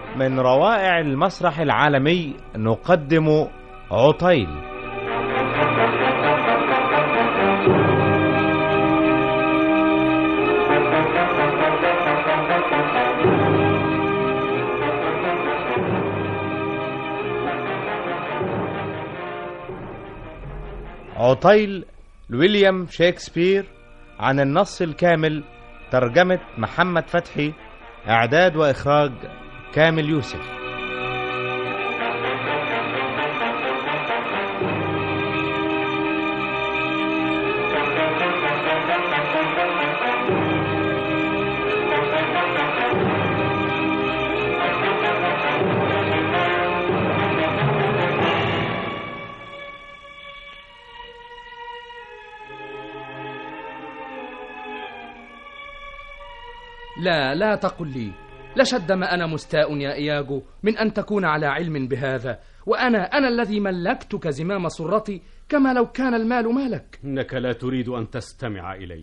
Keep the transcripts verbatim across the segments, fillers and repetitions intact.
من روائع المسرح العالمي نقدم عطيل. عطيل لويليام شكسبير، عن النص الكامل ترجمة محمد فتحي، إعداد وإخراج كامل يوسف. لا لا تقل لي لشد ما أنا مستاء يا إياغو من أن تكون على علم بهذا، وأنا أنا الذي ملكتك زمام سرتي كما لو كان المال مالك. إنك لا تريد أن تستمع إلي.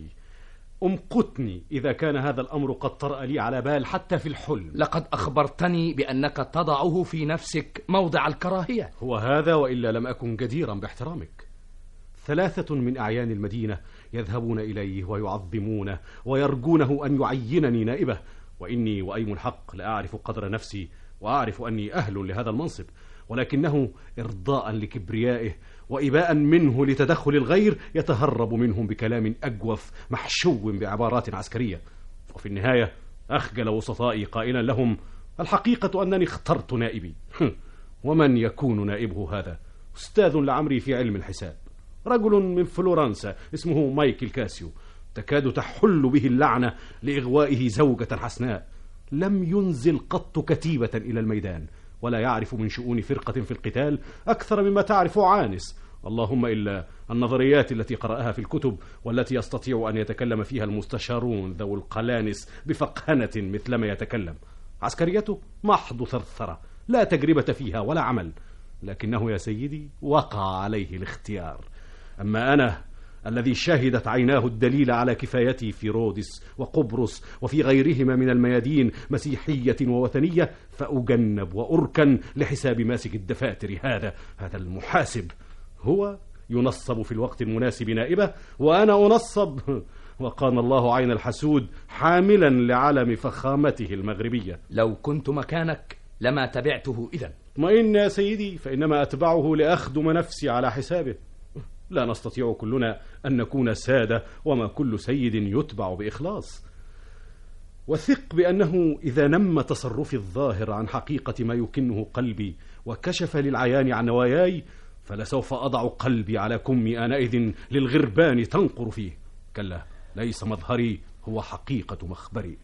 أمقتني إذا كان هذا الأمر قد طرأ لي على بال حتى في الحلم. لقد أخبرتني بأنك تضعه في نفسك موضع الكراهية. هو هذا وإلا لم أكن جديرا باحترامك. ثلاثة من أعيان المدينة يذهبون إليه ويعظمونه ويرجونه أن يعينني نائبه، وإني وأيم الحق لأعرف قدر نفسي وأعرف أني أهل لهذا المنصب، ولكنه إرضاء لكبريائه وإباء منه لتدخل الغير يتهرب منهم بكلام أجوف محشو بعبارات عسكرية. وفي النهاية أخجل وسطائي قائلا لهم: الحقيقة أنني اخترت نائبي. ومن يكون نائبه هذا؟ أستاذ لعمري في علم الحساب، رجل من فلورنسا اسمه مايكل كاسيو، تكاد تحل به اللعنة لإغوائه زوجة حسناء. لم ينزل قط كتيبة إلى الميدان، ولا يعرف من شؤون فرقة في القتال أكثر مما تعرف عانس، اللهم إلا النظريات التي قرأها في الكتب والتي يستطيع أن يتكلم فيها المستشارون ذو القلانس بفقهنة مثلما يتكلم. عسكريته محض ثرثرة لا تجربة فيها ولا عمل، لكنه يا سيدي وقع عليه الاختيار. أما أنا الذي شهدت عيناه الدليل على كفايتي في رودس وقبرص وفي غيرهما من الميادين مسيحية ووثنية، فأجنب وأركن لحساب ماسك الدفاتر هذا هذا المحاسب. هو ينصب في الوقت المناسب نائبه، وأنا أنصب وقان الله عين الحسود حاملا لعلم فخامته المغربية. لو كنت مكانك لما تبعته إذن. اطمئن يا سيدي، فإنما أتبعه لأخدم نفسي على حسابه. لا نستطيع كلنا أن نكون سادة، وما كل سيد يتبع بإخلاص. وثق بأنه إذا نم تصرفي الظاهر عن حقيقة ما يكنه قلبي وكشف للعيان عن نواياي، فلسوف أضع قلبي على كمي آنئذ للغربان تنقر فيه. كلا، ليس مظهري هو حقيقة مخبري.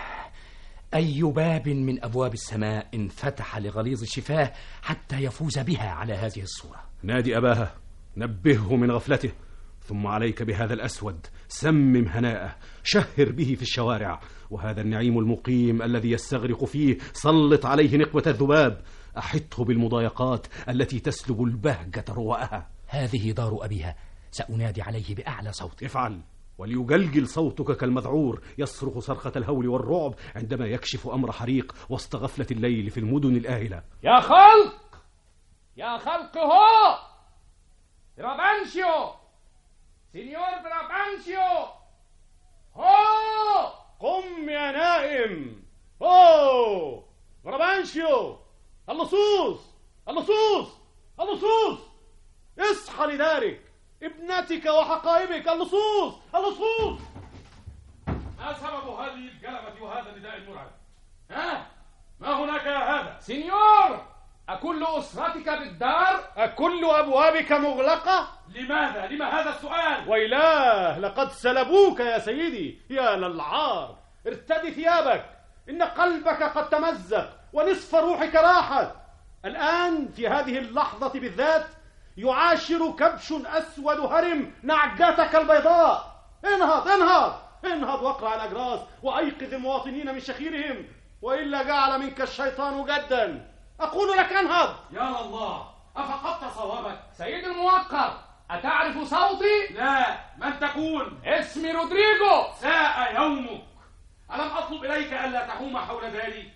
أي باب من أبواب السماء انفتح لغليظ الشفاه حتى يفوز بها على هذه الصورة؟ نادي أباها، نبهه من غفلته، ثم عليك بهذا الأسود، سمم هناءه، شهر به في الشوارع. وهذا النعيم المقيم الذي يستغرق فيه سلط عليه نقبة الذباب، أحطه بالمضايقات التي تسلب البهجة رواءها. هذه دار أبيها، سأنادي عليه بأعلى صوت. افعل، وليجلجل صوتك كالمذعور يصرخ صرخة الهول والرعب عندما يكشف أمر حريق وسط غفلة الليل في المدن الآهلة. يا خلق، يا خلق، هو برابانشيو، سينيور برابانشيو، هو قم يا نائم. هو برابانشيو، اللصوص اللصوص اللصوص، اصحى لدارك، ابنتك وحقائبك، اللصوص اللصوص. ما سبب هذه الجلبة وهذا النداء المرعب؟ ها؟ ما هناك يا هذا؟ سينيور، أكل أسرتك بالدار؟ أكل أبوابك مغلقة؟ لماذا؟ لما هذا السؤال؟ ويلاه، لقد سلبوك يا سيدي، يا للعار. ارتدي ثيابك، إن قلبك قد تمزق ونصف روحك راحت. الآن في هذه اللحظة بالذات يعاشر كبش أسود هرم نعجتك البيضاء. انهض انهض انهض واقرع الأجراس وأيقظ المواطنين من شخيرهم، وإلا جعل منك الشيطان جدا. أقول لك انهض. يا الله، أفقدت صوابك؟ سيد الموقر، أتعرف صوتي؟ لا، من تكون؟ اسمي رودريغو. ساء يومك. ألم أطلب إليك ألا تحوم حول داري؟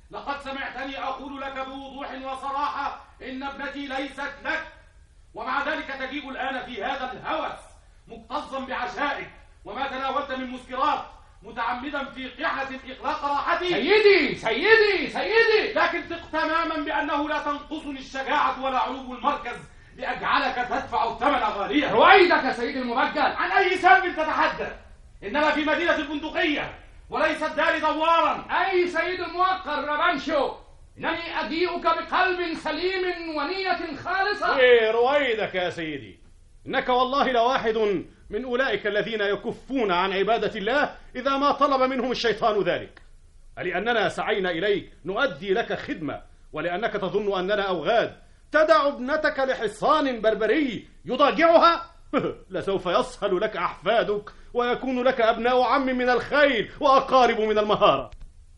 لقد سمعتني أقول لك بوضوح وصراحة إن ابنتي ليست لك، ومع ذلك تجيء الآن في هذا الهوس مكتظا بعشائك وما تناولت من مسكرات، متعمدا في قحة إغلاق راحتي. سيدي سيدي سيدي، لكن ثق تماما بأنه لا تنقصني الشجاعة ولا علو المركز لأجعلك تدفع الثمن غاليا. رويدك سيدي المبجل. عن أي سبب تتحدث؟ إننا في مدينة البندقية وليست دار دوارا. أي سيد الموقر رابانشو، إنني أجيئك بقلب سليم ونية خالصة. إيه رويدك يا سيدي، إنك والله لواحد من أولئك الذين يكفون عن عبادة الله إذا ما طلب منهم الشيطان ذلك. لأننا سعينا إليك نؤدي لك خدمة، ولأنك تظن أننا أوغاد تدع ابنتك لحصان بربري يضاجعها؟ لسوف يصهل لك أحفادك ويكون لك أبناء عم من الخيل وأقارب من المهارة.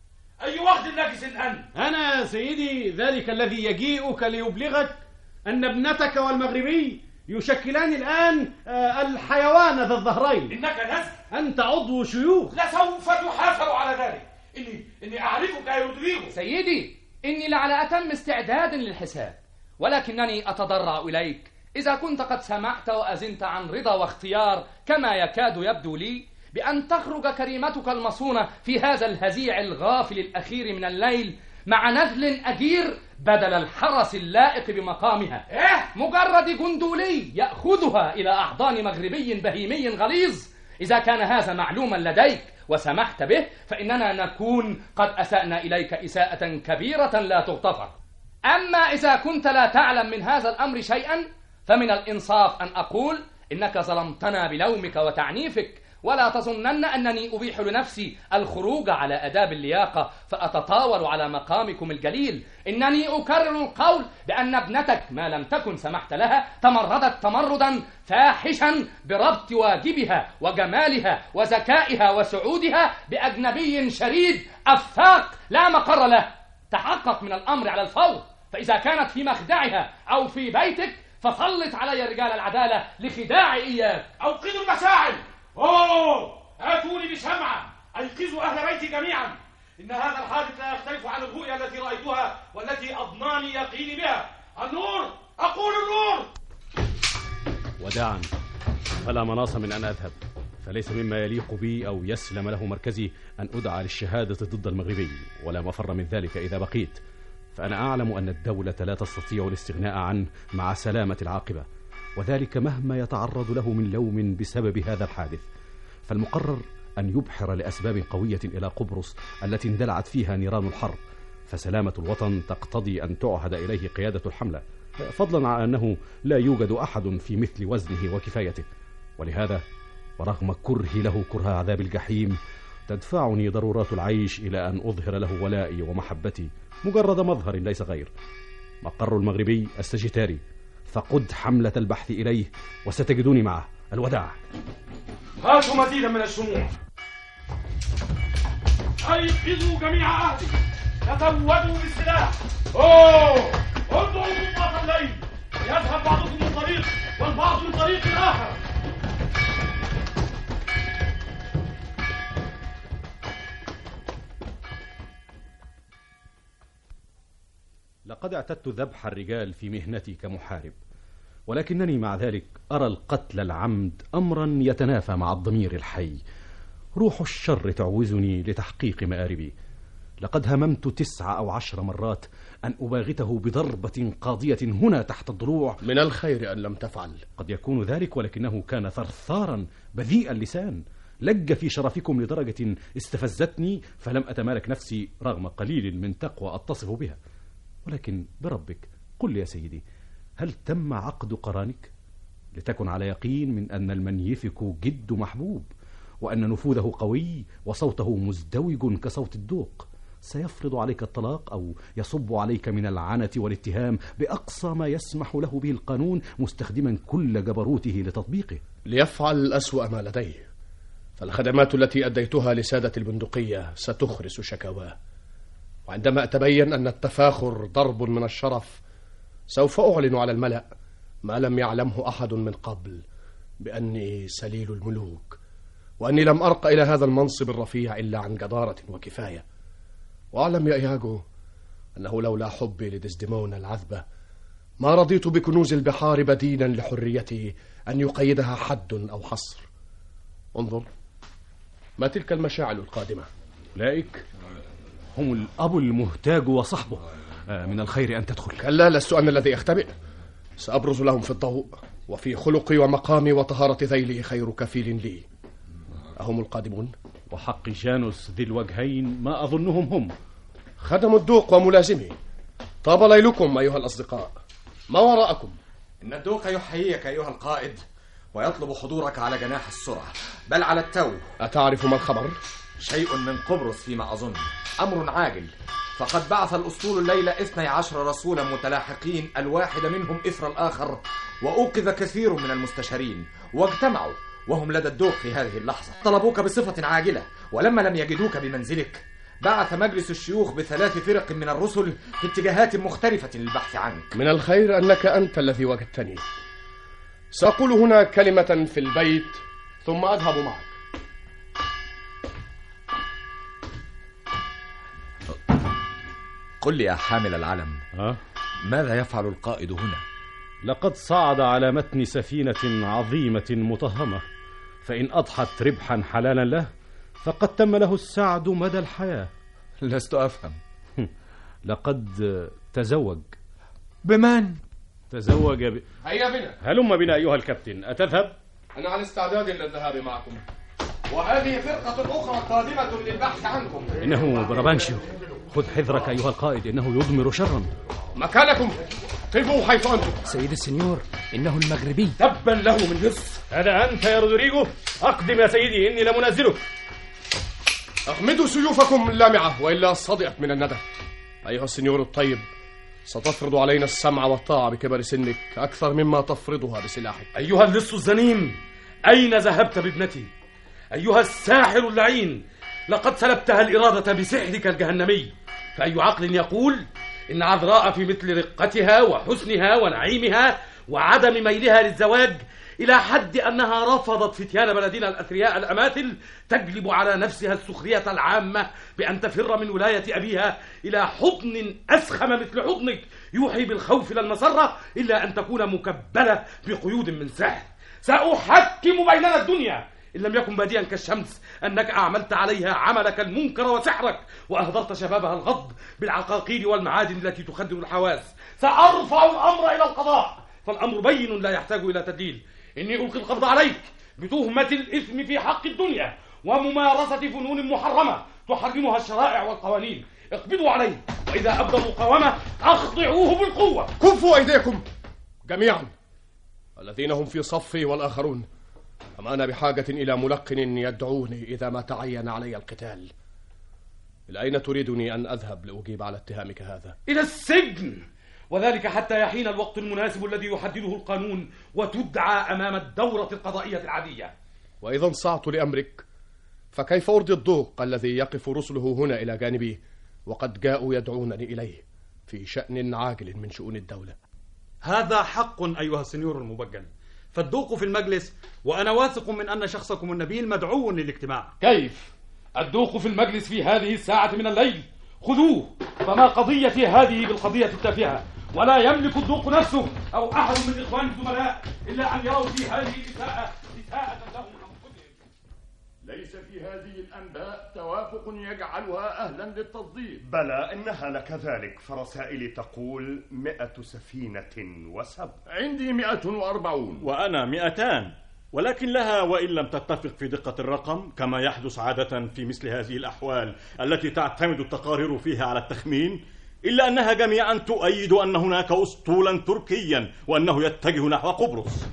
أي وقت نجس أنت؟ أنا يا سيدي ذلك الذي يجيئك ليبلغك أن ابنتك والمغربي يشكلان الآن الحيوان ذا الظهرين. إنك نزل. أنت عضو شيوخ. لسوف تحاسب على ذلك. إني إني أعرفك يا رودريغو. سيدي، إني لعلى أتم استعداد للحساب، ولكنني أتضرع إليك إذا كنت قد سمعت وأزنت عن رضا واختيار كما يكاد يبدو لي بأن تخرج كريمتك المصونة في هذا الهزيع الغافل الأخير من الليل مع نذل أجير بدل الحرس اللائق بمقامها. إيه؟ مجرد جندولي يأخذها إلى أحضان مغربي بهيمي غليظ. إذا كان هذا معلوما لديك وسمحت به فإننا نكون قد أسأنا إليك إساءة كبيرة لا تغتفر. أما إذا كنت لا تعلم من هذا الأمر شيئا فمن الإنصاف أن أقول إنك ظلمتنا بلومك وتعنيفك، ولا تظنن أنني أبيح لنفسي الخروج على آداب اللياقة فأتطاول على مقامكم الجليل. إنني أكرر القول بأن ابنتك ما لم تكن سمحت لها تمردت تمردا فاحشا بربط واجبها وجمالها وذكائها وسعودها بأجنبي شريد أفاق لا مقر له. تحقق من الأمر على الفور، فإذا كانت في مخدعها أو في بيتك فسلط علي رجال العدالة لخداعي إياك. أوقظوا المشاعل. أوه، آتوني بشمعة أيقظوا أهل بيتي جميعا. إن هذا الحادث لا يختلف عن الرؤيا التي رأيتها والتي أضناني يقيني بها. النور، أقول النور. وداعا، فلا مناص من أن أذهب، فليس مما يليق بي أو يسلم له مركزي أن أدعى للشهادة ضد المغربي، ولا مفر من ذلك إذا بقيت، فأنا أعلم أن الدولة لا تستطيع الاستغناء عنه مع سلامة العاقبة، وذلك مهما يتعرض له من لوم بسبب هذا الحادث. فالمقرر أن يبحر لأسباب قوية إلى قبرص التي اندلعت فيها نيران الحرب، فسلامة الوطن تقتضي أن تعهد إليه قيادة الحملة، فضلا عن أنه لا يوجد أحد في مثل وزنه وكفايته. ولهذا ورغم كرهي له كره عذاب الجحيم تدفعني ضرورات العيش إلى أن أظهر له ولائي ومحبتي مجرد مظهر ليس غير. مقر المغربي السجيتاري، فقد حملة البحث إليه وستجدوني معه. الوداع. هاتوا مزيدا من الشموع. أيقظوا جميع أهلي، تزودوا بالسلاح. أوه، انظروا ضباط الليل، يذهب بعضكم من طريق والبعض من طريق آخر. لقد اعتدت ذبح الرجال في مهنتي كمحارب، ولكنني مع ذلك أرى القتل العمد أمرا يتنافى مع الضمير الحي. روح الشر تعوزني لتحقيق مآربي. لقد هممت تسع أو عشر مرات أن أباغته بضربة قاضية هنا تحت الضلوع. من الخير أن لم تفعل. قد يكون ذلك، ولكنه كان ثرثارا بذيء اللسان، لج في شرفكم لدرجة استفزتني فلم أتمالك نفسي رغم قليل من تقوى أتصف بها. ولكن بربك قل لي يا سيدي، هل تم عقد قرانك؟ لتكن على يقين من أن المنيفك جد محبوب، وأن نفوذه قوي وصوته مزدوج كصوت الدوق. سيفرض عليك الطلاق أو يصب عليك من العنة والاتهام بأقصى ما يسمح له به القانون، مستخدما كل جبروته لتطبيقه. ليفعل أسوأ ما لديه، فالخدمات التي أديتها لسادة البندقية ستخرس شكواه، وعندما أتبين أن التفاخر ضرب من الشرف سوف أعلن على الملأ ما لم يعلمه أحد من قبل، بأني سليل الملوك، وأني لم أرق إلى هذا المنصب الرفيع إلا عن جدارة وكفاية. وأعلم يا إياجو أنه لولا حبي لديزديمونا العذبة ما رضيت بكنوز البحار بديلا لحريته أن يقيدها حد أو حصر. انظر، ما تلك المشاعل القادمة؟ أولئك هم الأب المهتاج وصحبه. آه من الخير أن تدخل. كلا، لست أنا الذي أختبئ، سأبرز لهم في الضوء، وفي خلقي ومقامي وطهارة ذيلي خير كفيل لي. أهم القادمون؟ وحق جانوس ذي الوجهين ما أظنهم هم. خدم الدوق وملازمي. طاب ليلكم أيها الأصدقاء، ما وراءكم؟ إن الدوق يحييك أيها القائد ويطلب حضورك على جناح السرعة، بل على التو. أتعرف ما الخبر؟ شيء من قبرص فيما أظن، أمر عاجل، فقد بعث الأسطول الليلة اثني عشر رسولا متلاحقين، الواحد منهم إثر الآخر، وأوقظ كثير من المستشارين واجتمعوا وهم لدى الدوق في هذه اللحظة. طلبوك بصفة عاجلة، ولما لم يجدوك بمنزلك بعث مجلس الشيوخ بثلاث فرق من الرسل في اتجاهات مختلفة للبحث عنك. من الخير أنك أنت الذي وجدتني. سأقول هنا كلمة في البيت ثم أذهب معك. قل لي يا حامل العلم، ها؟ ماذا يفعل القائد هنا؟ لقد صعد على متن سفينة عظيمة مطهمة، فإن أضحت ربحا حلالا له فقد تم له السعد مدى الحياة. لست أفهم. لقد تزوج. بمن؟ تزوج ب... هيا بنا. هلم بنا أيها الكابتن، أتذهب؟ أنا على استعداد للذهاب معكم، وهذه فرقة أخرى قادمة للبحث عنكم. إنه بربانشيو، خذ حذرك أيها القائد، إنه يضمر شرا. مكانكم، قفوا حيث أنتم. سيد السنيور، إنه المغربي. تبا له من لص. هذا أنت يا رودريغو؟ أقدم يا سيدي، إني لمنزلك. أخمدوا سيوفكم اللامعة وإلا صدئت من الندى. أيها السنيور الطيب، ستفرض علينا السمع والطاعة بكبر سنك أكثر مما تفرضها بسلاحك. أيها اللص الزنيم، أين ذهبت بابنتي؟ أيها الساحر اللعين، لقد سلبتها الإرادة بسحرك الجهنمي، فأي عقل يقول إن عذراء في مثل رقتها وحسنها ونعيمها وعدم ميلها للزواج إلى حد أنها رفضت فتيان بلدنا الأثرياء الأماثل تجلب على نفسها السخرية العامة بأن تفر من ولاية أبيها إلى حضن أسخم مثل حضنك يوحي بالخوف للمسرة، إلا أن تكون مكبلة بقيود من سحر. سأحكم بيننا الدنيا إن لم يكن باديا كالشمس أنك أعملت عليها عملك المنكر وسحرك، وأهدرت شبابها الغض بالعقاقير والمعادن التي تخدر الحواس. سأرفع الأمر إلى القضاء، فالأمر بين لا يحتاج إلى تدليل. إني ألقي القبض عليك بتهمة الإثم في حق الدنيا وممارسة فنون محرمة تحرمها الشرائع والقوانين. اقبضوا عليه، وإذا أبدى مقاومة أخضعوه بالقوة. كفوا أيديكم جميعا، الذين هم في صفي والآخرون. أما أنا بحاجة إلى ملقن يدعوني إذا ما تعين علي القتال. إلى أين تريدني أن أذهب لأجيب على اتهامك هذا؟ إلى السجن، وذلك حتى يحين الوقت المناسب الذي يحدده القانون وتدعى أمام الدورة القضائية العادية. وإذا انصعت لأمرك فكيف أرضي الضوق الذي يقف رسله هنا إلى جانبي وقد جاءوا يدعونني إليه في شأن عاجل من شؤون الدولة؟ هذا حق أيها السنيور المبجل، فالدوق في المجلس، وأنا واثق من أن شخصكم النبيل مدعو للاجتماع. كيف؟ الدوق في المجلس في هذه الساعة من الليل؟ خذوه، فما قضيتي هذه بالقضية التافهة، ولا يملك الدوق نفسه أو أحد من إخوان الزملاء إلا أن يروا في هذه الإساءة إساءة لهم أنفسهم. ليس في هذه الأنباء توافق يجعلها أهلا للتصديق. بلى إنها لكذلك، فرسائلي تقول مئة سفينة وسبع. عندي مئة وأربعون. وأنا مئتان، ولكن لها وإن لم تتفق في دقة الرقم كما يحدث عادة في مثل هذه الأحوال التي تعتمد التقارير فيها على التخمين، إلا أنها جميعا تؤيد أن هناك أسطولا تركيا وأنه يتجه نحو قبرص.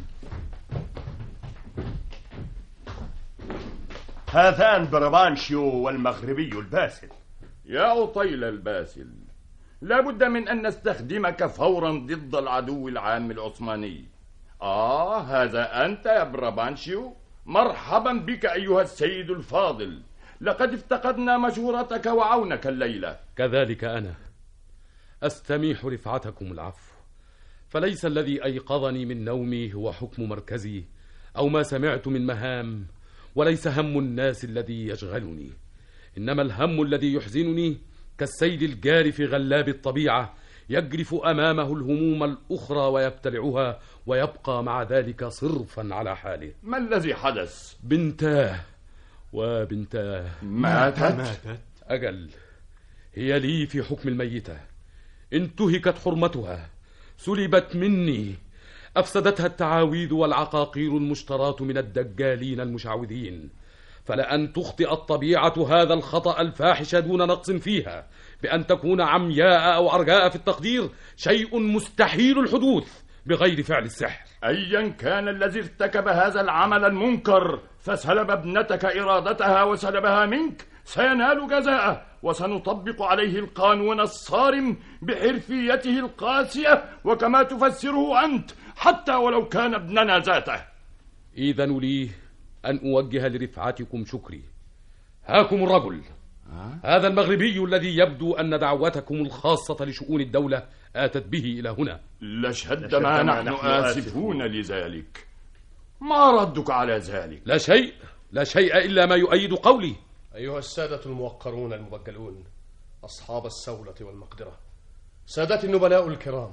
هذان بربانشيو والمغربي الباسل. يا أطيل الباسل، لا بد من أن نستخدمك فورا ضد العدو العام العثماني. آه، هذا أنت يا بربانشيو، مرحبا بك أيها السيد الفاضل، لقد افتقدنا مشورتك وعونك الليلة. كذلك أنا أستميح رفعتكم العفو، فليس الذي أيقظني من نومي هو حكم مركزي أو ما سمعت من مهام، وليس هم الناس الذي يشغلني، إنما الهم الذي يحزنني كالسيل الجاري في غلاب الطبيعة يجرف أمامه الهموم الأخرى ويبتلعها، ويبقى مع ذلك صرفا على حاله. ما الذي حدث؟ بنتاه وبنتاه ماتت؟ ماتت أجل، هي لي في حكم الميتة. انتهكت حرمتها، سلبت مني، أفسدتها التعاويذ والعقاقير المشتراة من الدجالين المشعوذين. فلأن تخطئ الطبيعة هذا الخطأ الفاحش دون نقص فيها بأن تكون عمياء أو عرجاء في التقدير شيء مستحيل الحدوث بغير فعل السحر. أيا كان الذي ارتكب هذا العمل المنكر فسلب ابنتك إرادتها وسلبها منك سينال جزاءه، وسنطبق عليه القانون الصارم بحرفيته القاسية وكما تفسره أنت، حتى ولو كان ابننا ذاته. إذن لي أن أوجه لرفعتكم شكري. هاكم الرجل، أه؟ هذا المغربي الذي يبدو أن دعوتكم الخاصة لشؤون الدولة آتت به إلى هنا. لشد ما نحن آسفون لذلك. ما ردك على ذلك؟ لا شيء، لا شيء إلا ما يؤيد قولي. أيها السادة الموقرون المبجلون، أصحاب السولة والمقدرة، سادتي النبلاء الكرام،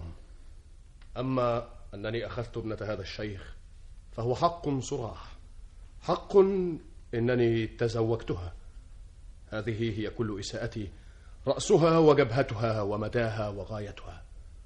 أما أنني أخذت ابنة هذا الشيخ فهو حق صراح، حق إنني تزوجتها. هذه هي كل إساءتي، رأسها وجبهتها ومداها وغايتها.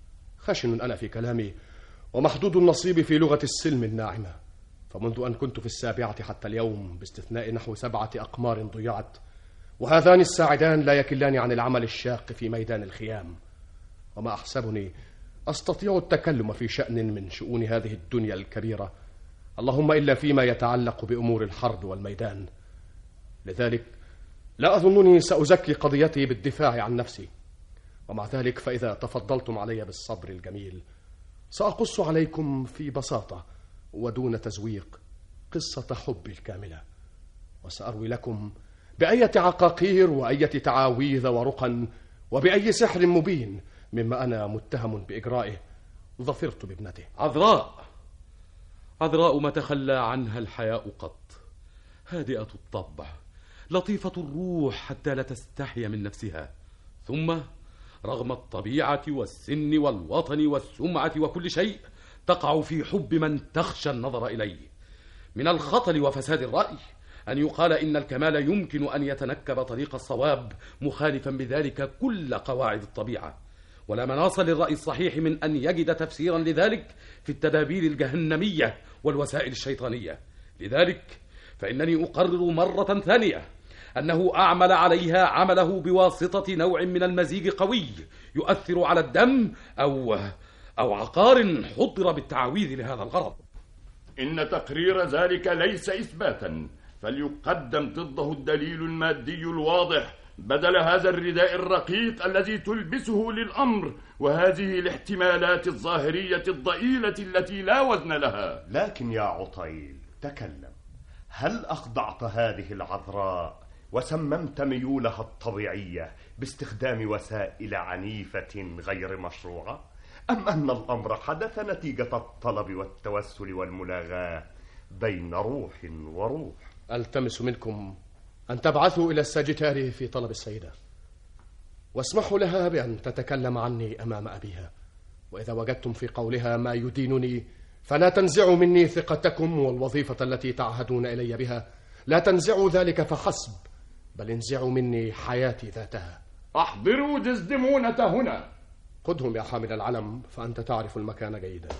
خشن أنا في كلامي ومحدود النصيب في لغة السلم الناعمة، فمنذ أن كنت في السابعة حتى اليوم باستثناء نحو سبعة أقمار ضيعت، وهذان الساعدان لا يكلان عن العمل الشاق في ميدان الخيام، وما أحسبني أستطيع التكلم في شأن من شؤون هذه الدنيا الكبيرة، اللهم إلا فيما يتعلق بأمور الحرب والميدان. لذلك لا أظنني سأزكي قضيتي بالدفاع عن نفسي، ومع ذلك فإذا تفضلتم علي بالصبر الجميل سأقص عليكم في بساطة ودون تزويق قصة حبي الكاملة، وسأروي لكم بأية عقاقير وأية تعاويذ ورقا وبأي سحر مبين مما أنا متهم بإجرائه ظفرت بابنته. عذراء، عذراء ما تخلى عنها الحياء قط، هادئة الطبع، لطيفة الروح حتى لا تستحي من نفسها، ثم رغم الطبيعة والسن والوطن والسمعة وكل شيء تقع في حب من تخشى النظر إليه. من الخطل وفساد الرأي أن يقال إن الكمال يمكن أن يتنكب طريق الصواب مخالفا بذلك كل قواعد الطبيعة، ولا مناص للرأي الصحيح من أن يجد تفسيرا لذلك في التدابير الجهنمية والوسائل الشيطانية. لذلك فإنني أقرر مرة ثانية أنه أعمل عليها عمله بواسطة نوع من المزيج قوي يؤثر على الدم أو أو عقار حضر بالتعاويذ لهذا الغرض. إن تقرير ذلك ليس إثباتا، فليقدم ضده الدليل المادي الواضح بدل هذا الرداء الرقيق الذي تلبسه للأمر وهذه الاحتمالات الظاهرية الضئيلة التي لا وزن لها. لكن يا عطيل تكلم، هل أخضعت هذه العذراء وسممت ميولها الطبيعية باستخدام وسائل عنيفة غير مشروعة، أم أن الأمر حدث نتيجة الطلب والتوسل والملاغاة بين روح وروح؟ ألتمس منكم أن تبعثوا إلى الساجتاري في طلب السيدة، واسمحوا لها بأن تتكلم عني أمام أبيها، وإذا وجدتم في قولها ما يدينني فلا تنزعوا مني ثقتكم والوظيفة التي تعهدون إلي بها، لا تنزعوا ذلك فحسب، بل انزعوا مني حياتي ذاتها. أحضروا دزدمونة هنا. خذهم يا حامل العلم، فأنت تعرف المكان جيدا.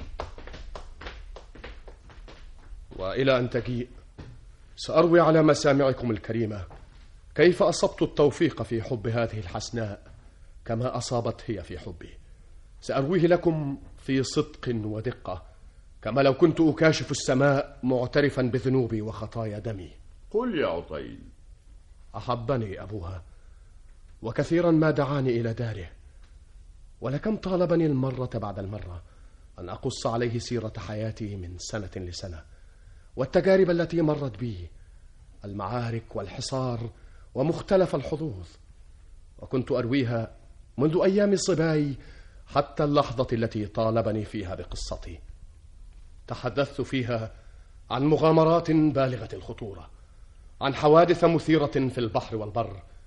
وإلى أن تجيء سأروي على مسامعكم الكريمة كيف أصبت التوفيق في حب هذه الحسناء كما أصابت هي في حبي. سأرويه لكم في صدق ودقة، كما لو كنت أكاشف السماء معترفا بذنوبي وخطايا دمي. قل يا عطيل. أحبني أبوها، وكثيرا ما دعاني إلى داره، ولكم طالبني المرة بعد المرة أن أقص عليه سيرة حياتي من سنة لسنة، والتجارب التي مرت بي، المعارك والحصار ومختلف الحظوظ، وكنت أرويها منذ أيام صباي حتى اللحظة التي طالبني فيها بقصتي. تحدثت فيها عن مغامرات بالغة الخطورة، عن حوادث مثيرة في البحر والبر،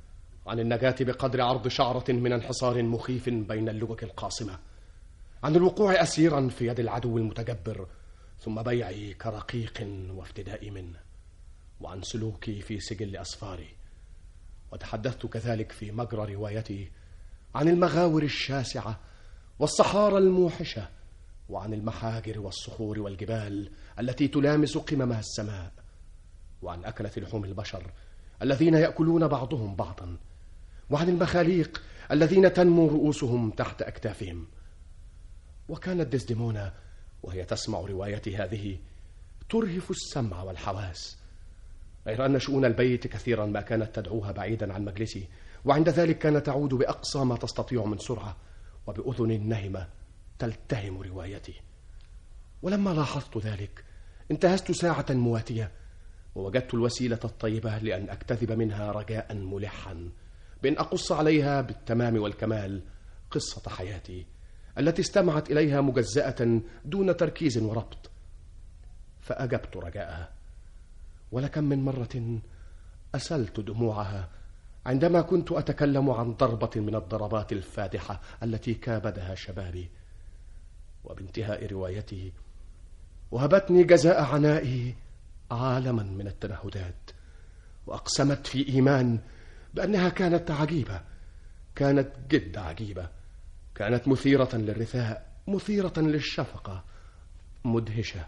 عن النجاة بقدر عرض شعرة من انحصار مخيف بين اللجج القاصمة، عن الوقوع أسيرا في يد العدو المتجبر ثم بيعي كرقيق وافتدائي منه، وعن سلوكي في سجل أسفاري. وتحدثت كذلك في مجرى روايتي عن المغاور الشاسعة والصحارى الموحشة، وعن المحاجر والصخور والجبال التي تلامس قممها السماء، وعن أكلة لحوم البشر الذين يأكلون بعضهم بعضا، وعن المخاليق الذين تنمو رؤوسهم تحت أكتافهم. وكانت ديسديمونا وهي تسمع روايتي هذه ترهف السمع والحواس، غير أن شؤون البيت كثيرا ما كانت تدعوها بعيدا عن مجلسي، وعند ذلك كانت تعود بأقصى ما تستطيع من سرعة وبأذن نهمة تلتهم روايتي. ولما لاحظت ذلك انتهزت ساعة مواتية ووجدت الوسيلة الطيبة لأن أكتذب منها رجاء ملحا بأن أقص عليها بالتمام والكمال قصة حياتي التي استمعت إليها مجزأة دون تركيز وربط. فأجبت رجاءها، ولكم من مرة أسلت دموعها عندما كنت أتكلم عن ضربة من الضربات الفادحة التي كابدها شبابي. وبانتهاء روايته وهبتني جزاء عنائي عالما من التنهدات، وأقسمت في إيمان بأنها كانت عجيبة، كانت جد عجيبة، كانت مثيرة للرثاء، مثيرة للشفقة، مدهشة.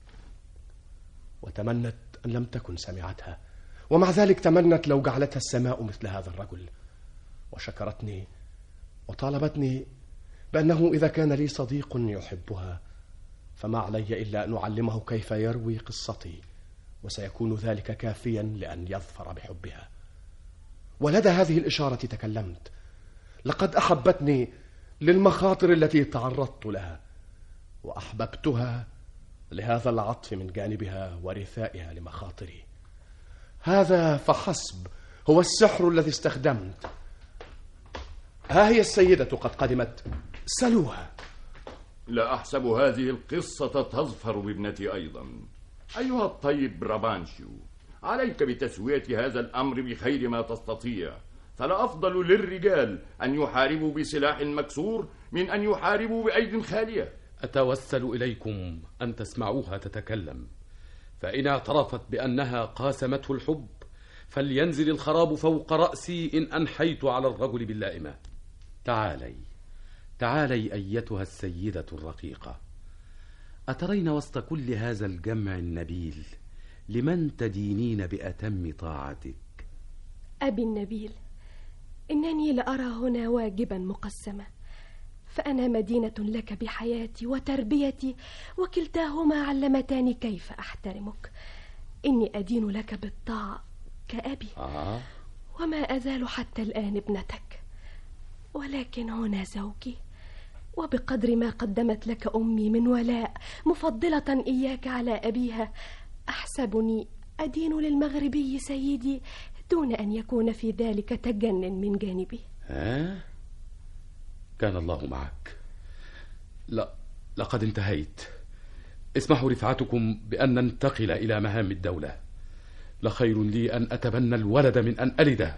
وتمنت أن لم تكن سمعتها، ومع ذلك تمنت لو جعلتها السماء مثل هذا الرجل. وشكرتني وطالبتني بأنه إذا كان لي صديق يحبها فما علي إلا أن أعلمه كيف يروي قصتي، وسيكون ذلك كافيا لأن يظفر بحبها. ولدى هذه الإشارة تكلمت. لقد أحبتني للمخاطر التي تعرضت لها، وأحببتها لهذا العطف من جانبها ورثائها لمخاطري. هذا فحسب هو السحر الذي استخدمت. ها هي السيدة قد قدمت، سلوها. لا أحسب هذه القصة تظفر بابنتي أيضا. أيها الطيب رابانشيو، عليك بتسوية هذا الأمر بخير ما تستطيع، فلا أفضل للرجال أن يحاربوا بسلاح مكسور من أن يحاربوا بأيد خالية. أتوسل إليكم أن تسمعوها تتكلم، فإن اعترفت بأنها قاسمته الحب فلينزل الخراب فوق رأسي إن أنحيت على الرجل باللائمة. تعالي تعالي أيتها السيدة الرقيقة، أترين وسط كل هذا الجمع النبيل لمن تدينين بأتم طاعتك؟ أبي النبيل، إنني لأرى هنا واجبا مقسما، فأنا مدينة لك بحياتي وتربيتي، وكلتاهما علمتاني كيف أحترمك. إني أدين لك بالطاعة كأبي، آه. وما أزال حتى الآن ابنتك، ولكن هنا زوجي، وبقدر ما قدمت لك أمي من ولاء مفضلة إياك على أبيها، أحسبني أدين للمغربي سيدي دون أن يكون في ذلك تجنن من جانبي. ها؟ كان الله معك. لا، لقد انتهيت. اسمحوا رفعتكم بأن ننتقل إلى مهام الدولة. لخير لي أن أتبنى الولد من أن ألده.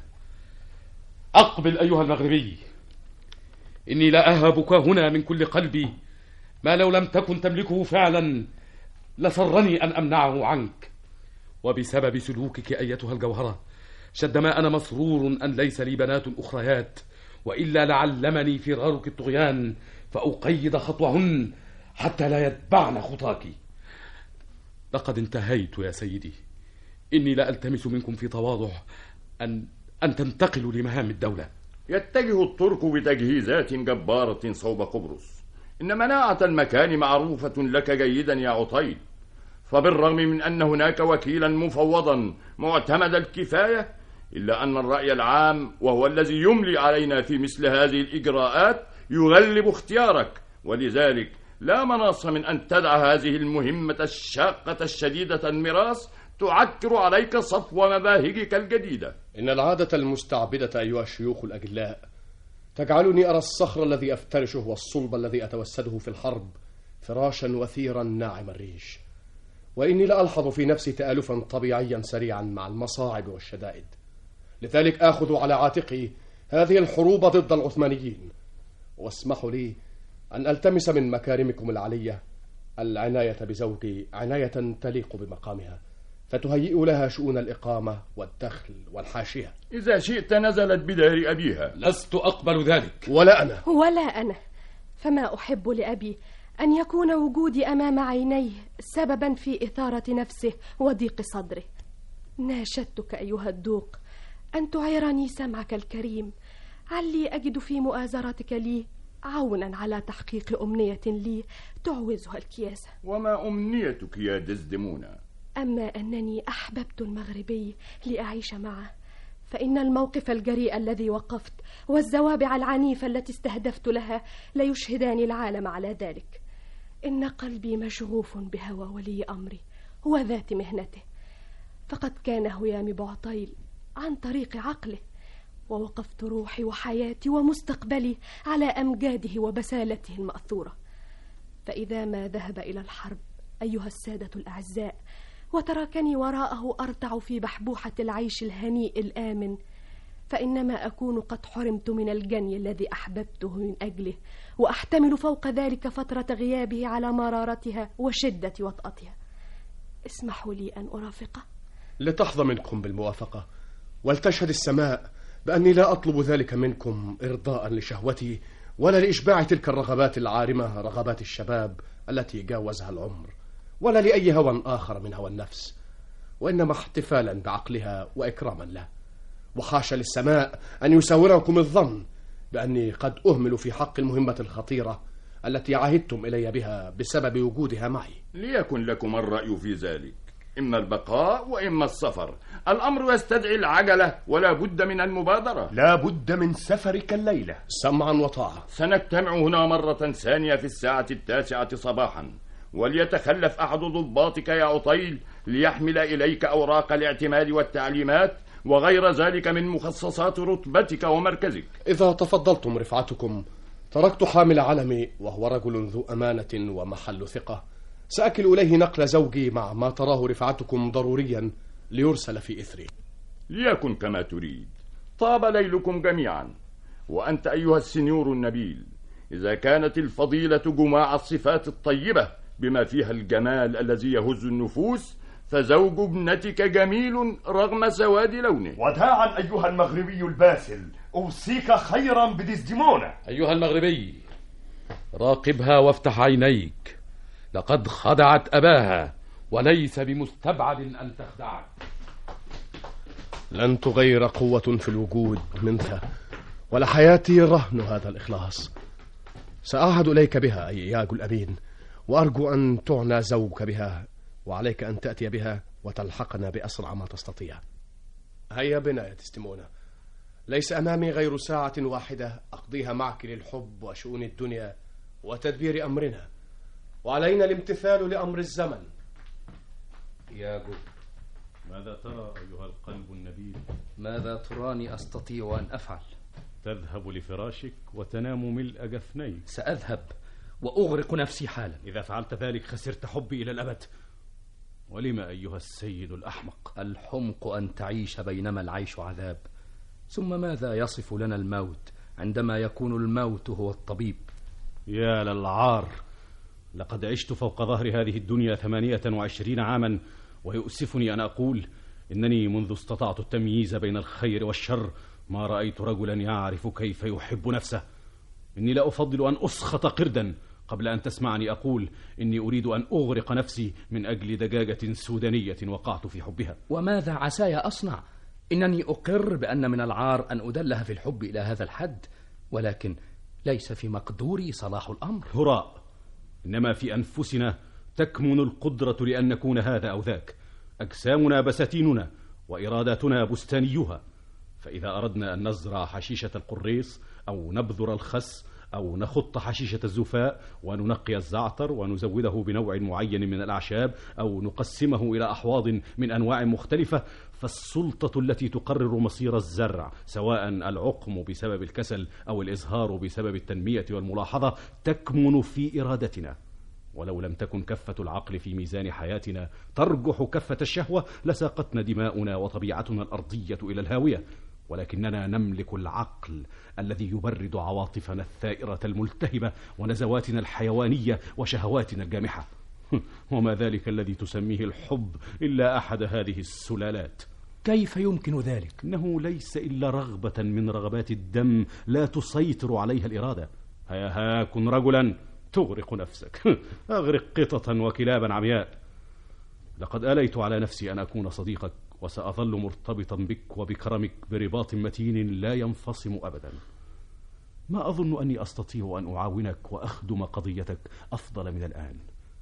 أقبل أيها المغربي، إني لا أهابك هنا من كل قلبي، ما لو لم تكن تملكه فعلا لسرني أن أمنعه عنك. وبسبب سلوكك أيتها الجوهرة شد ما أنا مسرور أن ليس لي بنات أخريات، وإلا لعلمني فرارك الطغيان فأقيد خطوهن حتى لا يتبعن خطاك. لقد انتهيت يا سيدي. إني لا ألتمس منكم في تواضع أن أن تنتقلوا لمهام الدولة. يتجه الترك بتجهيزات جبارة صوب قبرص. إن مناعة المكان معروفة لك جيدا يا عطيل، فبالرغم من أن هناك وكيلا مفوضا معتمد الكفاية، إلا أن الرأي العام وهو الذي يملي علينا في مثل هذه الإجراءات يغلب اختيارك، ولذلك لا مناص من أن تدع هذه المهمة الشاقة الشديدة المراس تعكر عليك صفو مباهجك الجديدة. إن العادة المستعبدة أيها الشيوخ الأجلاء تجعلني أرى الصخر الذي أفترشه والصلب الذي أتوسده في الحرب فراشا وثيرا ناعم الريش، وإني لألحظ في نفسي تآلفا طبيعيا سريعا مع المصاعب والشدائد. لذلك آخذ على عاتقي هذه الحروب ضد العثمانيين. واسمحوا لي أن ألتمس من مكارمكم العلية العناية بزوجي عناية تليق بمقامها، فتهيئ لها شؤون الإقامة والدخل والحاشية. إذا شئت نزلت بدار أبيها. لست أقبل ذلك. ولا أنا. ولا أنا. فما أحب لأبي أن يكون وجودي أمام عينيه سببا في إثارة نفسه وضيق صدره. ناشدتك أيها الدوق أن تعيرني سمعك الكريم، علي أجد في مؤازرتك لي عونا على تحقيق أمنية لي تعوزها الكياسة. وما أمنيتك يا دزدمونة؟ أما أنني أحببت المغربي لأعيش معه، فإن الموقف الجريء الذي وقفت والزوابع العنيفة التي استهدفت لها ليشهدان العالم على ذلك. إن قلبي مشغوف بهوى ولي أمري وذات مهنته، فقد كان هيام بعطيل عن طريق عقله، ووقفت روحي وحياتي ومستقبلي على أمجاده وبسالته المأثورة. فإذا ما ذهب إلى الحرب أيها السادة الأعزاء وتركني وراءه أرتع في بحبوحة العيش الهنيء الآمن، فإنما أكون قد حرمت من الجني الذي أحببته من أجله، وأحتمل فوق ذلك فترة غيابه على مرارتها وشدة وطأتها. اسمحوا لي أن أرافقه. لتحظى منكم بالموافقة، ولتشهد السماء بأني لا أطلب ذلك منكم إرضاء لشهوتي ولا لإشباع تلك الرغبات العارمة، رغبات الشباب التي جاوزها العمر، ولا لأي هوى آخر من هوى النفس، وإنما احتفالا بعقلها وإكراما له. وخاش للسماء أن يساوركم الظن بأني قد أهمل في حق المهمة الخطيرة التي عهدتم إلي بها بسبب وجودها معي. ليكن لكم الرأي في ذلك، إما البقاء وإما السفر. الأمر يستدعي العجلة ولا بد من المبادرة. لا بد من سفرك الليلة. سمعا وطاعة. سنجتمع هنا مرة ثانية في الساعة التاسعة صباحا، وليتخلف أحد ضباطك يا عطيل ليحمل إليك أوراق الاعتماد والتعليمات وغير ذلك من مخصصات رتبتك ومركزك. إذا تفضلتم رفعتكم تركت حامل علمي، وهو رجل ذو أمانة ومحل ثقة، سأكل إليه نقل زوجي مع ما تراه رفعتكم ضروريا ليرسل في إثري. ليكن كما تريد. طاب ليلكم جميعا. وأنت أيها السنيور النبيل، إذا كانت الفضيلة جماع الصفات الطيبة بما فيها الجمال الذي يهز النفوس، فزوج ابنتك جميل رغم سواد لونه. وداعا أيها المغربي الباسل، أوصيك خيرا بدزدمونة. أيها المغربي، راقبها وافتح عينيك، لقد خدعت أباها وليس بمستبعد أن تخدعك. لن تغير قوة في الوجود منك، ولحياتي رهن هذا الإخلاص. سأعهد إليك بها أياج الأمين، وأرجو أن تعنى زوجك بها، وعليك أن تأتي بها وتلحقنا بأسرع ما تستطيع. هيا بنا يا دزدمونة، ليس أمامي غير ساعة واحدة أقضيها معك للحب وشؤون الدنيا وتدبير أمرنا، وعلينا الامتثال لأمر الزمن. ياجو، ماذا ترى أيها القلب النبيل؟ ماذا تراني أستطيع أن أفعل؟ تذهب لفراشك وتنام ملء جفنيك. سأذهب وأغرق نفسي حالا. إذا فعلت ذلك خسرت حبي إلى الأبد. ولما أيها السيد الأحمق؟ الحمق أن تعيش بينما العيش عذاب. ثم ماذا يصف لنا الموت عندما يكون الموت هو الطبيب؟ يا للعار، لقد عشت فوق ظهر هذه الدنيا ثمانية وعشرين عاما، ويؤسفني أن أقول إنني منذ استطعت التمييز بين الخير والشر ما رأيت رجلا يعرف كيف يحب نفسه. إني لا أفضل أن أسخط قردا قبل أن تسمعني أقول إني أريد أن أغرق نفسي من أجل دجاجة سودانية وقعت في حبها. وماذا عساي أصنع؟ إنني أقر بأن من العار أن أدلها في الحب إلى هذا الحد، ولكن ليس في مقدوري صلاح الأمر. هراء، إنما في أنفسنا تكمن القدرة لأن نكون هذا أو ذاك. أجسامنا بساتيننا وإراداتنا بستانيها، فإذا أردنا أن نزرع حشيشة القريص أو نبذر الخس أو نخط حشيشة الزفاء وننقي الزعتر ونزوده بنوع معين من الأعشاب أو نقسمه إلى أحواض من أنواع مختلفة، فالسلطة التي تقرر مصير الزرع، سواء العقم بسبب الكسل أو الإزهار بسبب التنمية والملاحظة، تكمن في إرادتنا. ولو لم تكن كفة العقل في ميزان حياتنا ترجح كفة الشهوة لساقتنا دماؤنا وطبيعتنا الأرضية إلى الهاوية. ولكننا نملك العقل الذي يبرد عواطفنا الثائرة الملتهبة ونزواتنا الحيوانية وشهواتنا الجامحة. وما ذلك الذي تسميه الحب إلا أحد هذه السلالات. كيف يمكن ذلك؟ إنه ليس إلا رغبة من رغبات الدم لا تسيطر عليها الإرادة. هيا ها كن رجلا تغرق نفسك. أغرق قطة وكلابا عمياء. لقد آليت على نفسي أن أكون صديقك، وسأظل مرتبطا بك وبكرمك برباط متين لا ينفصم أبدا. ما أظن أني أستطيع أن أعاونك وأخدم قضيتك أفضل من الآن.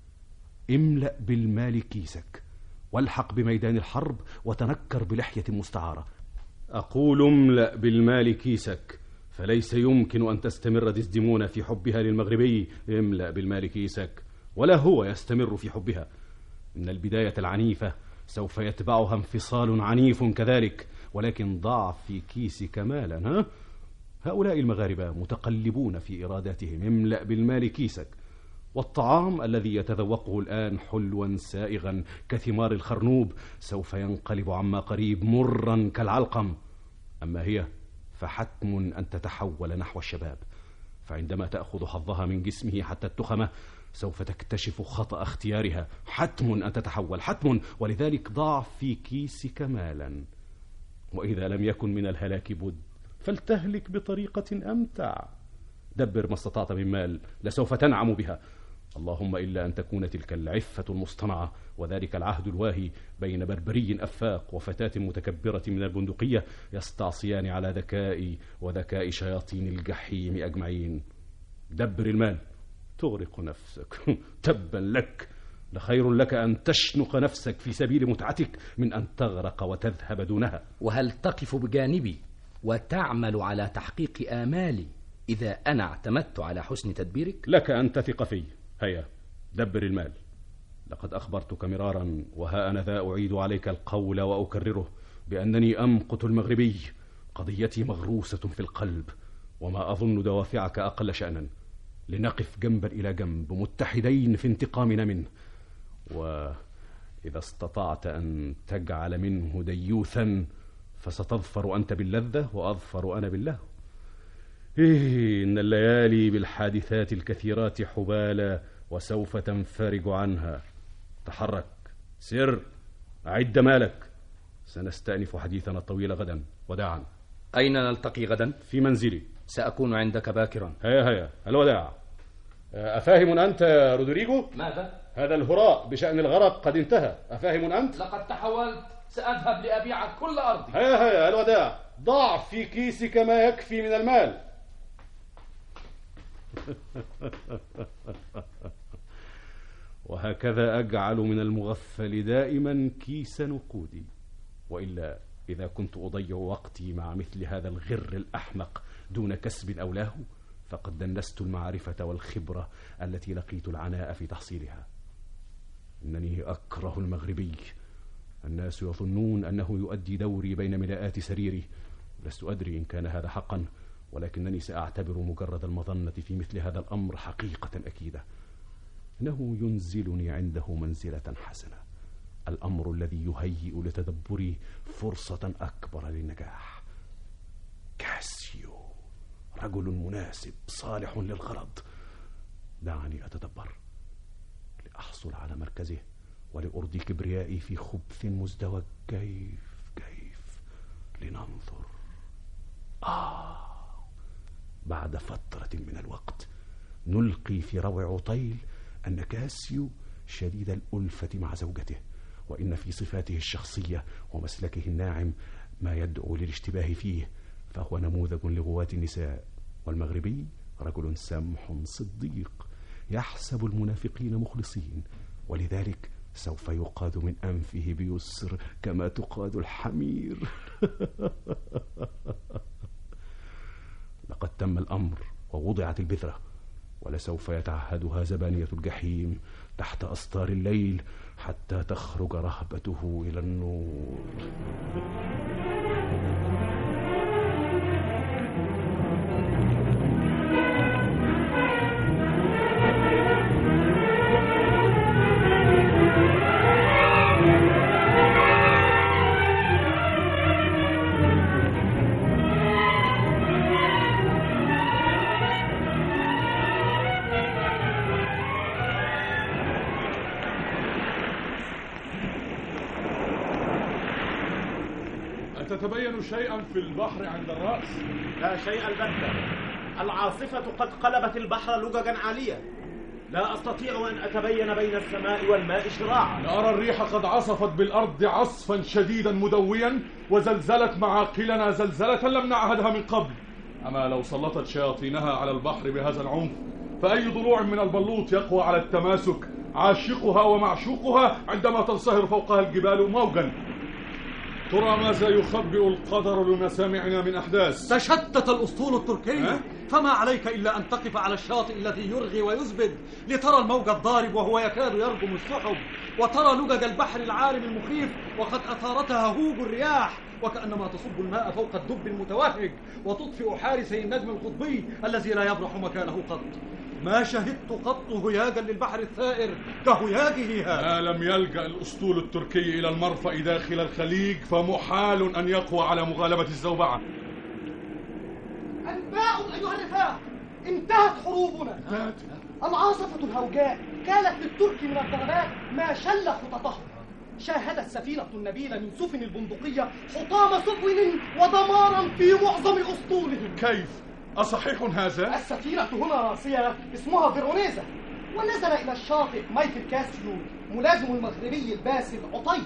املأ بالمال كيسك، والحق بميدان الحرب وتنكر بلحية مستعارة. أقول املأ بالمال كيسك، فليس يمكن أن تستمر ديزديمونا في حبها للمغربي. املأ بالمال كيسك، ولا هو يستمر في حبها. إن البداية العنيفة سوف يتبعها انفصال عنيف كذلك، ولكن ضع في كيسك مالا. ها؟ هؤلاء المغاربة متقلبون في إراداتهم. املأ بالمال كيسك، والطعام الذي يتذوقه الآن حلوا سائغا كثمار الخرنوب سوف ينقلب عما قريب مرا كالعلقم. أما هي فحتم أن تتحول نحو الشباب، فعندما تأخذ حظها من جسمه حتى التخمة سوف تكتشف خطأ اختيارها. حتم أن تتحول، حتم. ولذلك ضع في كيسك مالا، وإذا لم يكن من الهلاك بد فلتهلك بطريقة أمتع. دبر ما استطعت من مال لسوف تنعم بها، اللهم إلا أن تكون تلك العفة المصطنعة وذلك العهد الواهي بين بربري أفاق وفتاة متكبرة من البندقية يستعصيان على ذكائي وذكاء شياطين الجحيم أجمعين. دبر المال تغرق نفسك. تبا لك، لخير لك أن تشنق نفسك في سبيل متعتك من أن تغرق وتذهب دونها. وهل تقف بجانبي وتعمل على تحقيق آمالي إذا أنا اعتمدت على حسن تدبيرك؟ لك أن تثق في. هيا دبر المال. لقد أخبرتك مرارا، وها أنا ذا أعيد عليك القول وأكرره بأنني أمقت المغربي. قضيتي مغروسة في القلب، وما أظن دوافعك أقل شأنا. لنقف جنبا إلى جنب متحدين في انتقامنا منه، وإذا استطعت أن تجعل منه ديوثا فستظفر أنت باللذة وأظفر أنا بالله. إيه إن الليالي بالحادثات الكثيرات حبالى وسوف تنفرج عنها. تحرك، سر، أعد مالك، سنستأنف حديثنا الطويل غدا. وداعا. أين نلتقي غدا؟ في منزلي. سأكون عندك باكرا. هيا هيا الوداع. أفاهم أنت يا رودريجو؟ ماذا؟ هذا الهراء بشأن الغرق قد انتهى. أفاهم أنت؟ لقد تحولت، سأذهب لأبيع كل أرضي. هيا هيا الوداع. ضع في كيسك ما يكفي من المال. وهكذا أجعل من المغفل دائما كيس نقودي، وإلا إذا كنت أضيع وقتي مع مثل هذا الغر الأحمق دون كسب أو له فقد دنست المعرفة والخبرة التي لقيت العناء في تحصيلها. إنني أكره المغربي. الناس يظنون أنه يؤدي دوري بين ملاءات سريري. لست أدري إن كان هذا حقا، ولكنني سأعتبر مجرد المظنة في مثل هذا الأمر حقيقة أكيدة. إنه ينزلني عنده منزلة حسنة، الأمر الذي يهيئ لتدبري فرصة أكبر للنجاح. كاسيو رجل مناسب صالح للغرض. دعني أتدبر لأحصل على مركزه ولأرضي كبريائي في خبث مزدوج. كيف كيف لننظر. آه بعد فترة من الوقت نلقي في روع عطيل أن كاسيو شديد الألفة مع زوجته، وإن في صفاته الشخصية ومسلكه الناعم ما يدعو للاشتباه فيه، فهو نموذج لغواة النساء. والمغربي رجل سمح صديق يحسب المنافقين مخلصين، ولذلك سوف يقاد من أنفه بيسر كما تقاد الحمير. لقد تم الأمر ووضعت البذرة، ولسوف يتعهدها زبانية الجحيم تحت أستار الليل حتى تخرج رهبته إلى النور. أتبين شيئا في البحر عند الرأس؟ لا شيء البتة. العاصفة قد قلبت البحر لججا عالية. لا أستطيع أن أتبين بين السماء والماء شراعا. نرى الريح قد عصفت بالأرض عصفا شديدا مدويا، وزلزلت معاقلنا زلزلة لم نعهدها من قبل. أما لو سلطت شياطينها على البحر بهذا العنف، فأي ضلوع من البلوط يقوى على التماسك عاشقها ومعشوقها عندما تنصهر فوقها الجبال موجا؟ ترى ماذا يخبئ القدر لمسامعنا من أحداث؟ تشتت الأسطول التركي، أه؟ فما عليك إلا أن تقف على الشاطئ الذي يرغي ويزبد لترى الموج الضارب وهو يكاد يرجم السحب، وترى لجج البحر العارم المخيف وقد أثارتها هوج الرياح، وكأنما تصب الماء فوق الدب المتوهج وتطفئ حارسي النجم القطبي الذي لا يبرح مكانه قط. ما شهدت قط هياجا للبحر الثائر كهياجه هذا. ما لم يلجأ الأسطول التركي إلى المرفأ داخل الخليج فمحال أن يقوى على مغالبة الزوبعة. أنباء أيها الرفاق، انتهت حروبنا. انتهت؟ العاصفة الهوجاء كانت للترك من الضربات ما شل خططهم. شاهدت سفينة النبيلة من سفن البندقية حطام سفن ودمارا في معظم أسطولهم. كيف؟ أصحيح هذا؟ السفينة هنا راسية اسمها فيرونيزا، ونزل إلى الشاطئ مايكل كاسيو ملازم المغربي الباسل عطيل.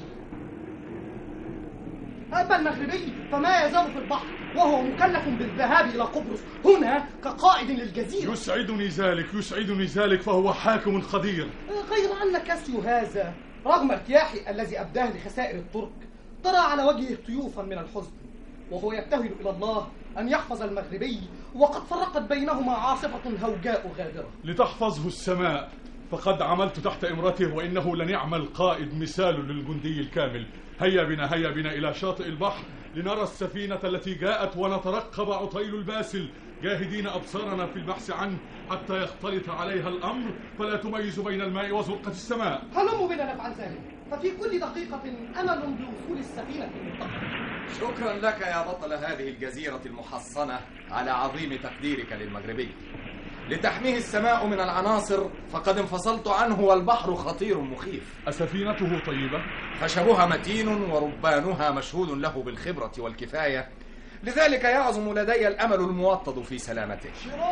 أما المغربي فما يزال في البحر وهو مكلف بالذهاب إلى قبرص هنا كقائد للجزيرة. يسعدني ذلك يسعدني ذلك فهو حاكم قدير. غير أن كاسيو هذا رغم ارتياحه الذي أبداه لخسائر الترك ترى على وجهه طيوفا من الحزن، وهو يبتهل إلى الله أن يحفظ المغربي وقد فرقت بينهما عاصفة هوجاء غادرة. لتحفظه السماء، فقد عملت تحت إمرته وإنه لنعم القائد مثال للجندي الكامل. هيا بنا هيا بنا إلى شاطئ البحر لنرى السفينة التي جاءت ونترقب عطيل الباسل، جاهدين أبصارنا في البحث عنه حتى يختلط عليها الأمر فلا تميز بين الماء وزرقة السماء. هلموا بنا نفعل ذلك، ففي كل دقيقة أمل بوصول السفينة المنتظرة. شكرا لك يا بطل هذه الجزيرة المحصنة على عظيم تقديرك للمغربي. لتحميه السماء من العناصر فقد انفصلت عنه والبحر خطير مخيف. أسفينته طيبة؟ خشبها متين وربانها مشهود له بالخبرة والكفاية، لذلك يعظم لدي الأمل الموطد في سلامته.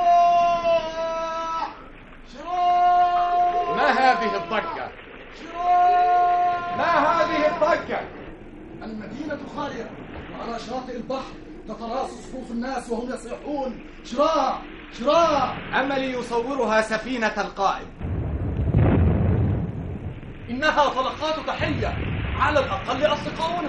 شراع شراع ما هذه الضجة؟ شراع ما هذه الضجة؟ المدينة خالية، وعلى شاطئ البحر تتراص صفوف الناس وهم يصيحون شراع شراع. أملي يصورها سفينة القائد. إنها طلقات تحية، على الأقل أصدقاؤنا.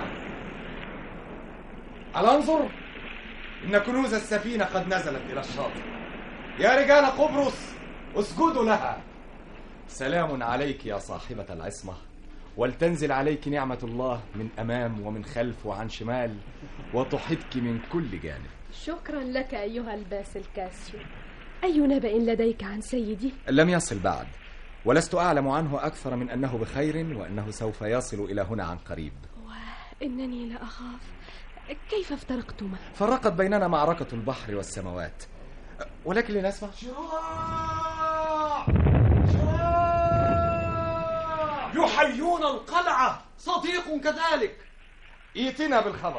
ألا انظر، إن كنوز السفينة قد نزلت إلى الشاطئ. يا رجال قبرص اسجدوا لها. سلام عليك يا صاحبة العصمة، ولتنزل عليك نعمة الله من أمام ومن خلف وعن شمال، وتحيطك من كل جانب. شكرا لك أيها الباسل كاسيو. أي نبأ لديك عن سيدي؟ لم يصل بعد، ولست أعلم عنه أكثر من أنه بخير وأنه سوف يصل إلى هنا عن قريب. وإنني لأخاف. كيف افترقتما؟ فرقت بيننا معركة البحر والسماوات، ولكن لنسمع. شراع شراع يحيون القلعة، صديق كذلك. ائتنا بالخبر.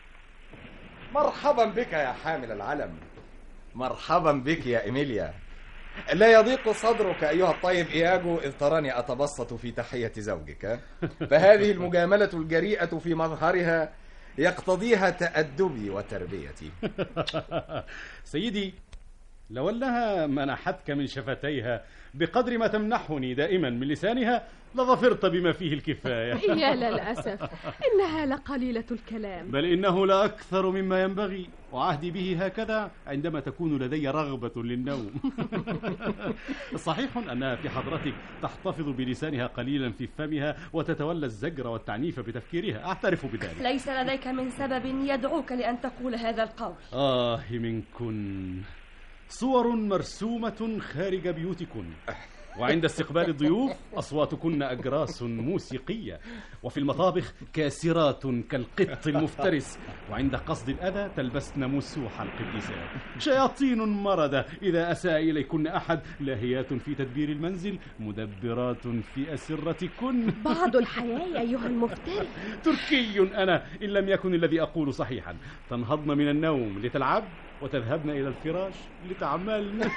مرحبا بك يا حامل العلم، مرحبا بك يا إيميليا. لا يضيق صدرك أيها الطيب إياجو إذ تراني أتبسط في تحية زوجك، فهذه المجاملة الجريئة في مظهرها يقتضيها تأدبي وتربيتي. سيدي، لو أنها منحتك من شفتيها بقدر ما تمنحني دائما من لسانها لظفرت بما فيه الكفاية. يا للأسف، إنها لقليلة الكلام، بل إنه لأكثر مما ينبغي، وعهدي به هكذا عندما تكون لدي رغبة للنوم. صحيح أنها في حضرتك تحتفظ بلسانها قليلا في فمها وتتولى الزجر والتعنيف بتفكيرها، أعترف بذلك. ليس لديك من سبب يدعوك لأن تقول هذا القول. آه منكن، صور مرسومة خارج بيوتكن. وعند استقبال الضيوف أصواتكن أجراس موسيقية، وفي المطابخ كاسرات كالقط المفترس، وعند قصد الأذى تلبسن مسوح القديسات. شياطين مردة إذا أساء إليكن أحد، لاهيات في تدبير المنزل، مدبرات في أسرتكن. بعض الحياة أيها المفتري. تركي أنا إن لم يكن الذي أقول صحيحا. تنهضن من النوم لتلعب وتذهبن إلى الفراش لتعملن.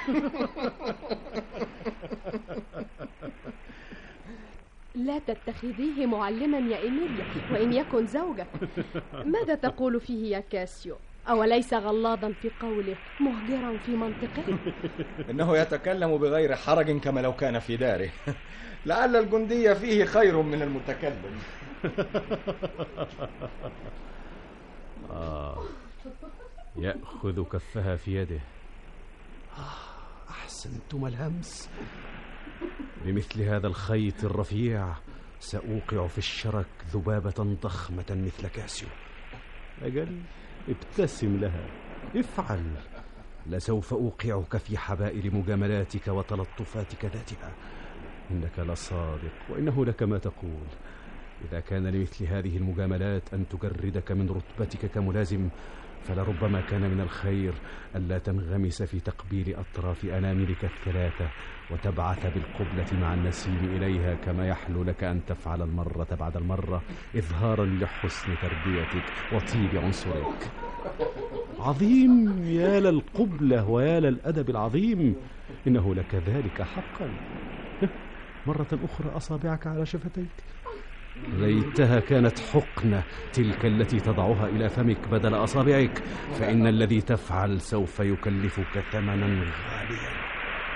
لا تتخذيه معلما يا إيميليا وإن يكن زوجك. ماذا تقول فيه يا كاسيو؟ أوليس غلاظا في قوله مهجرا في منطقه؟ إنه يتكلم بغير حرج كما لو كان في داره. لعل الجندي فيه خير من المتكلم. آه يأخذ كفها في يده. آه أحسنتم الهمس. بمثل هذا الخيط الرفيع سأوقع في الشرك ذبابة ضخمة مثل كاسيو. أجل ابتسم لها، افعل. لسوف أوقعك في حبائل مجاملاتك وتلطفاتك ذاتها. إنك لصادق وإنه لك ما تقول. إذا كان لمثل هذه المجاملات أن تجردك من رتبتك كملازم، فلربما كان من الخير ألا تنغمس في تقبيل أطراف أناملك الثلاثة وتبعث بالقبلة مع النسيم إليها، كما يحلو لك أن تفعل المرة بعد المرة، إظهارا لحسن تربيتك وطيب عنصرك. عظيم، يا للقبلة ويا للأدب العظيم. إنه لك ذلك حقا. مرة أخرى أصابعك على شفتيك. ليتها كانت حقنة تلك التي تضعها إلى فمك بدل أصابعك، فإن الذي تفعل سوف يكلفك ثمنا غاليا.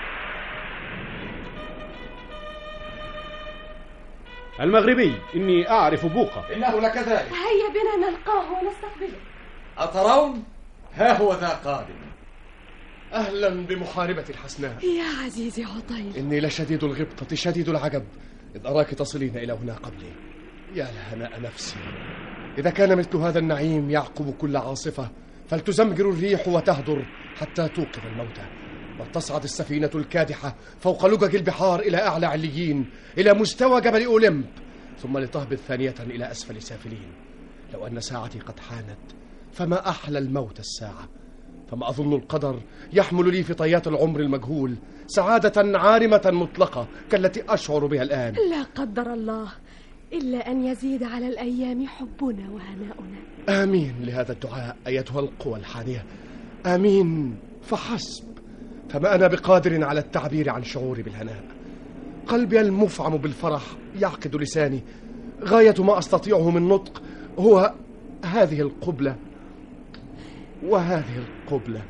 المغربي، إني أعرف بوقة. إنه لكذلك. هيا بنا نلقاه ونستقبله. أترون؟ ها هو ذا قادم. أهلا بمحاربة الحسناء. يا عزيزي عطيل، إني لشديد الغبطة شديد العجب إذ أراك تصلين إلى هنا قبلي. يا لهناء نفسي. إذا كان مثل هذا النعيم يعقب كل عاصفة، فلتزمجر الريح وتهدر حتى توقظ الموتى، وتصعد السفينة الكادحة فوق لجج البحار إلى أعلى عليين، إلى مستوى جبل أوليمب، ثم لتهبط ثانية إلى أسفل سافلين. لو أن ساعتي قد حانت، فما أحلى الموت الساعة. فما أظن القدر يحمل لي في طيات العمر المجهول سعادة عارمة مطلقة كالتي أشعر بها الآن. لا قدر الله، إلا أن يزيد على الأيام حبنا وهناؤنا. آمين لهذا الدعاء أيتها القوى الحانية، آمين فحسب. فما أنا بقادر على التعبير عن شعوري بالهناء. قلبي المفعم بالفرح يعقد لساني. غاية ما أستطيعه من نطق هو هذه القبلة وهذه القبلة.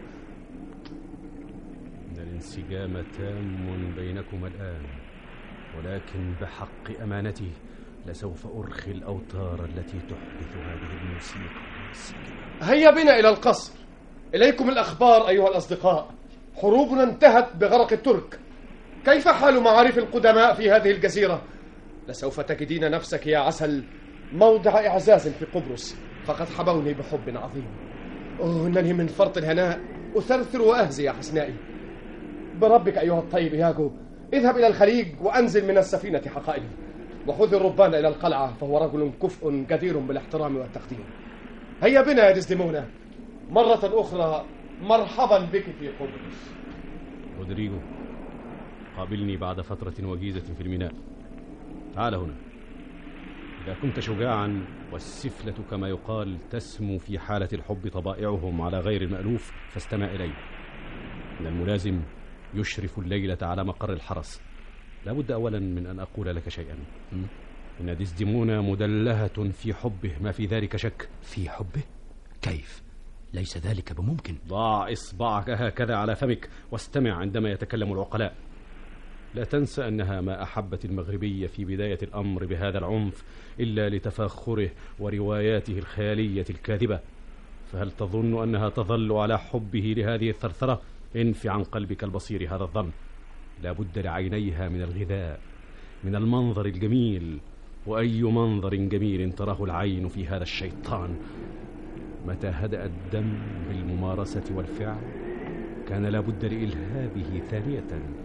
إن الانسجام تام بينكما الآن، ولكن بحق أمانتي لسوف أرخي الأوتار التي تحدث هذه الموسيقى. هيا بنا إلى القصر. إليكم الأخبار أيها الأصدقاء. حروبنا انتهت بغرق الترك. كيف حال معارف القدماء في هذه الجزيرة؟ لسوف تجدين نفسك يا عسل موضع إعزاز في قبرص، فقد حبوني بحب عظيم. أوه إنني من فرط الهناء أثرثر وأهزي يا حسنائي. بربك أيها الطيب ياغو، اذهب إلى الخليج وأنزل من السفينة حقائبي، وخذ الربان إلى القلعة، فهو رجل كفء جدير بالاحترام والتقدير. هيا بنا يا ديزديمونا مرة أخرى، مرحبا بك في قبرص. رودريغو، قابلني بعد فترة وجيزة في الميناء. تعال هنا. إذا كنت شجاعا، والسفلة كما يقال تسمو في حالة الحب طبائعهم على غير المألوف، فاستمع إلي. إن الملازم يشرف الليلة على مقر الحرس. لا بد أولا من أن أقول لك شيئا. إن ديزديمونا مدلهة في حبه، ما في ذلك شك. في حبه؟ كيف؟ ليس ذلك بممكن. ضع إصبعك هكذا على فمك واستمع عندما يتكلم العقلاء. لا تنسى أنها ما أحبت المغربية في بداية الأمر بهذا العنف إلا لتفاخره ورواياته الخيالية الكاذبة. فهل تظن أنها تظل على حبه لهذه الثرثرة؟ انفي عن قلبك البصير هذا الظن. لا بد لعينيها من الغذاء، من المنظر الجميل، وأي منظر جميل تراه العين في هذا الشيطان. متى هدأ الدم بالممارسة والفعل، كان لا بد لإلهابه ثانية،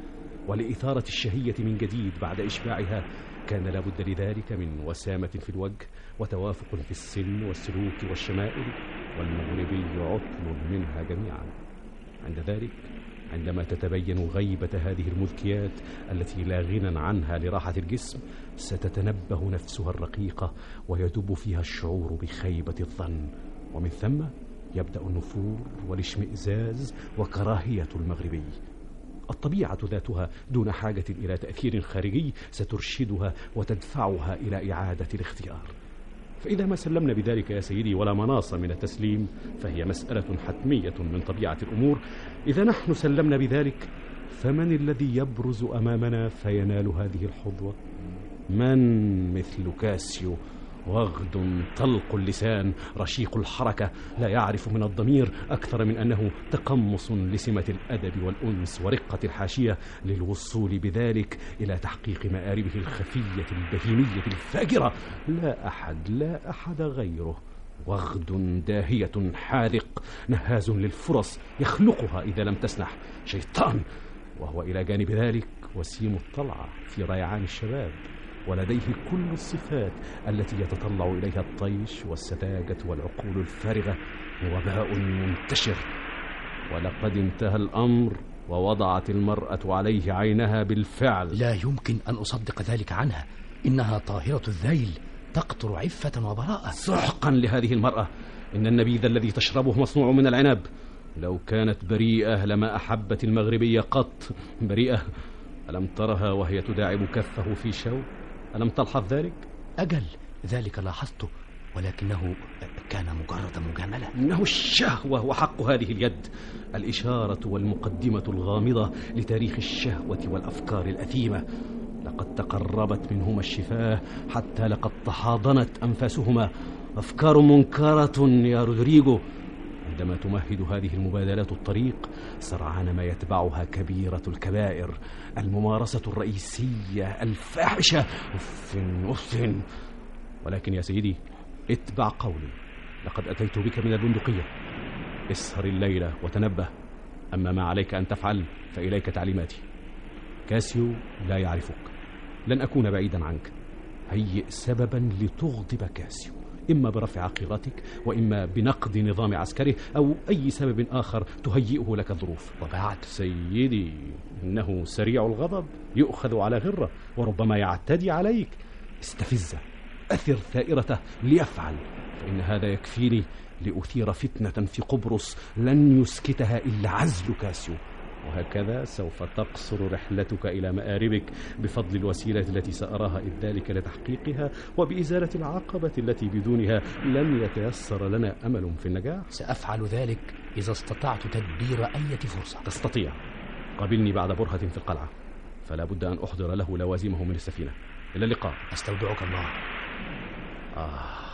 ولإثارة الشهية من جديد بعد إشباعها كان لابد لذلك من وسامة في الوجه وتوافق في السن والسلوك والشمائل، والمغربي عطل منها جميعا. عند ذلك عندما تتبين غيبة هذه المذكيات التي لا غنى عنها لراحة الجسم، ستتنبه نفسها الرقيقة ويدب فيها الشعور بخيبة الظن، ومن ثم يبدأ النفور والاشمئزاز وكراهية المغربي. الطبيعة ذاتها دون حاجة إلى تأثير خارجي سترشدها وتدفعها إلى إعادة الاختيار. فإذا ما سلمنا بذلك يا سيدي ولا مناص من التسليم، فهي مسألة حتمية من طبيعة الأمور. إذا نحن سلمنا بذلك، فمن الذي يبرز أمامنا فينال هذه الحظوة؟ من مثل كاسيو، وغد طلق اللسان رشيق الحركة، لا يعرف من الضمير أكثر من أنه تقمص لسمة الأدب والأنس ورقة الحاشية للوصول بذلك إلى تحقيق مآربه الخفية البهيمية الفاجرة. لا أحد لا أحد غيره. وغد داهية حاذق نهاز للفرص يخلقها إذا لم تسنح، شيطان، وهو إلى جانب ذلك وسيم الطلعة في ريعان الشباب، ولديه كل الصفات التي يتطلع إليها الطيش والسذاجة والعقول الفارغة، وباء منتشر. ولقد انتهى الأمر ووضعت المرأة عليه عينها بالفعل. لا يمكن أن أصدق ذلك عنها، إنها طاهرة الذيل تقطر عفة وبراءة. سحقا لهذه المرأة، إن النبيذ الذي تشربه مصنوع من العنب. لو كانت بريئة لما أحبت المغربية قط. بريئة؟ ألم ترها وهي تداعب كفه في شو؟ ألم تلحظ ذلك؟ أجل، ذلك لاحظته، ولكنه كان مجرد مجاملة. إنه الشهوة وحق هذه اليد، الإشارة والمقدمة الغامضة لتاريخ الشهوة والأفكار الأثيمة. لقد تقربت منهما الشفاه حتى لقد تحاضنت أنفاسهما. أفكار منكرة يا رودريغو. عندما تمهد هذه المبادلات الطريق، سرعان ما يتبعها كبيرة الكبائر، الممارسة الرئيسية الفاحشة. أف أف. ولكن يا سيدي، اتبع قولي، لقد أتيت بك من البندقية. اسهر الليلة وتنبه. أما ما عليك أن تفعل فإليك تعليماتي. كاسيو لا يعرفك، لن أكون بعيدا عنك. هيئ سببا لتغضب كاسيو، إما برفع قيرتك، وإما بنقد نظام عسكره، أو أي سبب آخر تهيئه لك الظروف. وبعد سيدي، إنه سريع الغضب، يؤخذ على غرة، وربما يعتدي عليك. استفزه، أثر ثائرته ليفعل، فإن هذا يكفيني لأثير فتنة في قبرص لن يسكتها إلا عزل كاسيو. وهكذا سوف تقصر رحلتك إلى مآربك بفضل الوسيلة التي سأراها إذ ذلك لتحقيقها، وبإزالة العقبة التي بدونها لن يتيسر لنا أمل في النجاح. سأفعل ذلك إذا استطعت تدبير أي فرصة. تستطيع. قابلني بعد برهة في القلعة، فلا بد أن أحضر له لوازمه من السفينة. إلى اللقاء. أستودعك الله. آه.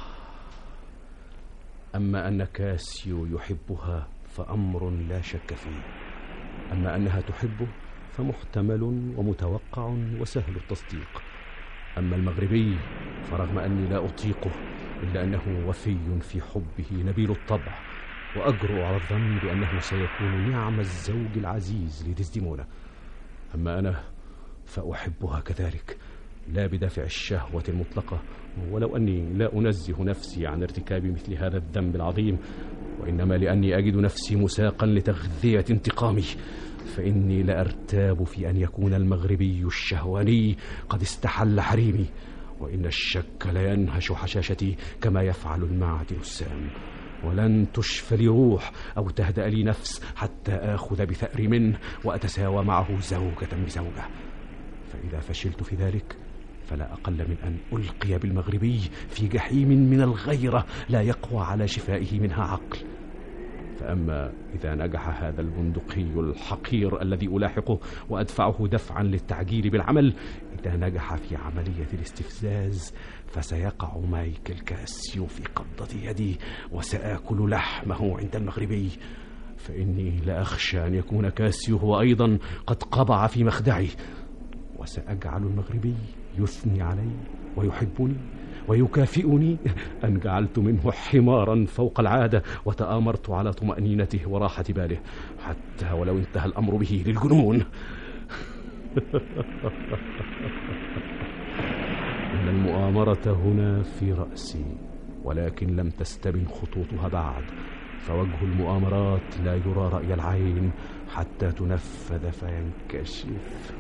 أما أن كاسيو يحبها فأمر لا شك فيه، أما أنها تحبه فمحتمل ومتوقع وسهل التصديق. أما المغربي فرغم أني لا أطيقه، إلا أنه وفي في حبه نبيل الطبع، وأجرؤ على الظن بأنه سيكون نعم الزوج العزيز لديزديمونا. أما أنا فأحبها كذلك، لا بدافع الشهوة المطلقة، ولو أني لا أنزه نفسي عن ارتكاب مثل هذا الذنب العظيم، وإنما لأني أجد نفسي مساقا لتغذية انتقامي. فإني لأرتاب في أن يكون المغربي الشهواني قد استحل حريمي، وإن الشك لا ينهش حشاشتي كما يفعل المعدن السام. ولن تشفى لي روح أو تهدأ لي نفس حتى آخذ بثأري منه وأتساوى معه زوجة بزوجة. فإذا فشلت في ذلك فلا أقل من أن ألقي بالمغربي في جحيم من الغيرة لا يقوى على شفائه منها عقل. فأما إذا نجح هذا البندقي الحقير الذي ألاحقه وأدفعه دفعا للتعجيل بالعمل، إذا نجح في عملية الاستفزاز فسيقع مايكل كاسيو في قبضة يدي، وسآكل لحمه عند المغربي. فإني لأخشى أن يكون كاسيو هو أيضا قد قبع في مخدعي، وسأجعل المغربي يثني علي ويحبني ويكافئني أن جعلت منه حمارا فوق العادة، وتآمرت على طمأنينته وراحة باله، حتى ولو انتهى الأمر به للجنون. إن المؤامرة هنا في رأسي، ولكن لم تستبن خطوطها بعد، فوجه المؤامرات لا يرى رأي العين حتى تنفذ فينكشف.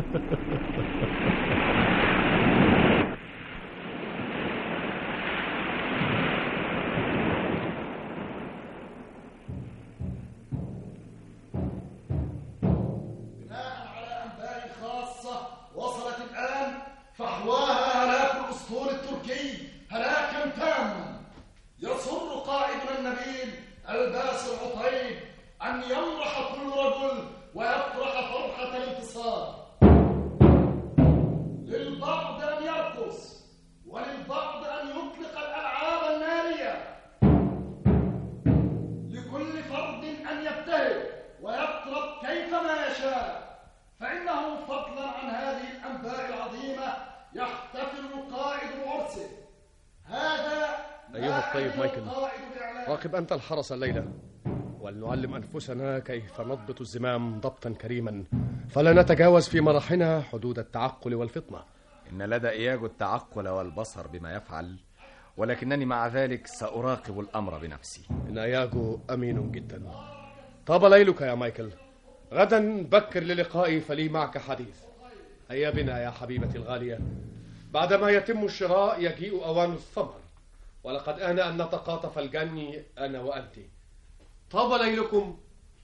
راقب أنت الحرس الليلة، ولنعلم أنفسنا كيف نضبط الزمام ضبطا كريما، فلا نتجاوز في مرحنا حدود التعقل والفطنة. إن لدى إياجو التعقل والبصر بما يفعل، ولكنني مع ذلك سأراقب الأمر بنفسي. إن إياجو أمين جدا. طاب ليلك يا مايكل، غدا بكر للقائي فلي معك حديث. هيا بنا يا حبيبتي الغالية، بعدما يتم الشراء يجيء أوان الثمر، ولقد آن أن نتقاطف الجني أنا وأنت. طاب ليلكم.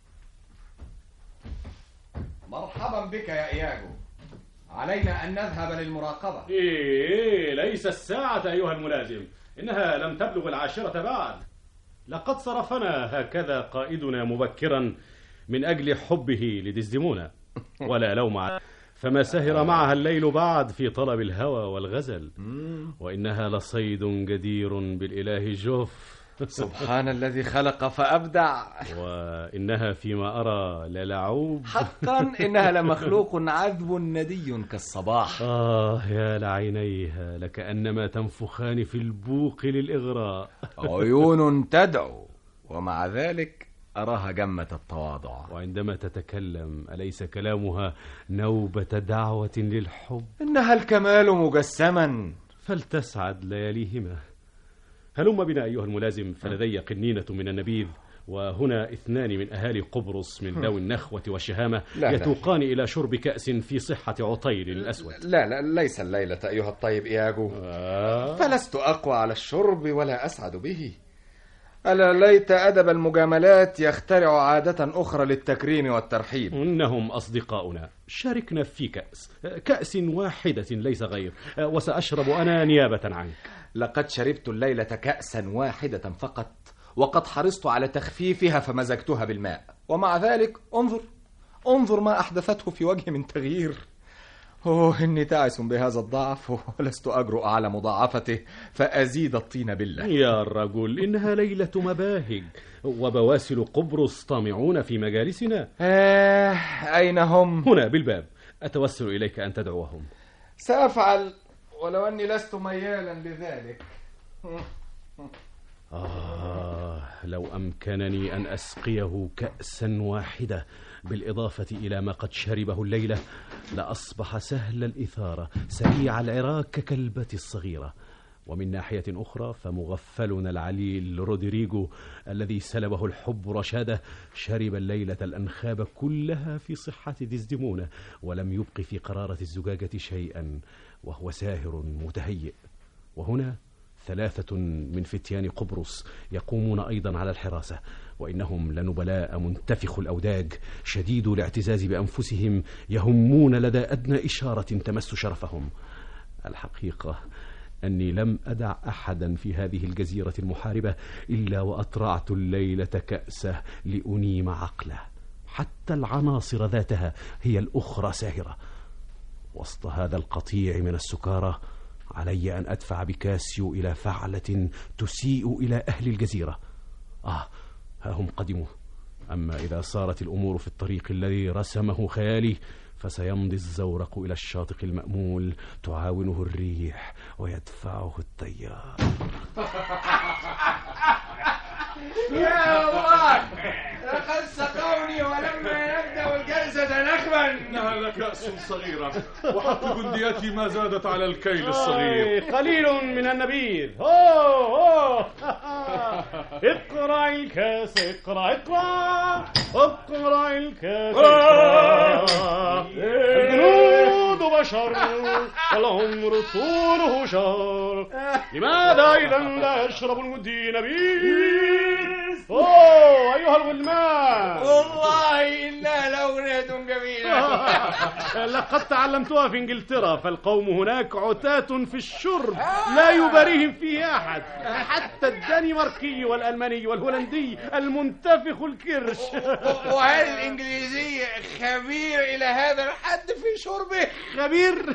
مرحبا بك يا إياجو، علينا أن نذهب للمراقبة. إيه ليس الساعة أيها الملازم، إنها لم تبلغ العاشرة بعد. لقد صرفنا هكذا قائدنا مبكرا من أجل حبه لديزديمونا، ولا لوم عليه، فما سهر معها الليل بعد في طلب الهوى والغزل، وإنها لصيد جدير بالإله جوف. سبحان الذي خلق فأبدع. وإنها فيما أرى للعوب. حقا إنها لمخلوق عذب ندي كالصباح. آه يا لعينيها، لكأنما تنفخان في البوق للإغراء. عيون تدعو، ومع ذلك أراها جمة التواضع. وعندما تتكلم أليس كلامها نوبة دعوة للحب؟ إنها الكمال مجسما، فلتسعد لياليهما. هلم بنا أيها الملازم، فلدي قنينة من النبيذ، وهنا اثنان من أهالي قبرص من ذوي النخوة والشهامة يتوقان إلى شرب كأس في صحة عطيل الأسود. لا لا ليس الليلة أيها الطيب إياجو. آه. فلست أقوى على الشرب ولا أسعد به. ألا ليت أدب المجاملات يخترع عادة أخرى للتكريم والترحيب. إنهم أصدقاؤنا، شاركنا في كأس كأس واحدة ليس غير، وسأشرب أنا نيابة عنك. لقد شربت الليلة كأسا واحدة فقط، وقد حرصت على تخفيفها فمزجتها بالماء، ومع ذلك انظر انظر ما أحدثته في وجهي من تغيير. أوه إني تعس بهذا الضعف، ولست أجرؤ على مضاعفته فأزيد الطين بالله. يا رجل إنها ليلة مباهج، وبواسل قبرص طامعون في مجالسنا. آه أين هم؟ هنا بالباب، أتوسل إليك أن تدعوهم. سأفعل، ولو أني لست ميالا لذلك. آه لو أمكنني أن أسقيه كأسا واحدة بالإضافة إلى ما قد شربه الليلة، لأصبح سهل الإثارة سريع العراك ككلبتي الصغيرة. ومن ناحية أخرى فمغفلنا العليل رودريغو الذي سلبه الحب رشاده شرب الليلة الأنخاب كلها في صحة ديزديمونا، ولم يبق في قرارة الزجاجة شيئا، وهو ساهر متهيئ. وهنا ثلاثة من فتيان قبرص يقومون أيضا على الحراسة، وإنهم لنبلاء منتفخ الأوداج شديد الاعتزاز بأنفسهم، يهمون لدى أدنى إشارة تمس شرفهم. الحقيقة أني لم أدع أحدا في هذه الجزيرة المحاربة إلا وأطرعت الليلة كأسه لأنيم عقله. حتى العناصر ذاتها هي الأخرى ساهرة. وسط هذا القطيع من السكارى علي أن أدفع بكاسيو إلى فعلة تسيء إلى أهل الجزيرة. آه ها هم قدموا. أما إذا صارت الأمور في الطريق الذي رسمه خيالي، فسيمضي الزورق إلى الشاطئ المأمول، تعاونه الريح ويدفعه التيار. يا الله، لقد سقوني ولما يبدأ الجلسة كأسة نخبا. إنها لكأس صغيرة، وحق جنديتي ما زادت على الكيل الصغير. قليل من النبيذ. أوه أوه. اقرأ الكاس، اقرأ اقرأ اقرأ الكاس. الجنود بشر والعمر طوله شهر، لماذا إذا لا يشرب الجندي نبيذ؟ أوه أيها الغلمان، والله إنها لأغنية جميلة. لقد تعلمتها في إنجلترا، فالقوم هناك عتاة في الشرب لا يباريهم فيه أحد، حتى الدنماركي والألماني والهولندي المنتفخ الكرش. وهل الإنجليزي خبير إلى هذا الحد في شربه؟ خبير؟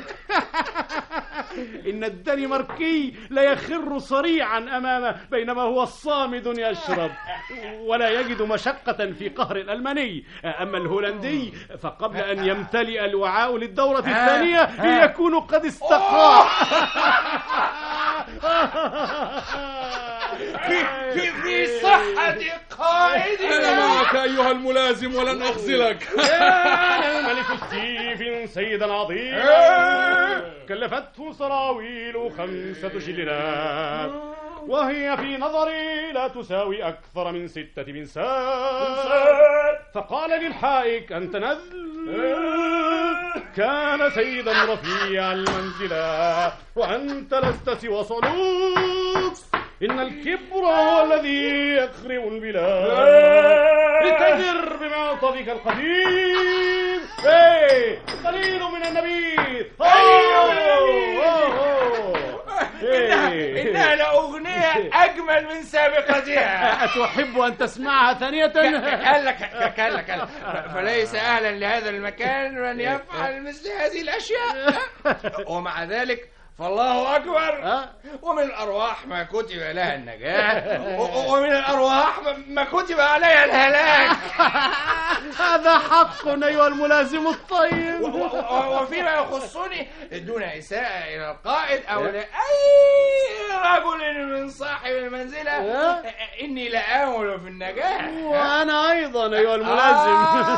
إن الدنماركي لا يخر صريعا أمامه، بينما هو الصامد يشرب ولا يجد مشقة في قهر الألماني. أما الهولندي فقبل أن يمتلئ الوعاء للدورة الثانية يكون قد استقى. في, في, في صحة قائدنا. أنا معك أيها الملازم ولن أخذلك. أنا الملك ستيفن سيدا عظيما، كلفته سراويل خمسة شلنات، وهي في نظري لا تساوي أكثر من ستة بنسات. فقال للحائك أنت نذل، كان سيدا رفيع المنزلة، وأنت لست سوى صلوك. إن الكبر هو الذي يخرب البلاد. لتجر بمعطفك القديم. ايه قليل من النبيذ. إنها لأغنية أجمل من سابقتها. أتحب أن تسمعها ثانية؟ كلا كلا كلا، فليس أهلا لهذا المكان من يفعل مثل هذه الأشياء. ومع ذلك فالله أكبر، ومن الأرواح ما كتب لها النجاة، ومن الأرواح ما كتب عليها الهلاك. هذا حق أيها الملازم الطيب. وفيما يخصني دون إساءة إلى القائد أو لأي رجل من صاحب المنزلة، إني لآمل في النجاة. وأنا أيضا أيها الملازم.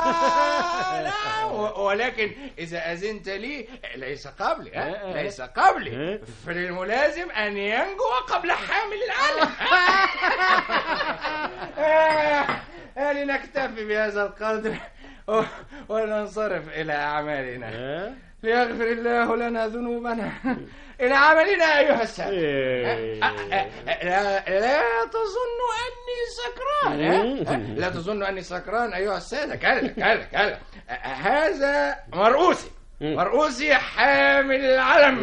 ولكن إذا أذنت لي، ليس قبلي ليس قبلي فللملازم أن ينجو قبل حامل العلم. لنكتفي بهذا القدر وننصرف إلى أعمالنا، ليغفر الله لنا ذنوبنا. إلى عملنا أيها السادة. لا, لا تظن أني سكران. لا تظن أني سكران أيها السادة. كلا كلا كلا، هذا مرؤوسي مرؤوسي حامل العلم.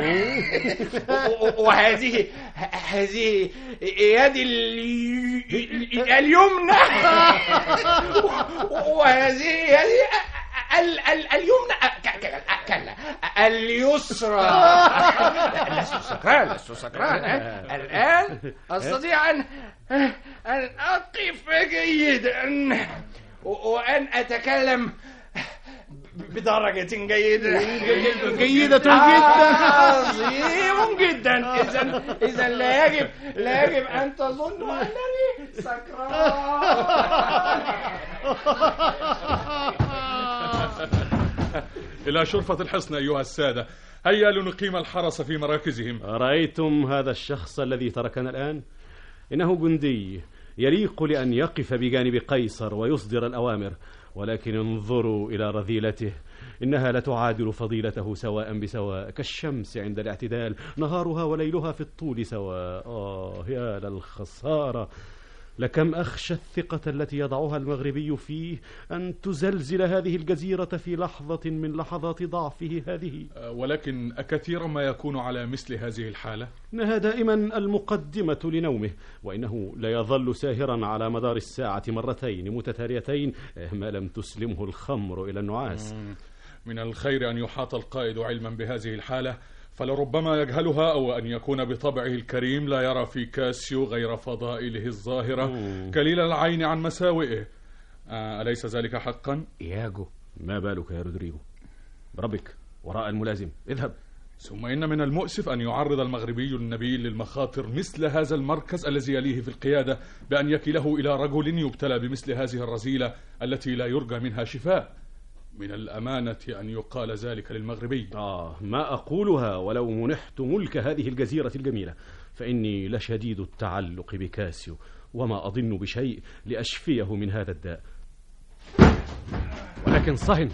وهذه هذه يدي اليمنى، وهذه يدي اليمنى كلا اليسرى. لست سكران لست سكران. الآن أستطيع أن أن أقف جيدا وأن أتكلم بدرجة جيدة جيدة جدا، عظيم جدا. إذا إذا لا يجب لا يجب أن تظنوا أنني سكران. إلى شرفة الحصن أيها السادة، هيا لنقيم الحرس في مراكزهم. رأيتم هذا الشخص الذي تركنا الآن؟ إنه جندي يليق لأن يقف بجانب قيصر ويصدر الأوامر، ولكن انظروا إلى رذيلته، إنها لتعادل فضيلته سواء بسواء، كالشمس عند الاعتدال، نهارها وليلها في الطول سواء. آه يا للخسارة، لكم أخشى الثقة التي يضعها المغربي فيه أن تزلزل هذه الجزيرة في لحظة من لحظات ضعفه هذه. ولكن أكثيرا ما يكون على مثل هذه الحالة؟ إنها دائما المقدمة لنومه، وإنه لا يظل ساهرا على مدار الساعة مرتين متتاليتين ما لم تسلمه الخمر إلى النعاس. من الخير أن يحاط القائد علما بهذه الحالة، فلربما يجهلها، أو أن يكون بطبعه الكريم لا يرى في كاسيو غير فضائله الظاهرة، كليل العين عن مساوئه. آه أليس ذلك حقا؟ إياجو، ما بالك يا رودريغو؟ بربك وراء الملازم، اذهب. ثم إن من المؤسف أن يعرض المغربي النبيل للمخاطر مثل هذا المركز الذي يليه في القيادة بأن يكله إلى رجل يبتلى بمثل هذه الرذيلة التي لا يرجى منها شفاء. من الأمانة أن يقال ذلك للمغربي. آه ما أقولها ولو منحت ملك هذه الجزيرة الجميلة، فإني لشديد التعلق بكاسيو، وما أظن بشيء لأشفيه من هذا الداء. ولكن صهن،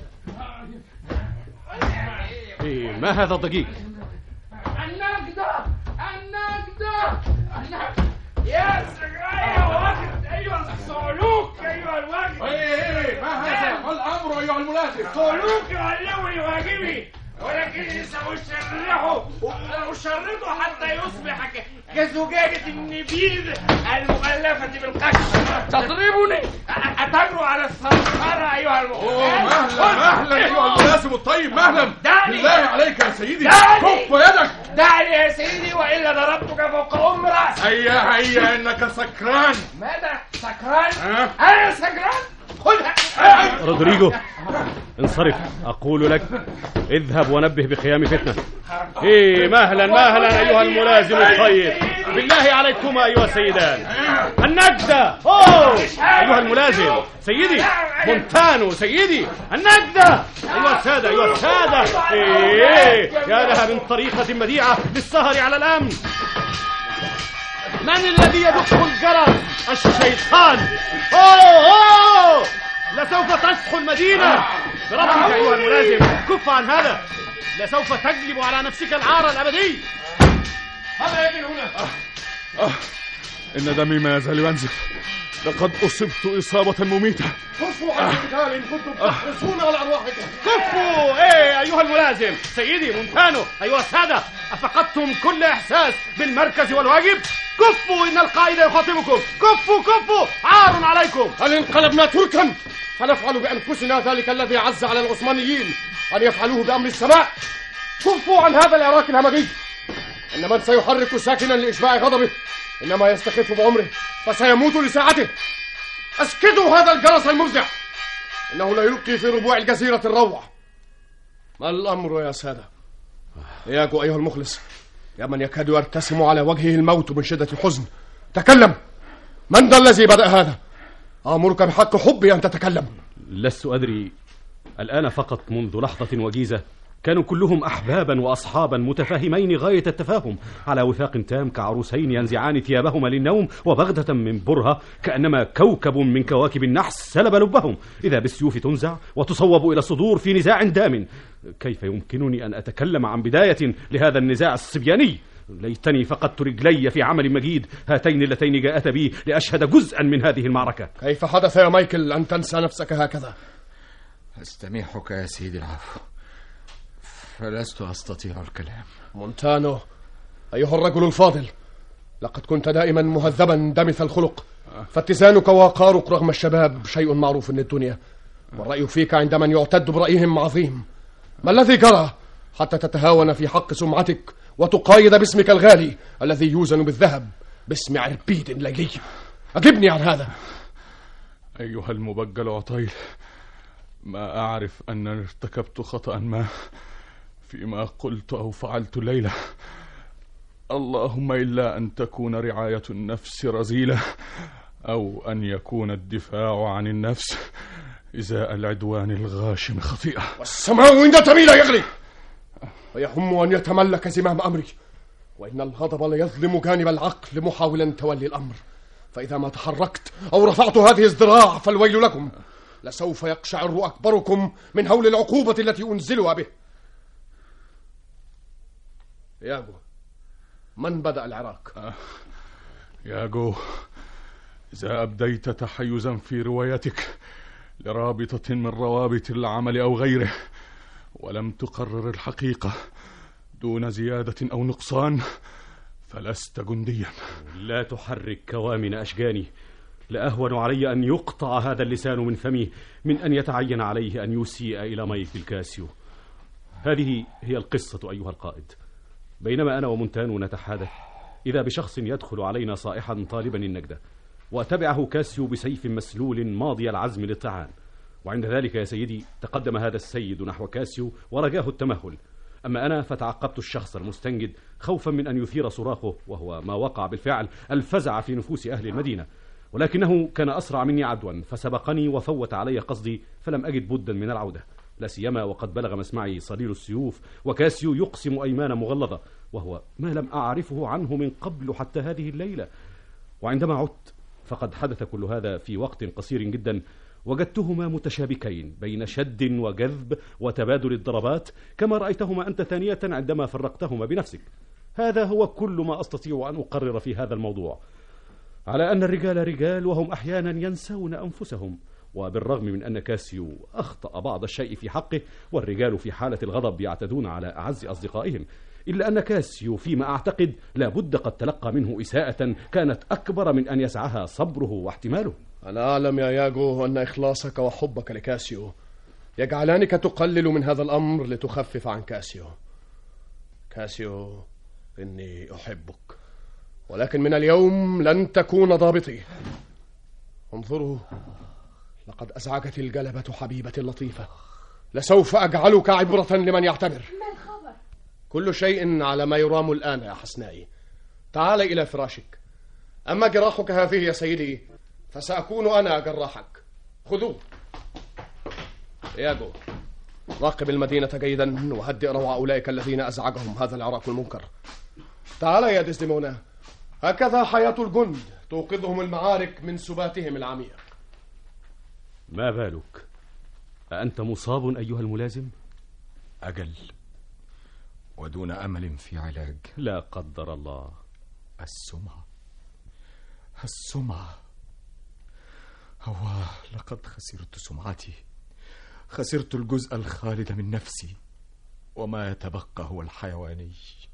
إيه ما هذا الضجيج؟ النجدة النجدة النجدة يا سجايا واجد أيها الصعلوك أيها الواجد. إيه إيه ما هذا؟ ما الأمر أيها الملازم؟ صعلوك يعلوي واجبي، ولكني سأشرحه وأشرطه حتى يصبح كزجاجة النبيذ المغلفة بالقش. تضربني؟ أتجرؤ على الثرثرة أيها المغلف؟ مهلا مهلا أيها الملازم الطيب، مهلا. دعني بالله عليك يا سيدي، دعني كف يدك. دعني يا سيدي وإلا ضربتك فوق أم رأسك. هيا هيا إنك سكران. ماذا سكران؟ أنا سكران؟ خذها. رودريجو انصرف، أقول لك اذهب ونبه بقيام فتنة. إيه مهلا مهلا أيها الملازم الطيب، بالله عليكما أيها السيدان. النجدة أوه أيها الملازم، سيدي مونتانو، سيدي النجدة. أيها السادة أيها السادة، إيه يا لها من طريقة بديعة للسهر على الأمن. من الذي يدق الجرس؟ الشيطان. أوه أوه لسوف تصحو المدينة بربك أيها الملازم، كف عن هذا، لسوف تجلب على نفسك العار الأبدي. هذا يجي هنا. آه. إن دمي ما يزال ينزف، لقد أصبت إصابة مميتة. كفوا عن القتال إن كنتم تحرصون على أرواحكم. كفوا إيه أيها الملازم. سيدي مونتانو أيها السادة، أفقدتم كل إحساس بالمركز والواجب؟ كفوا إن القائد يخاطبكم. كفوا كفوا، عار عليكم. هل انقلبنا تركا فنفعل بأنفسنا ذلك الذي عز على العثمانيين أن يفعلوه بأمر السماء؟ كفوا عن هذا العراك الهمجي. إن من سيحرك ساكنا لإشباع غضبه إنما يستخف بعمره فسيموت لساعته. أسكتوا هذا الجرس المفزع، إنه لا يلقي في ربوع الجزيرة الروع. ما الأمر يا سادة؟ إياكو أيها المخلص، يا من يكاد يرتسم على وجهه الموت من شدة الحزن، تكلم. من ذا الذي بدأ هذا؟ آمرك بحق حبي أن تتكلم. لست أدري، الآن فقط منذ لحظة وجيزة كانوا كلهم أحبابا وأصحابا متفاهمين غاية التفاهم، على وثاق تام كعروسين ينزعان ثيابهما للنوم، وبغدة من برهة كأنما كوكب من كواكب النحس سلب لبهم، إذا بالسيوف تنزع وتصوب إلى الصدور في نزاع دام. كيف يمكنني أن أتكلم عن بداية لهذا النزاع الصبياني؟ ليتني فقدت رجلي في عمل مجيد هاتين اللتين جاءتا بي لأشهد جزءا من هذه المعركة. كيف حدث يا مايكل أن تنسى نفسك هكذا؟ أستميحك يا سيدي العفو، فلست أستطيع الكلام. مونتانو أيها الرجل الفاضل، لقد كنت دائما مهذبا دمث الخلق، فاتزانك ووقارك رغم الشباب شيء معروف للدنيا، والرأي فيك عند من يعتد برأيهم عظيم. ما الذي جرى حتى تتهاون في حق سمعتك وتقايد باسمك الغالي الذي يوزن بالذهب باسم عربيد لجي؟ أجبني عن هذا. أيها المبجل عطيل، ما أعرف أنني ارتكبت خطأ ما فيما قلت أو فعلت الليلة، اللهم إلا أن تكون رعاية النفس رذيلة، أو أن يكون الدفاع عن النفس إزاء العدوان الغاشم خطيئة. والسماء عند تميل يغلي، ويهم أن يتملك زمام أمري، وإن الغضب ليظلم جانب العقل محاولا تولي الأمر، فإذا ما تحركت أو رفعت هذه الذراع فالويل لكم، لسوف يقشعر أكبركم من هول العقوبة التي أنزلها به. ياغو، من بدأ العراك؟ آه. ياغو، إذا أبديت تحيزا في روايتك لرابطة من روابط العمل أو غيره، ولم تقرر الحقيقة دون زيادة أو نقصان، فلست جنديا. لا تحرك كوامن أشجاني، لأهون علي أن يقطع هذا اللسان من فمي من أن يتعين عليه أن يسيء إلى مايكل كاسيو. هذه هي القصة أيها القائد. بينما أنا ومونتانو نتحادث، إذا بشخص يدخل علينا صائحا طالبا النجدة، وتبعه كاسيو بسيف مسلول ماضي العزم للطعان. وعند ذلك يا سيدي تقدم هذا السيد نحو كاسيو ورجاه التمهل، أما أنا فتعقبت الشخص المستنجد خوفا من أن يثير صراخه، وهو ما وقع بالفعل، الفزع في نفوس أهل المدينة، ولكنه كان أسرع مني عدوا فسبقني وفوت علي قصدي، فلم أجد بدا من العودة. لا سيما وقد بلغ مسمعي صليل السيوف وكاسيو يقسم أيمان مغلظة، وهو ما لم أعرفه عنه من قبل حتى هذه الليلة. وعندما عدت فقد حدث كل هذا في وقت قصير جدا، وجدتهما متشابكين بين شد وجذب وتبادل الضربات كما رأيتهما أنت ثانية عندما فرقتهما بنفسك. هذا هو كل ما أستطيع أن أقرر في هذا الموضوع، على أن الرجال رجال وهم أحيانا ينسون أنفسهم. وبالرغم من أن كاسيو أخطأ بعض الشيء في حقه، والرجال في حالة الغضب يعتدون على أعز أصدقائهم، إلا أن كاسيو فيما أعتقد لابد قد تلقى منه إساءة كانت أكبر من أن يسعها صبره واحتماله. أنا أعلم يا ياغو أن إخلاصك وحبك لكاسيو يجعلانك تقلل من هذا الأمر لتخفف عن كاسيو. كاسيو، إني أحبك، ولكن من اليوم لن تكون ضابطي. انظروا، لقد أزعجت الجلبة حبيبتي اللطيفة. لسوف أجعلك عبرة لمن يعتبر. ما الخبر؟ كل شيء على ما يرام الآن يا حسنائي. تعال إلى فراشك. أما جراحك هذه يا سيدي فسأكون أنا جراحك. خذوه. ياغو، راقب المدينة جيدا وهدئ روع أولئك الذين أزعجهم هذا العراق المنكر. تعال يا ديزديمونا، هكذا حياة الجند توقظهم المعارك من سباتهم العميق. ما بالك؟ أأنت مصاب أيها الملازم؟ أجل، ودون أمل في علاج. لا قدر الله. السمعة السمعة هو لقد خسرت سمعتي، خسرت الجزء الخالد من نفسي، وما يتبقى هو الحيواني.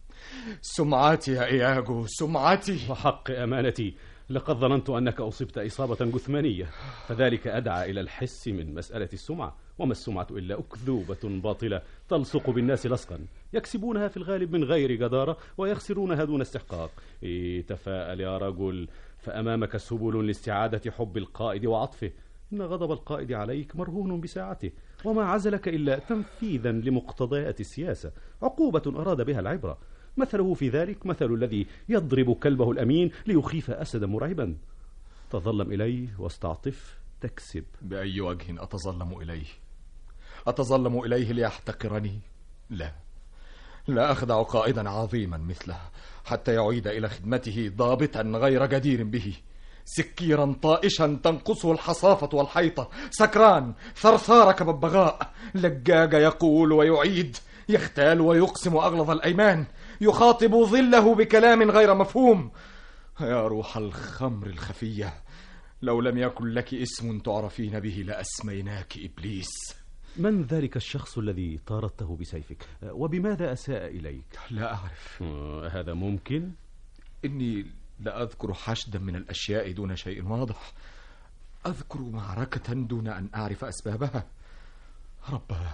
سمعتي يا إياغو، سمعتي. وحق أمانتي، لقد ظننت أنك أصبت إصابة جثمانية، فذلك أدعى إلى الحس من مسألة السمعة. وما السمعة إلا أكذوبة باطلة تلصق بالناس لصقا، يكسبونها في الغالب من غير جدارة ويخسرونها دون استحقاق. إيه، تفاءل يا رجل، فأمامك سبل لاستعادة حب القائد وعطفه. إن غضب القائد عليك مرهون بساعته، وما عزلك إلا تنفيذا لمقتضيات السياسة، عقوبة أراد بها العبرة. مثله في ذلك مثل الذي يضرب كلبه الأمين ليخيف أسدا مرعبا. تظلم إليه واستعطف تكسب. بأي وجه أتظلم إليه؟ أتظلم إليه ليحتقرني؟ لا، لا أخدع قائدا عظيما مثله حتى يعيد إلى خدمته ضابطا غير جدير به، سكيرا طائشا تنقصه الحصافة والحيطة، سكران ثرثار كببغاء، لجاج يقول ويعيد، يختال ويقسم أغلظ الأيمان، يخاطب ظله بكلام غير مفهوم. يا روح الخمر الخفية، لو لم يكن لك اسم تعرفين به لأسميناك إبليس. من ذلك الشخص الذي طاردته بسيفك؟ وبماذا أساء إليك؟ لا أعرف. آه، هذا ممكن؟ إني لا أذكر حشدا من الأشياء دون شيء واضح. أذكر معركة دون أن أعرف أسبابها. رباه،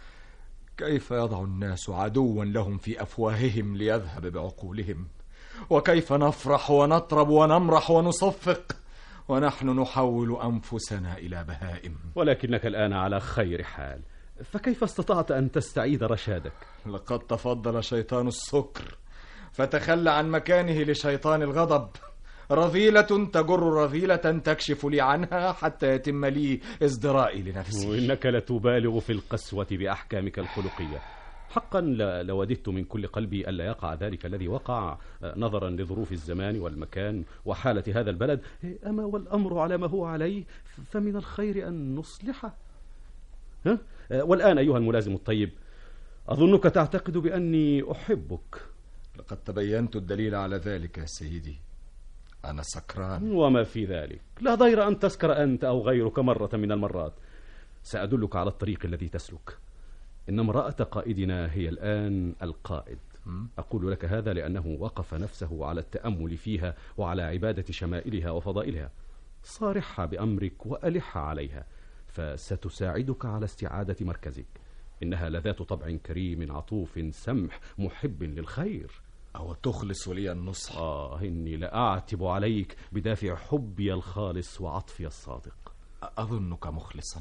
كيف يضع الناس عدوا لهم في أفواههم ليذهب بعقولهم، وكيف نفرح ونطرب ونمرح ونصفق ونحن نحول أنفسنا إلى بهائم. ولكنك الآن على خير حال، فكيف استطعت أن تستعيد رشادك؟ لقد تفضل شيطان السكر فتخلى عن مكانه لشيطان الغضب. رذيلة تجر رذيلة تكشف لي عنها حتى يتم لي ازدرائي لنفسي. وإنك لتبالغ في القسوة بأحكامك الخلقية. حقا لوددت من كل قلبي ألا يقع ذلك الذي وقع نظرا لظروف الزمان والمكان وحالة هذا البلد. أما والأمر على ما هو عليه فمن الخير أن نصلحه. ها؟ والآن أيها الملازم الطيب، أظنك تعتقد بأني أحبك. لقد تبينت الدليل على ذلك يا سيدي، أنا سكران. وما في ذلك، لا ضير أن تسكر أنت أو غيرك مرة من المرات. سأدلك على الطريق الذي تسلك. إن امرأة قائدنا هي الآن القائد. أقول لك هذا لأنه وقف نفسه على التأمل فيها وعلى عبادة شمائلها وفضائلها. صارحها بأمرك وألح عليها، فستساعدك على استعادة مركزك. إنها لذات طبع كريم عطوف سمح محب للخير. أو تخلص لي النصح؟ آه، إني لأعتب عليك بدافع حبي الخالص وعطفي الصادق. أظنك مخلصا،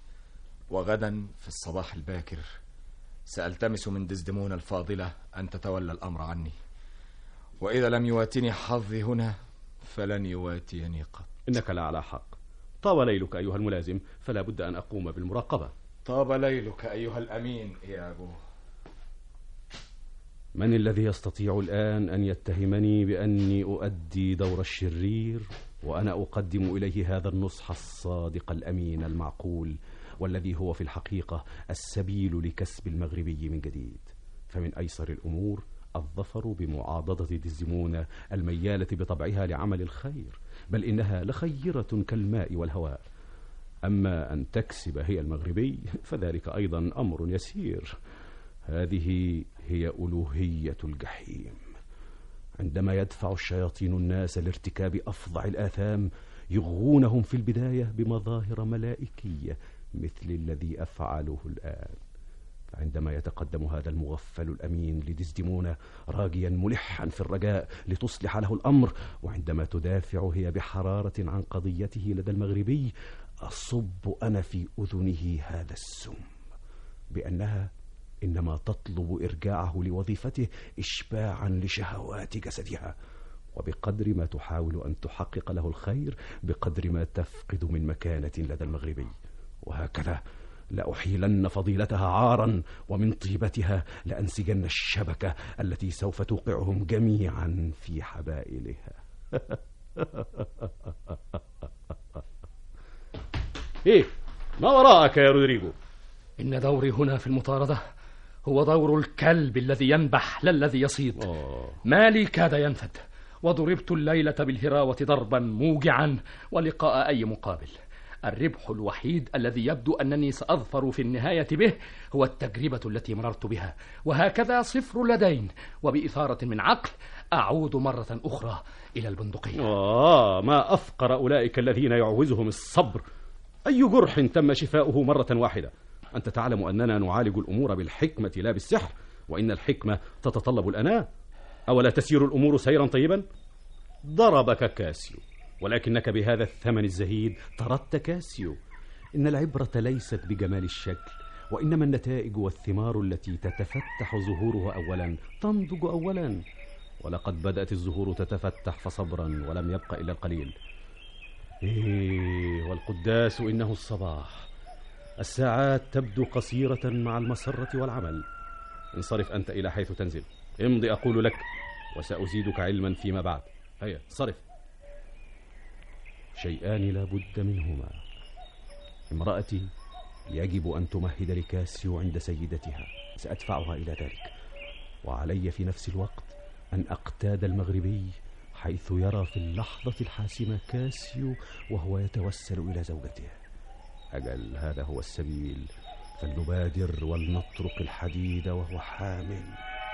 وغدا في الصباح الباكر سألتمس من ديزديمونا الفاضلة أن تتولى الأمر عني، وإذا لم يواتني حظي هنا فلن يواتيني قط. إنك لا على حق. طاب ليلك أيها الملازم، فلا بد أن أقوم بالمراقبة. طاب ليلك أيها الأمين يا أبو. من الذي يستطيع الآن أن يتهمني بأني أؤدي دور الشرير وأنا أقدم إليه هذا النصح الصادق الأمين المعقول، والذي هو في الحقيقة السبيل لكسب المغربي من جديد؟ فمن أيسر الأمور الظفر بمعاضدة ديزديمونا الميالة بطبعها لعمل الخير، بل إنها لخيرة كالماء والهواء. أما أن تكسب هي المغربي فذلك أيضا أمر يسير. هذه هي ألوهية الجحيم. عندما يدفع الشياطين الناس لارتكاب أفظع الآثام يغوونهم في البداية بمظاهر ملائكية مثل الذي أفعله الآن. فعندما يتقدم هذا المغفل الأمين لديزديمونا راجيا ملحا في الرجاء لتصلح له الأمر، وعندما تدافع هي بحرارة عن قضيته لدى المغربي، أصب أنا في أذنه هذا السم بأنها إنما تطلب إرجاعه لوظيفته إشباعا لشهوات جسدها، وبقدر ما تحاول أن تحقق له الخير بقدر ما تفقد من مكانة لدى المغربي. وهكذا لأحيلن فضيلتها عارا، ومن طيبتها لأنسجن الشبكة التي سوف توقعهم جميعا في حبائلها. إيه ما وراءك يا رودريغو؟ إن دوري هنا في المطاردة هو دور الكلب الذي ينبح لا الذي يصيد. أوه. مالي كاد ينفد، وضربت الليلة بالهراوة ضربا موجعا ولقاء أي مقابل. الربح الوحيد الذي يبدو أنني سأظفر في النهاية به هو التجربة التي مررت بها، وهكذا صفر لدين، وبإثارة من عقل أعود مرة أخرى إلى البندقية. آه ما أفقر أولئك الذين يعوزهم الصبر. أي جرح تم شفاؤه مرة واحدة؟ أنت تعلم أننا نعالج الأمور بالحكمة لا بالسحر، وإن الحكمة تتطلب الأناة. أولا تسير الأمور سيرا طيبا؟ ضربك كاسيو، ولكنك بهذا الثمن الزهيد طردت كاسيو. إن العبرة ليست بجمال الشكل، وإنما النتائج والثمار التي تتفتح زهورها أولا تنضج أولا. ولقد بدأت الزهور تتفتح فصبرا ولم يبق إلا القليل. إيه والقداس إنه الصباح. الساعات تبدو قصيرة مع المسرة والعمل. انصرف أنت إلى حيث تنزل، امضي أقول لك، وسأزيدك علما فيما بعد. هيا صرف. شيئان لا بد منهما. امرأتي يجب أن تمهد لكاسيو عند سيدتها، سأدفعها إلى ذلك. وعلي في نفس الوقت أن أقتاد المغربي حيث يرى في اللحظة الحاسمة كاسيو وهو يتوسل إلى زوجته. أجل هذا هو السبيل، فلنبادر ولنطرق الحديد وهو حامل.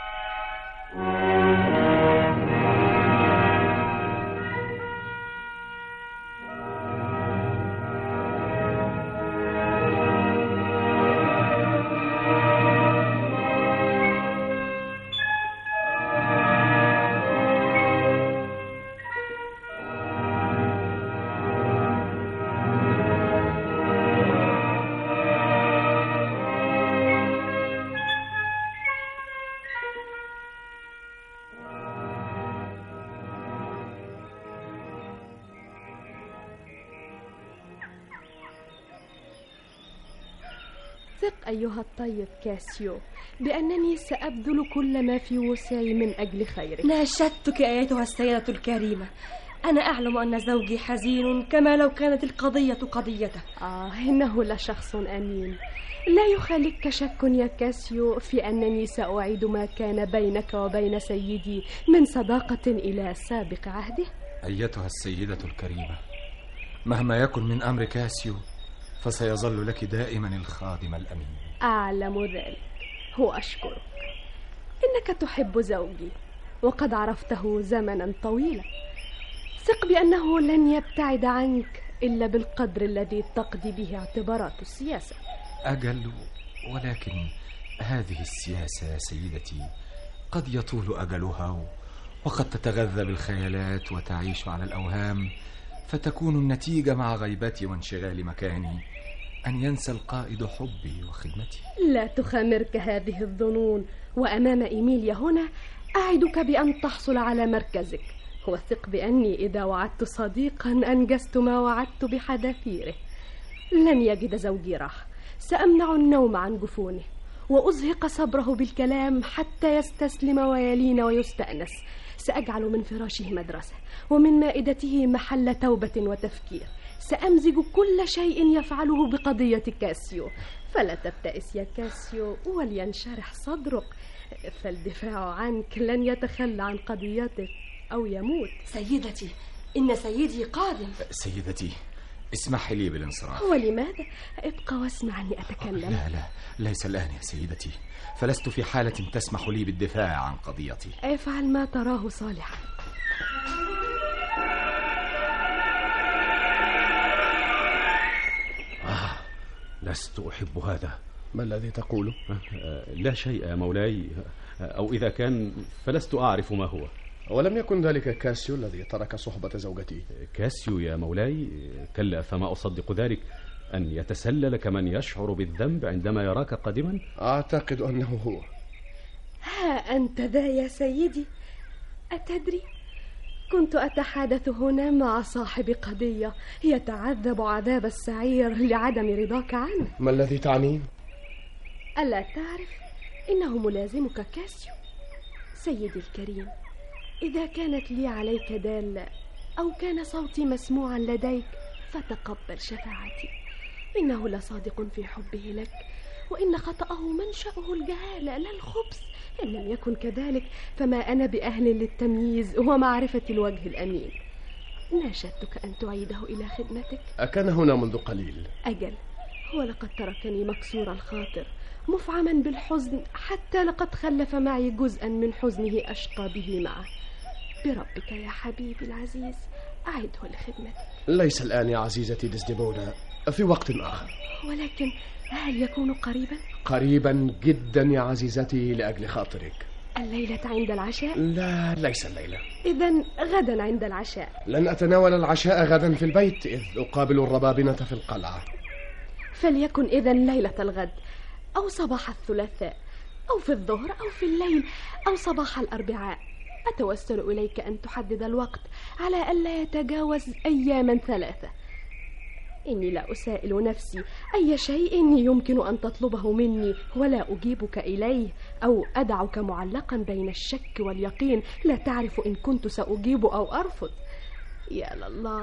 ثق أيها الطيب كاسيو بأنني سأبذل كل ما في وسعي من أجل خيرك. ناشدتك أيتها السيدة الكريمة، أنا أعلم أن زوجي حزين كما لو كانت القضية قضيته. آه إنه لشخص أمين. لا يخالك شك يا كاسيو في أنني سأعيد ما كان بينك وبين سيدي من صداقة إلى سابق عهده. أيتها السيدة الكريمة، مهما يكن من أمر كاسيو فسيظل لك دائما الخادم الأمين. أعلم ذلك وأشكرك. إنك تحب زوجي وقد عرفته زمنا طويلا. ثق بأنه لن يبتعد عنك إلا بالقدر الذي تقضي به اعتبارات السياسة. أجل، ولكن هذه السياسة يا سيدتي قد يطول أجلها، وقد تتغذى بالخيالات وتعيش على الأوهام، فتكون النتيجة مع غيبتي وانشغال مكاني أن ينسى القائد حبي وخدمتي. لا تخامرك هذه الظنون، وأمام إيميليا هنا أعدك بأن تحصل على مركزك، وثق بأني إذا وعدت صديقا أنجزت ما وعدت بحذافيره. لن يجد زوجي راحة، سأمنع النوم عن جفونه وأزهق صبره بالكلام حتى يستسلم ويلين ويستأنس. سأجعل من فراشه مدرسة ومن مائدته محل توبة وتفكير. سأمزج كل شيء يفعله بقضية كاسيو. فلا تبتئس يا كاسيو ولينشرح صدرك، فالدفاع عنك لن يتخلى عن قضيتك أو يموت. سيدتي، إن سيدي قادم. سيدتي اسمحي لي بالانصراف. ولماذا؟ ابقى واسمعني أتكلم. لا لا ليس الآن يا سيدتي، فلست في حالة تسمح لي بالدفاع عن قضيتي. افعل ما تراه صالحا. آه لست أحب هذا. ما الذي تقوله؟ آه لا شيء يا مولاي، أو إذا كان فلست أعرف ما هو. ولم يكن ذلك كاسيو الذي ترك صحبة زوجتي؟ كاسيو يا مولاي؟ كلا، فما أصدق ذلك. أن يتسلل كمن يشعر بالذنب عندما يراك قادما؟ أعتقد أنه هو. ها أنت ذا يا سيدي. أتدري، كنت أتحادث هنا مع صاحب قضية يتعذب عذاب السعير لعدم رضاك عنه. ما الذي تعنيه؟ ألا تعرف إنه ملازمك كاسيو؟ سيدي الكريم، إذا كانت لي عليك دالة أو كان صوتي مسموعا لديك فتقبل شفاعتي. إنه لصادق في حبه لك، وإن خطأه منشأه الجهالة لا الخبث. إن لم يكن كذلك فما أنا بأهل للتمييز ومعرفة الوجه الأمين. ناشدتك أن تعيده إلى خدمتك. أكان هنا منذ قليل؟ أجل، هو لقد تركني مكسور الخاطر مفعما بالحزن، حتى لقد خلف معي جزءا من حزنه أشقى به معه. بربك يا حبيبي العزيز أعده لخدمتك. ليس الآن يا عزيزتي ديسديمونا، في وقت آخر. ولكن هل يكون قريبا؟ قريبا جدا يا عزيزتي لأجل خاطرك. الليلة عند العشاء؟ لا ليس الليلة. إذن غدا عند العشاء. لن أتناول العشاء غدا في البيت، إذ أقابل الربابنة في القلعة. فليكن إذن ليلة الغد، أو صباح الثلاثاء، أو في الظهر، أو في الليل، أو صباح الأربعاء. أتوسل إليك أن تحدد الوقت على ألا يتجاوز أياما ثلاثة. إني لا أسائل نفسي أي شيء يمكن أن تطلبه مني ولا أجيبك إليه، أو أدعك معلقا بين الشك واليقين لا تعرف إن كنت سأجيب أو أرفض. يا لله،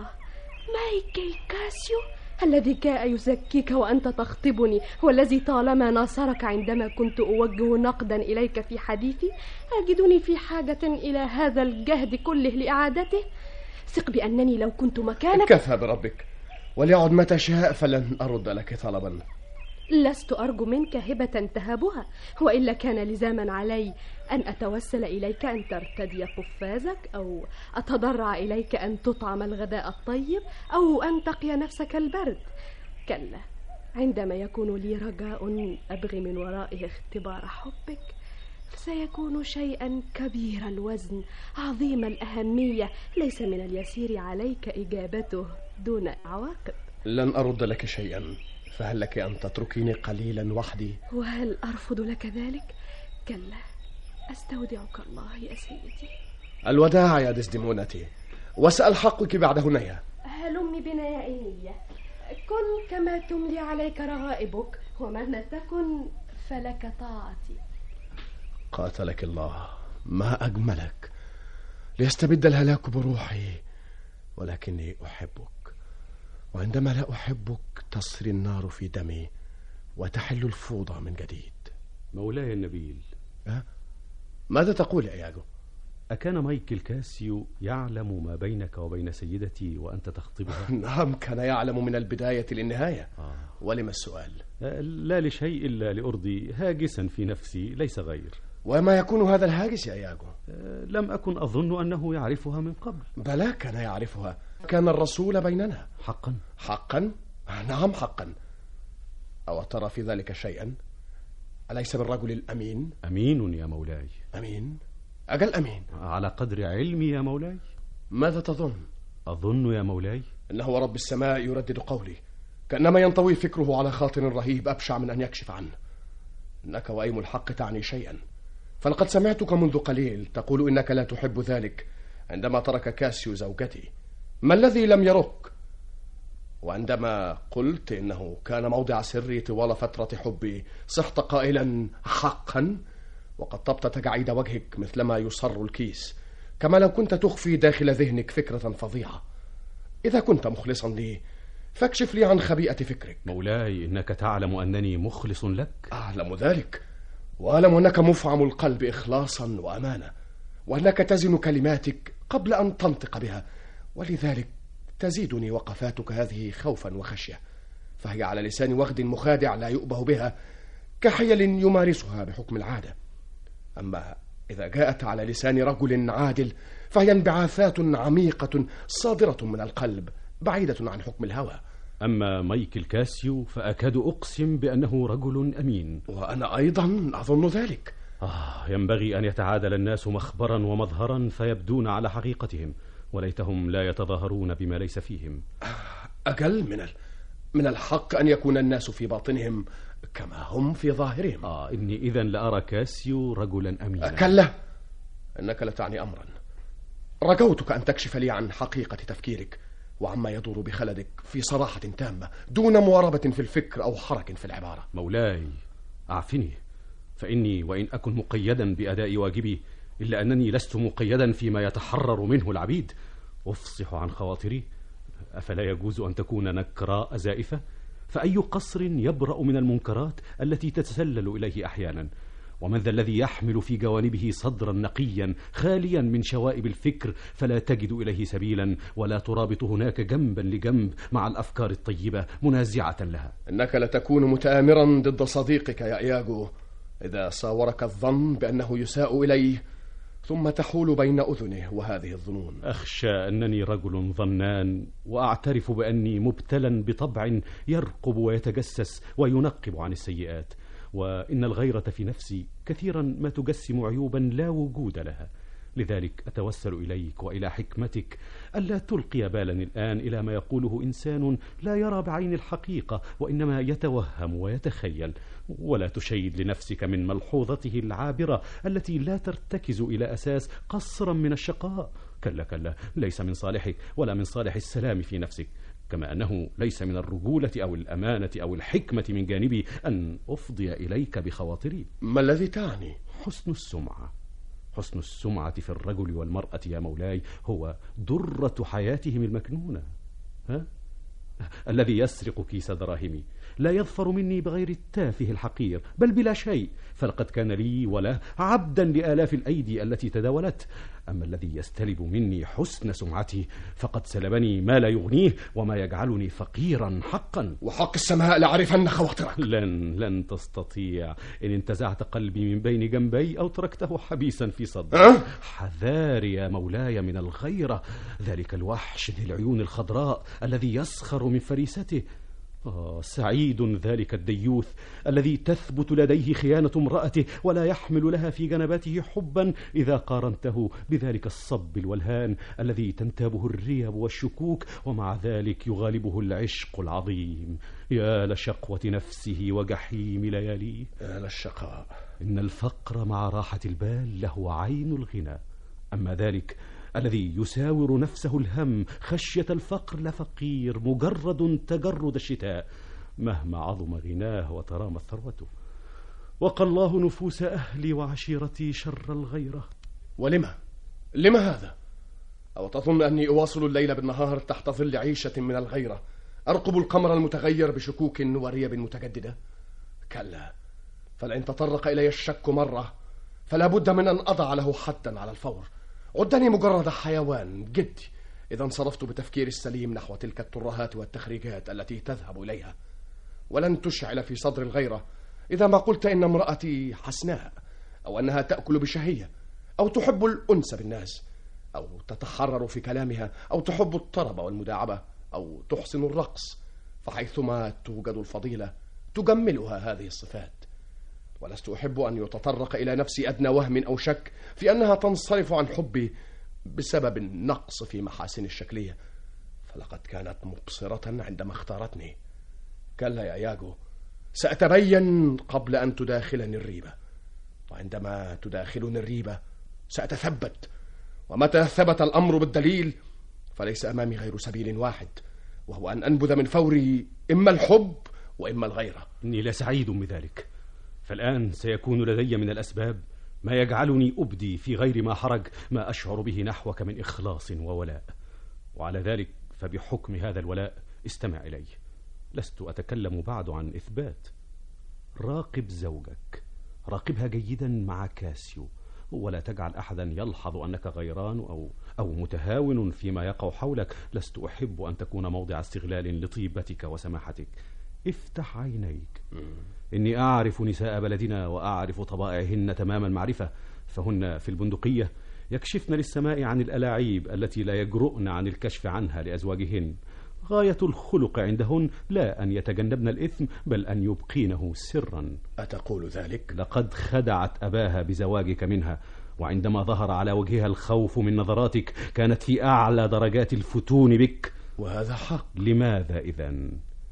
مايكل كاسيو الذي كان يزكيك وأنت تخطبني، والذي طالما ناصرك عندما كنت أوجه نقدا إليك في حديثي، أجدني في حاجة إلى هذا الجهد كله لإعادته. ثق بأنني لو كنت مكانك. كفى بربك، وليعد متى شاء فلن أرد لك طلبا. لست أرجو منك هبة تهبها، وإلا كان لزاما علي أن أتوسل إليك أن ترتدي قفازك، أو أتضرع إليك أن تطعم الغداء الطيب، أو أن تقي نفسك البرد. كلا، عندما يكون لي رجاء أبغي من ورائه اختبار حبك، فسيكون شيئا كبير الوزن عظيم الأهمية، ليس من اليسير عليك إجابته دون عواقب. لن أرد لك شيئا، فهل لك أن تتركيني قليلا وحدي؟ وهل أرفض لك ذلك؟ كلا، أستودعك الله يا سيدي. الوداع يا ديسديمونتي، وسألحقك بعد هنيا. هلم بنا يا إيميليا، كن كما تملي عليك رغائبك، ومهما تكن فلك طاعتي. قاتلك الله، ما أجملك. ليستبد الهلاك بروحي، ولكني أحبك، وعندما لا أحبك تصري النار في دمي وتحل الفوضى من جديد. مولاي النبيل، أه؟ ماذا تقول يا إياجو؟ أكان مايكل كاسيو يعلم ما بينك وبين سيدتي وأنت تخطبها؟ نعم، كان يعلم من البداية للنهاية. آه. ولما السؤال؟ لا لشيء إلا لأرضي هاجسا في نفسي ليس غير. وما يكون هذا الهاجس يا إياجو؟ لم أكن أظن أنه يعرفها من قبل. بلى، كان يعرفها، كان الرسول بيننا. حقا؟ حقا؟ نعم حقا. أو ترى في ذلك شيئا؟ أليس بالرجل الأمين؟ أمين يا مولاي. أمين؟ أجل أمين. على قدر علمي يا مولاي. ماذا تظن؟ أظن يا مولاي إنه رب السماء يردد قولي، كأنما ينطوي فكره على خاطر رهيب أبشع من أن يكشف عنه. إنك وأيم الحق تعني شيئا، فلقد سمعتك منذ قليل تقول إنك لا تحب ذلك عندما ترك كاسيو زوجتي. ما الذي لم يرك؟ وعندما قلت إنه كان موضع سري طوال فترة حبي صحت قائلا حقا، وقد طبت تجاعيد وجهك مثلما يصر الكيس، كما لو كنت تخفي داخل ذهنك فكرة فظيعة. إذا كنت مخلصا لي فاكشف لي عن خبيئة فكرك. مولاي، إنك تعلم أنني مخلص لك. أعلم ذلك، وأعلم أنك مفعم القلب إخلاصا وأمانة، وأنك تزن كلماتك قبل أن تنطق بها، ولذلك تزيدني وقفاتك هذه خوفا وخشية، فهي على لسان وغد مخادع لا يؤبه بها، كحيل يمارسها بحكم العادة. أما إذا جاءت على لسان رجل عادل فهي انبعاثات عميقة صادرة من القلب بعيدة عن حكم الهوى. أما مايكل كاسيو فأكاد أقسم بأنه رجل أمين. وأنا أيضا أظن ذلك. آه ينبغي أن يتعادل الناس مخبرا ومظهرا فيبدون على حقيقتهم، وليتهم لا يتظاهرون بما ليس فيهم. أقل من ال... من الحق أن يكون الناس في باطنهم كما هم في ظاهرهم. آه إني إذن لأرى كاسيو رجلا أمينا. كلا، إنك لتعني أمرا. رجوتك أن تكشف لي عن حقيقة تفكيرك وعما يدور بخلدك في صراحة تامة دون مواربة في الفكر أو حرك في العبارة. مولاي أعفني، فإني وإن أكن مقيدا بأداء واجبي إلا أنني لست مقيدا فيما يتحرر منه العبيد. أفصح عن خواطري، أفلا يجوز أن تكون نكراء زائفة؟ فأي قصر يبرأ من المنكرات التي تتسلل إليه أحيانا؟ ومن ذا الذي يحمل في جوانبه صدرا نقيا خاليا من شوائب الفكر فلا تجد إليه سبيلا، ولا ترابط هناك جنبا لجنب مع الأفكار الطيبة منازعة لها؟ إنك لتكون متآمرا ضد صديقك يا إياغو إذا صاورك الظن بأنه يساء إليه، ثم تحول بين أذنه وهذه الظنون. أخشى أنني رجل ظنان، وأعترف بأني مبتلا بطبع يرقب ويتجسس وينقب عن السيئات، وإن الغيرة في نفسي كثيرا ما تجسم عيوبا لا وجود لها. لذلك أتوسل إليك وإلى حكمتك ألا تلقي بالا الآن إلى ما يقوله إنسان لا يرى بعين الحقيقة وإنما يتوهم ويتخيل، ولا تشيد لنفسك من ملحوظته العابرة التي لا ترتكز إلى أساس قصرا من الشقاء. كلا كلا، ليس من صالحك ولا من صالح السلام في نفسك، كما أنه ليس من الرجولة أو الأمانة أو الحكمة من جانبي أن أفضي إليك بخواطري. ما الذي تعني؟ حسن السمعة. حسن السمعة في الرجل والمرأة يا مولاي هو درة حياتهم المكنونة. ها؟ الذي يسرق كيس دراهمي لا يظفر مني بغير التافه الحقير بل بلا شيء، فلقد كان لي وله عبدا لآلاف الأيدي التي تداولت. أما الذي يستلب مني حسن سمعتي فقد سلبني ما لا يغنيه وما يجعلني فقيرا حقا. وحق السماء لأعرفن خواطرك. لن لن تستطيع إن انتزعت قلبي من بين جنبي أو تركته حبيسا في صدري. أه؟ حذار يا مولاي من الغيرة، ذلك الوحش ذي العيون الخضراء الذي يسخر من فريسته. آه سعيد ذلك الديوث الذي تثبت لديه خيانة امرأته ولا يحمل لها في جنباته حبا إذا قارنته بذلك الصب الولهان الذي تنتابه الريب والشكوك ومع ذلك يغالبه العشق العظيم. يا لشقوة نفسه وجحيم لياليه. يا للشقاء. إن الفقر مع راحة البال له عين الغنى، أما ذلك الذي يساور نفسه الهم خشية الفقر لفقير مجرد تجرد الشتاء مهما عظم غناه وترامت ثروته. وقى الله نفوس أهلي وعشيرتي شر الغيرة. ولما؟ لما هذا؟ أو تظن أني أواصل الليل بالنهار تحت ظل عيشة من الغيرة أرقب القمر المتغير بشكوك وريب متجددة؟ كلا، فلئن تطرق إلي الشك مرة فلا بد من أن أضع له حدا على الفور. عدني مجرد حيوان جدي إذا انصرفت بتفكير السليم نحو تلك الترهات والتخريجات التي تذهب إليها، ولن تشعل في صدر الغيرة إذا ما قلت إن امرأتي حسناء، أو أنها تأكل بشهية، أو تحب الأنس بالناس، أو تتحرر في كلامها، أو تحب الطرب والمداعبة، أو تحسن الرقص، فحيثما توجد الفضيلة تجملها هذه الصفات. ولست أحب أن يتطرق إلى نفسي أدنى وهم أو شك في أنها تنصرف عن حبي بسبب النقص في محاسن الشكلية، فلقد كانت مبصرة عندما اختارتني. كلا يا ياغو، سأتبين قبل أن تداخلني الريبة، وعندما تداخلني الريبة سأتثبت، ومتى ثبت الأمر بالدليل فليس أمامي غير سبيل واحد، وهو أن أنبذ من فوري إما الحب وإما الغيرة. إني لسعيد بذلك، فالآن سيكون لدي من الأسباب ما يجعلني أبدي في غير ما حرج ما أشعر به نحوك من إخلاص وولاء، وعلى ذلك فبحكم هذا الولاء استمع إلي. لست أتكلم بعد عن إثبات. راقب زوجك، راقبها جيدا مع كاسيو، ولا تجعل أحدا يلحظ أنك غيران أو, أو متهاون فيما يقع حولك. لست أحب أن تكون موضع استغلال لطيبتك وسماحتك. افتح عينيك. إني أعرف نساء بلدنا وأعرف طبائعهن تمام المعرفة، فهن في البندقية يكشفن للسماء عن الألاعيب التي لا يجرؤن عن الكشف عنها لأزواجهن. غاية الخلق عندهن لا أن يتجنبن الإثم بل أن يبقينه سرا. أتقول ذلك؟ لقد خدعت أباها بزواجك منها، وعندما ظهر على وجهها الخوف من نظراتك كانت في أعلى درجات الفتون بك. وهذا حق. لماذا إذن؟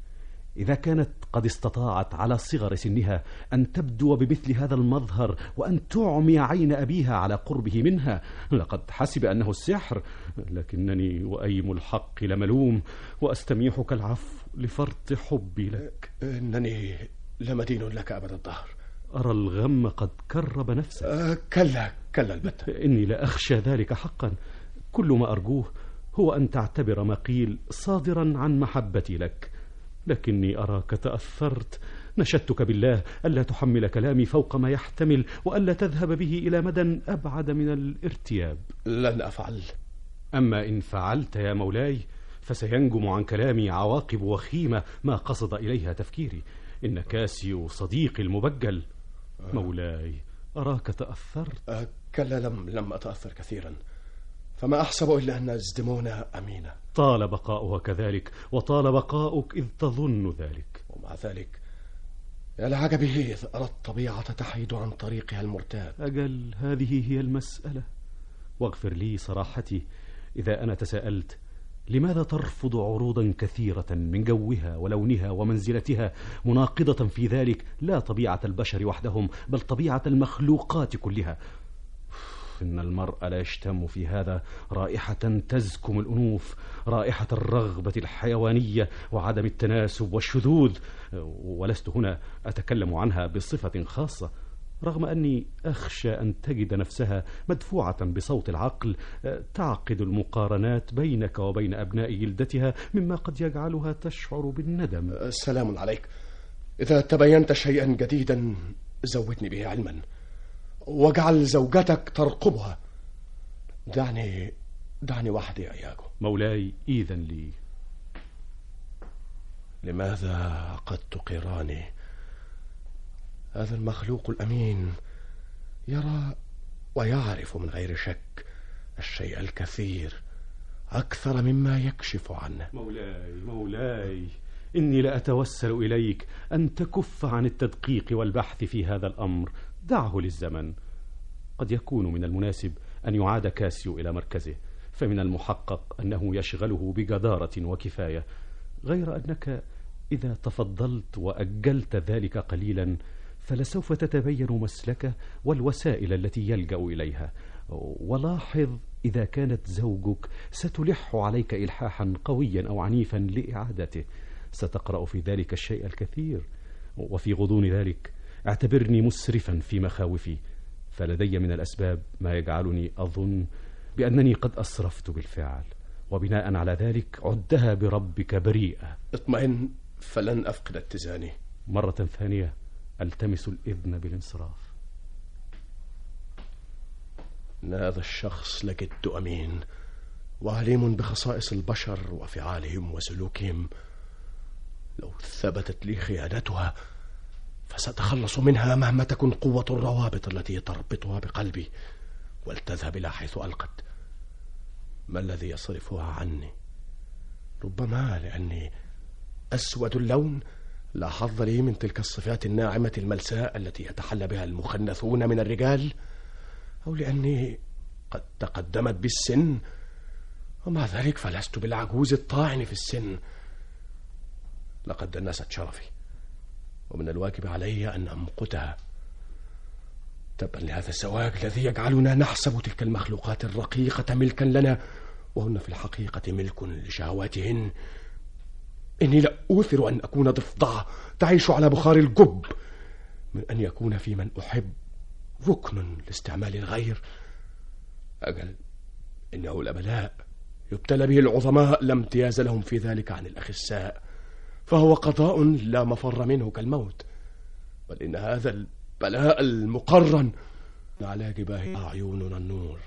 إذا كانت قد استطاعت على صغر سنها أن تبدو بمثل هذا المظهر وأن تعمي عين أبيها على قربه منها، لقد حسب أنه السحر. لكنني وأيم الحق لملوم، وأستميحك العفو لفرط حبي لك. إنني لمدين لك أبد الدهر. أرى الغم قد كرب نفسك. أه كلا كلا البتة. إني لا أخشى ذلك حقا. كل ما أرجوه هو أن تعتبر ما قيل صادرا عن محبتي لك. لكني أراك تأثرت. نشدتك بالله ألا تحمل كلامي فوق ما يحتمل، وألا تذهب به إلى مدى أبعد من الارتياب. لن أفعل. أما إن فعلت يا مولاي فسينجم عن كلامي عواقب وخيمة ما قصد إليها تفكيري. إن كاسيو صديقي المبجل. مولاي أراك تأثرت. أه كلا لم, لم أتأثر كثيرا، فما أحسب إلا أن ازدمونا أمينة. طال بقاؤها كذلك، وطال بقاؤك إذ تظن ذلك. ومع ذلك يا لعجبه إذ أرى الطبيعة تحيد عن طريقها المرتاب. أجل هذه هي المسألة. واغفر لي صراحتي إذا أنا تساءلت لماذا ترفض عروضا كثيرة من جوها ولونها ومنزلتها، مناقضة في ذلك لا طبيعة البشر وحدهم بل طبيعة المخلوقات كلها. إن المرء لا يشتم في هذا رائحة تزكم الأنوف، رائحة الرغبة الحيوانية وعدم التناسب والشذوذ، ولست هنا أتكلم عنها بصفة خاصة، رغم أني أخشى أن تجد نفسها مدفوعة بصوت العقل تعقد المقارنات بينك وبين أبناء جلدتها، مما قد يجعلها تشعر بالندم. السلام عليك. إذا تبينت شيئا جديدا زودني به علما، واجعل زوجتك ترقبها. دعني دعني وحدي يا إياكو. مولاي إذن لي. لماذا قد تقراني؟ هذا المخلوق الأمين يرى ويعرف من غير شك الشيء الكثير أكثر مما يكشف عنه. مولاي مولاي إني لأتوسل إليك أن تكف عن التدقيق والبحث في هذا الأمر. دعه للزمن. قد يكون من المناسب أن يعاد كاسيو إلى مركزه، فمن المحقق أنه يشغله بجدارة وكفاية، غير أنك إذا تفضلت وأجلت ذلك قليلا فلسوف تتبين مسلكه والوسائل التي يلجأ إليها. ولاحظ إذا كانت زوجك ستلح عليك إلحاحا قويا أو عنيفا لإعادته، ستقرأ في ذلك الشيء الكثير. وفي غضون ذلك اعتبرني مسرفا في مخاوفي، فلدي من الأسباب ما يجعلني أظن بأنني قد أسرفت بالفعل، وبناء على ذلك عدها بربك بريئة. اطمئن فلن أفقد اتزاني. مرة ثانية ألتمس الإذن بالانصراف. هذا الشخص لجد أمين وعليم بخصائص البشر وفعالهم وسلوكهم. لو ثبتت لي خيانتها فستخلص منها مهما تكن قوة الروابط التي تربطها بقلبي، ولتذهب إلى حيث ألقت. ما الذي يصرفها عني؟ ربما لأني أسود اللون لا حظ لي من تلك الصفات الناعمة الملساء التي يتحلى بها المخنثون من الرجال، أو لأني قد تقدمت بالسن، ومع ذلك فلست بالعجوز الطاعن في السن. لقد دنست شرفي، ومن الواجب علي أن أمقتها. تبا لهذا الزواج الذي يجعلنا نحسب تلك المخلوقات الرقيقة ملكا لنا، وهن في الحقيقة ملك لشهواتهن. إني لا أوثر أن أكون ضفدعة تعيش على بخار الجب من أن يكون في من أحب ركن لاستعمال الغير. أجل إنه لبلاء يبتلى به العظماء لا امتياز لهم في ذلك عن الأخساء، فهو قضاء لا مفر منه كالموت، بل إن هذا البلاء المقرن على جباه أعيننا النور.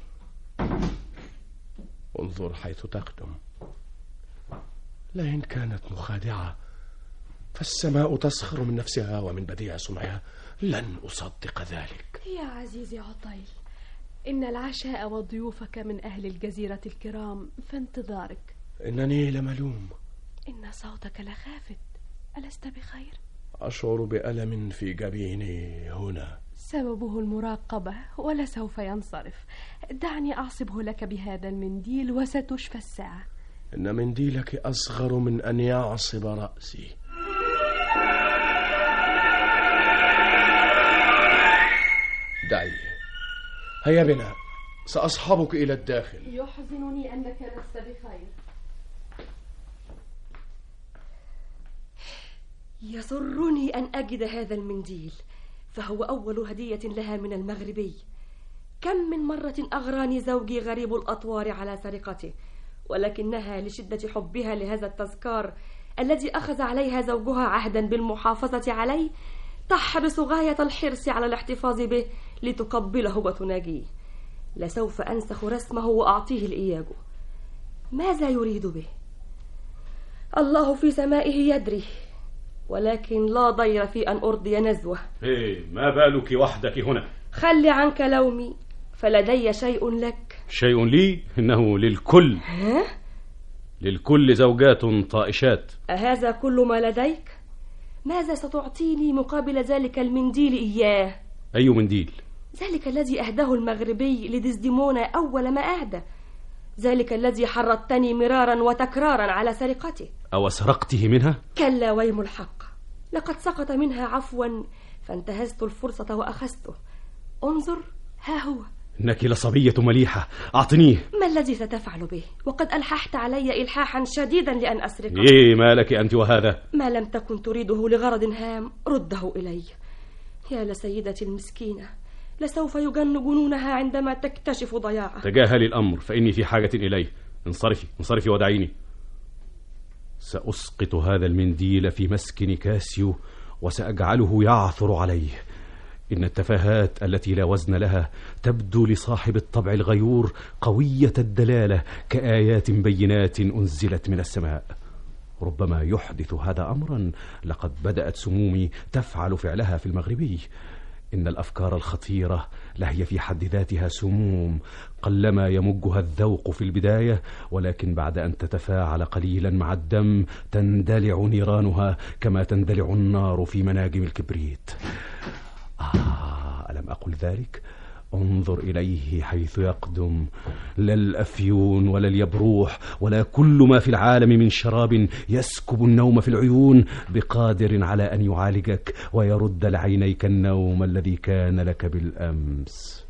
انظر حيث تقدم، لئن كانت مخادعة فالسماء تسخر من نفسها ومن بديع صنعها، لن أصدق ذلك. يا عزيزي عطيل، إن العشاء وضيوفك من أهل الجزيرة الكرام في انتظارك. إنني لملوم. إن صوتك لخافت، ألست بخير؟ أشعر بألم في جبيني هنا، سببه المراقبة ولسوف ينصرف. دعني أعصبه لك بهذا المنديل وستشفى الساعة. إن منديلك أصغر من أن يعصب رأسي. دعي، هيا بنا، سأصحبك إلى الداخل. يحزنني أنك لست بخير. يسرني أن أجد هذا المنديل، فهو أول هدية لها من المغربي. كم من مرة أغراني زوجي غريب الأطوار على سرقته، ولكنها لشدة حبها لهذا التذكار الذي أخذ عليها زوجها عهدا بالمحافظة عليه تحرص غاية الحرص على الاحتفاظ به لتقبله وتناجيه. لسوف أنسخ رسمه وأعطيه لإياه. ماذا يريد به؟ الله في سمائه يدري، ولكن لا ضير في أن أرضي نزوه. إيه، ما بالك وحدك هنا؟ خل عنك لومي، فلدي شيء لك. شيء لي؟ إنه للكل. ها؟ للكل زوجات طائشات. أهذا كل ما لديك؟ ماذا ستعطيني مقابل ذلك المنديل إياه؟ أي منديل؟ ذلك الذي أهداه المغربي لديزديمونا أول ما أهدى، ذلك الذي حرضتني مرارا وتكرارا على سرقته. أو سرقته منها؟ كلا ويم الحق، لقد سقط منها عفوا فانتهزت الفرصة وأخذته. انظر، ها هو. إنك لصبية مليحة، أعطنيه. ما الذي ستفعل به وقد ألححت علي إلحاحا شديدا لأن أسرقه؟ إيه، ما لك أنت وهذا؟ ما لم تكن تريده لغرض هام رده إلي. يا لسيدتي المسكينة، لسوف يجن جنونها عندما تكتشف ضياعه. تجاهلي الأمر، فإني في حاجة إليه. انصرفي انصرفي ودعيني. سأسقط هذا المنديل في مسكن كاسيو وسأجعله يعثر عليه. إن التفاهات التي لا وزن لها تبدو لصاحب الطبع الغيور قوية الدلالة كآيات بينات أنزلت من السماء. ربما يحدث هذا أمرا لقد بدأت سمومي تفعل فعلها في المغربي. إن الأفكار الخطيرة لهي في حد ذاتها سموم، قلما يمجها الذوق في البداية، ولكن بعد أن تتفاعل قليلا مع الدم تندلع نيرانها كما تندلع النار في مناجم الكبريت. آه، ألم أقل ذلك؟ انظر إليه حيث يقدم، لا الأفيون ولا اليبروح ولا كل ما في العالم من شراب يسكب النوم في العيون بقادر على أن يعالجك ويرد لعينيك النوم الذي كان لك بالأمس.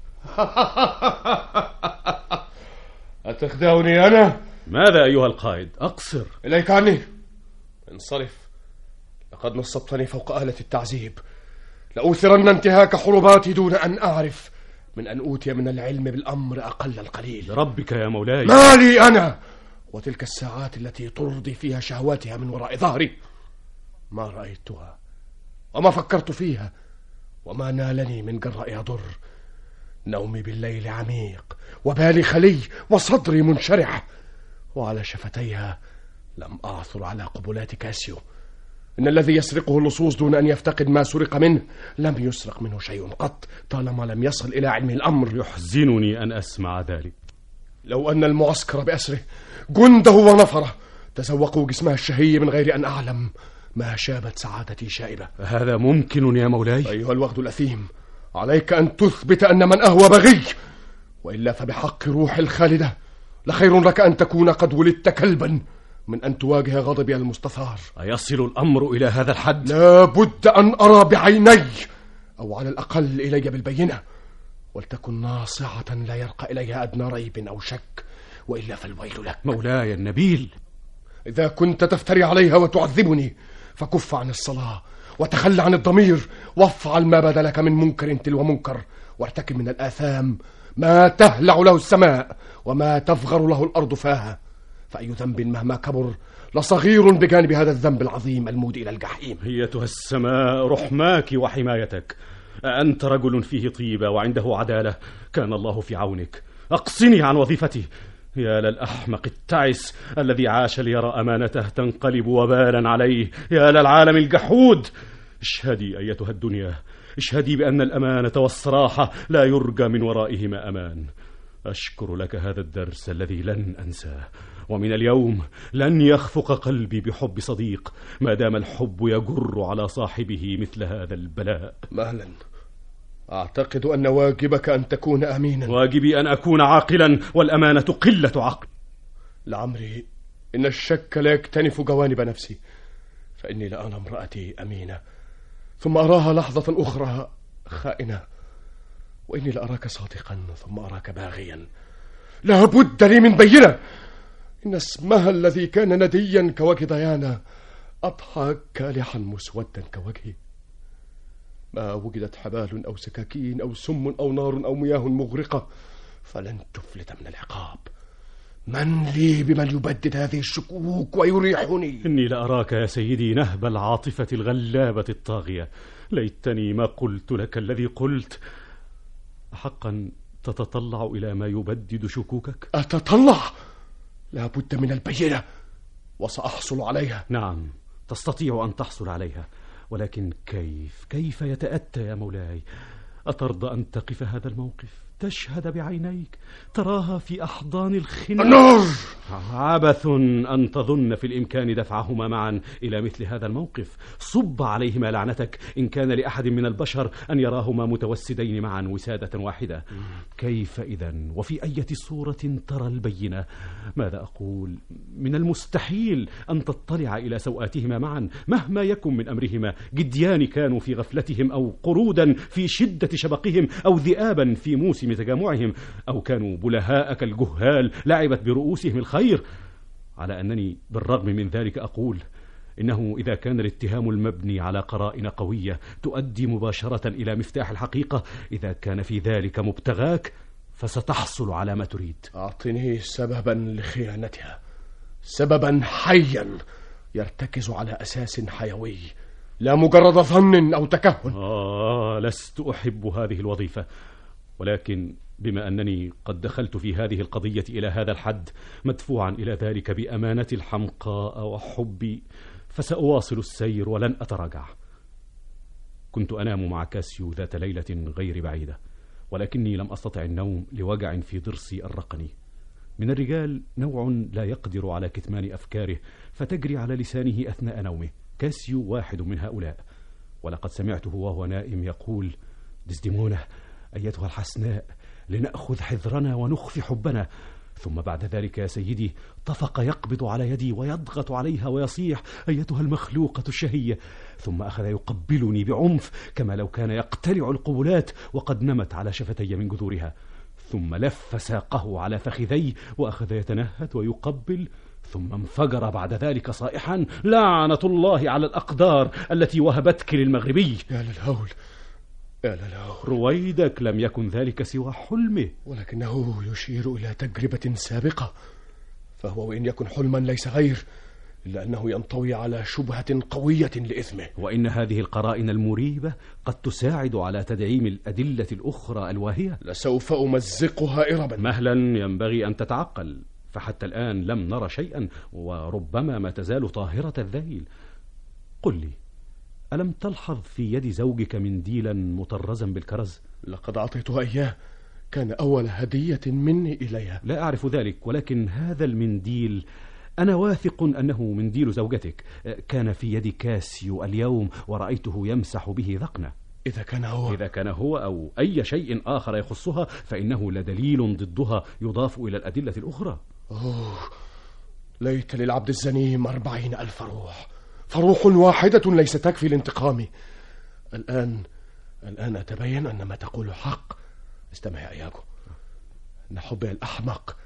أتخدعني أنا؟ ماذا أيها القائد؟ أقصر. إليك عني، انصرف. لقد نصبتني فوق آلة التعذيب. لأوثرن انتهاك حرباتي دون أن أعرف من أن أوتي من العلم بالأمر أقل القليل. ربك يا مولاي. ما لي أنا وتلك الساعات التي ترضي فيها شهواتها من وراء ظهري؟ ما رأيتها وما فكرت فيها وما نالني من جرائها ضر. نومي بالليل عميق وبالي خلي وصدري منشرح، وعلى شفتيها لم أعثر على قبلات كاسيو. إن الذي يسرقه اللصوص دون أن يفتقد ما سرق منه لم يسرق منه شيء قط طالما لم يصل إلى علم الأمر. يحزنني أن أسمع ذلك. لو أن المعسكر بأسره جنده ونفره تسوقوا جسمها الشهي من غير أن أعلم ما شابت سعادتي شائبة. هذا ممكن يا مولاي؟ أيها الوغد الأثيم، عليك أن تثبت أن من أهوى بغي، وإلا فبحق روح الخالدة لخير لك أن تكون قد ولدت كلبا من أن تواجه غضبي المستثار. أيصل الأمر إلى هذا الحد؟ لا بد أن أرى بعيني، أو على الأقل إلي بالبينة، ولتكن ناصعة لا يرقى إليها أدنى ريب أو شك، وإلا فالويل لك. مولاي النبيل، إذا كنت تفتري عليها وتعذبني فكف عن الصلاة وتخلى عن الضمير، وافعل ما بدا لك من منكر تلو منكر، وارتكب من الآثام ما تهلع له السماء وما تفغر له الأرض فاها، فأي ذنب مهما كبر لصغير بجانب هذا الذنب العظيم المودي إلى الجحيم. أيتها السماء رحماك وحمايتك، أنت رجل فيه طيبة وعنده عدالة، كان الله في عونك. أقصني عن وظيفتي. يا للأحمق التعس الذي عاش ليرى أمانته تنقلب وبالا عليه. يا للعالم الجحود. اشهدي أيتها الدنيا، اشهدي بأن الأمانة والصراحة لا يرجى من ورائهما أمان. أشكر لك هذا الدرس الذي لن أنساه، ومن اليوم لن يخفق قلبي بحب صديق ما دام الحب يجر على صاحبه مثل هذا البلاء. مهلا، أعتقد أن واجبك أن تكون أمينا. واجبي أن أكون عاقلا، والأمانة قلة عقل. لعمري إن الشك لا يكتنف جوانب نفسي، فإني لأرى امرأتي أمينة ثم أراها لحظة أخرى خائنة، وإني لأراك صادقا ثم أراك باغيا. لا بد لي من بينة. إن اسمها الذي كان نديا كوجه ديانا أضحى كالحا مسودا كوجهي. ما وجدت حبال أو سكاكين أو سم أو نار أو مياه مغرقة فلن تفلت من العقاب. من لي بمن يبدد هذه الشكوك ويريحني؟ إني لأراك يا سيدي نهب العاطفة الغلابة الطاغية. ليتني ما قلت لك الذي قلت. حقا تتطلع إلى ما يبدد شكوكك؟ أتطلع؟ لا بد من البينة وسأحصل عليها. نعم، تستطيع أن تحصل عليها، ولكن كيف كيف يتأتى يا مولاي؟ أترضى أن تقف هذا الموقف تشهد بعينيك، تراها في أحضان الخنق؟ النار! عبث أن تظن في الإمكان دفعهما معا إلى مثل هذا الموقف. صب عليهما لعنتك إن كان لأحد من البشر أن يراهما متوسدين معا وسادة واحدة. كيف إذن وفي أي صورة ترى البينة؟ ماذا أقول؟ من المستحيل أن تطلع إلى سوآتهما معا مهما يكن من أمرهما. جديان كانوا في غفلتهم، أو قرودا في شدة شبقهم، أو ذئابا في موسم تجامعهم، أو كانوا بلهاء كالجهال لعبت برؤوسهم الخير. على أنني بالرغم من ذلك أقول إنه إذا كان الاتهام المبني على قرائن قوية تؤدي مباشرة إلى مفتاح الحقيقة، إذا كان في ذلك مبتغاك فستحصل على ما تريد. أعطني سببا لخيانتها، سببا حيا يرتكز على أساس حيوي، لا مجرد ظن أو تكهن. آه لست أحب هذه الوظيفة، ولكن بما أنني قد دخلت في هذه القضية إلى هذا الحد مدفوعا إلى ذلك بأمانتي الحمقاء وحبي، فسأواصل السير ولن أتراجع. كنت أنام مع كاسيو ذات ليلة غير بعيدة، ولكني لم أستطع النوم لوجع في ضرسي الرقني. من الرجال نوع لا يقدر على كتمان أفكاره فتجري على لسانه أثناء نومه. كاسيو واحد من هؤلاء، ولقد سمعته وهو نائم يقول: ديسديمونا أيتها الحسناء، لنأخذ حذرنا ونخفي حبنا. ثم بعد ذلك يا سيدي طفق يقبض على يدي ويضغط عليها ويصيح: أيتها المخلوقة الشهية. ثم أخذ يقبلني بعنف كما لو كان يقتلع القبلات وقد نمت على شفتي من جذورها. ثم لف ساقه على فخذي وأخذ يتنهد ويقبل، ثم انفجر بعد ذلك صائحا: لعنة الله على الأقدار التي وهبتك للمغربي. يا للهول يا للهول. رويدك لم يكن ذلك سوى حلمه، ولكنه يشير إلى تجربة سابقة، فهو وإن يكن حلما ليس غير، إلا أنه ينطوي على شبهة قوية لإثمه. وإن هذه القرائن المريبة قد تساعد على تدعيم الأدلة الأخرى الواهية. لسوف أمزقها إربا. مهلا، ينبغي أن تتعقل، فحتى الآن لم نرى شيئا، وربما ما تزال طاهرة الذيل. قل لي، ألم تلحظ في يد زوجك منديلا مطرزا بالكرز؟ لقد أعطيتها إياه، كان أول هدية مني إليها. لا أعرف ذلك، ولكن هذا المنديل أنا واثق أنه منديل زوجتك. كان في يد كاسيو اليوم ورأيته يمسح به ذقنه. إذا كان هو إذا كان هو أو أي شيء آخر يخصها فإنه لدليل ضدها يضاف إلى الأدلة الأخرى. أوه، ليت للعبد الزنيم أربعين ألف روح، فروح واحدة ليس تكفي لانتقامي. الآن الآن أتبين أن ما تقول حق. استمع يا إياكو، أن حبي الأحمق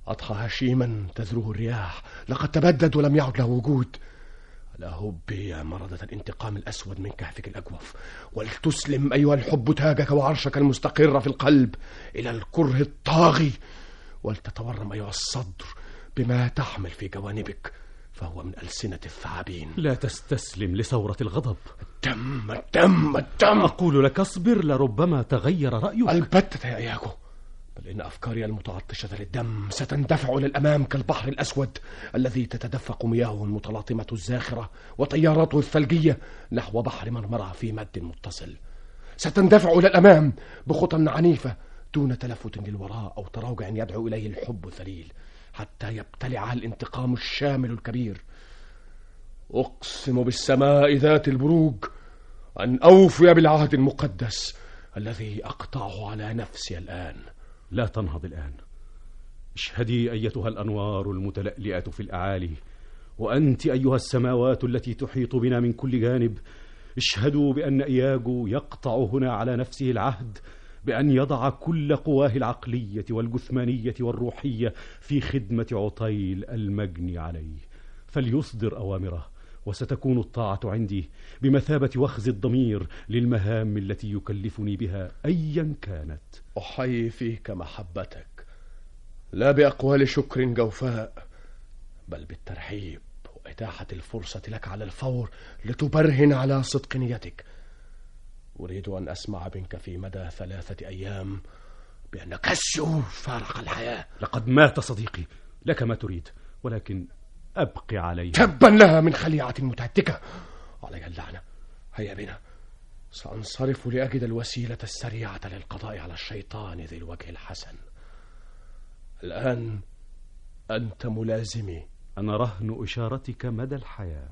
أضحى هشيما تذروه الرياح، لقد تبدد ولم يعد له وجود. لا هبي يا مردة الانتقام الأسود من كهفك الأجوف، ولتسلم أيها الحب تاجك وعرشك المستقر في القلب إلى الكره الطاغي، ولتتورم أيها الصدر بما تحمل في جوانبك، فهو من ألسنة الثعابين. لا تستسلم لثورة الغضب. الدم الدم الدم. أقول لك اصبر، لربما تغير رأيك. البتة يا إياكو، بل إن أفكاري المتعطشة للدم ستندفع إلى الأمام كالبحر الأسود الذي تتدفق مياهه المتلاطمة الزاخرة وتياراته الثلجية نحو بحر مرمرة في مد متصل. ستندفع إلى الأمام بخطى عنيفة دون تلفت للوراء أو تراجع يدعو إليه الحب الذليل، حتى يبتلعها الانتقام الشامل الكبير. أقسم بالسماء ذات البروج أن أوفي بالعهد المقدس الذي أقطعه على نفسي الآن. لا تنهض الآن. اشهدي أيتها الأنوار المتلألئة في الأعالي، وأنت أيها السماوات التي تحيط بنا من كل جانب، اشهدوا بأن إياجو يقطع هنا على نفسه العهد بأن يضع كل قواه العقلية والجثمانية والروحية في خدمة عطيل المجني عليه، فليصدر أوامره، وستكون الطاعة عندي بمثابة وخز الضمير للمهام التي يكلفني بها أيا كانت. أحيي فيك محبتك، لا بأقوال شكر جوفاء، بل بالترحيب وإتاحة الفرصة لك على الفور لتبرهن على صدق نيتك. أريد أن أسمع منك في مدى ثلاثة أيام بأن كاسيو فارق الحياة. لقد مات صديقي، لك ما تريد، ولكن أبقي عليه. تبا لها من خليعة متهتكة، عليها اللعنة. هيا بنا، سأنصرف لأجد الوسيلة السريعة للقضاء على الشيطان ذي الوجه الحسن. الآن أنت ملازمي. أنا رهن إشارتك مدى الحياة.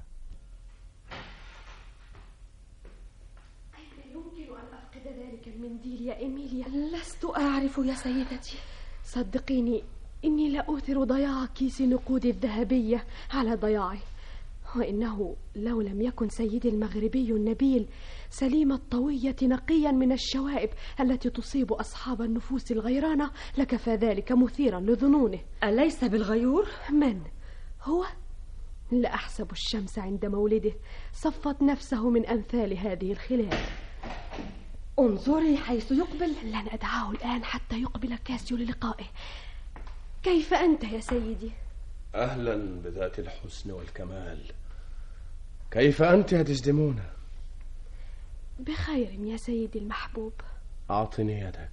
أين يمكن أن أفقد ذلك المنديل يا إيميليا؟ لست أعرف يا سيدتي. صدقيني إني لا أوثر ضياع كيس نقود الذهبية على ضياعي، وإنه لو لم يكن سيدي المغربي النبيل سليم الطوية نقيا من الشوائب التي تصيب أصحاب النفوس الغيرانة لكفى ذلك مثيرا لظنونه. أليس بالغيور؟ من هو؟ لا أحسب الشمس عند مولده صفت نفسه من أمثال هذه الخلال. انظري حيث يقبل. لن أدعاه الآن حتى يقبل كاسيو للقائه. كيف أنت يا سيدي؟ أهلا بذات الحسن والكمال. كيف أنت يا ديزديمونا؟ بخير يا سيدي المحبوب. أعطني يدك.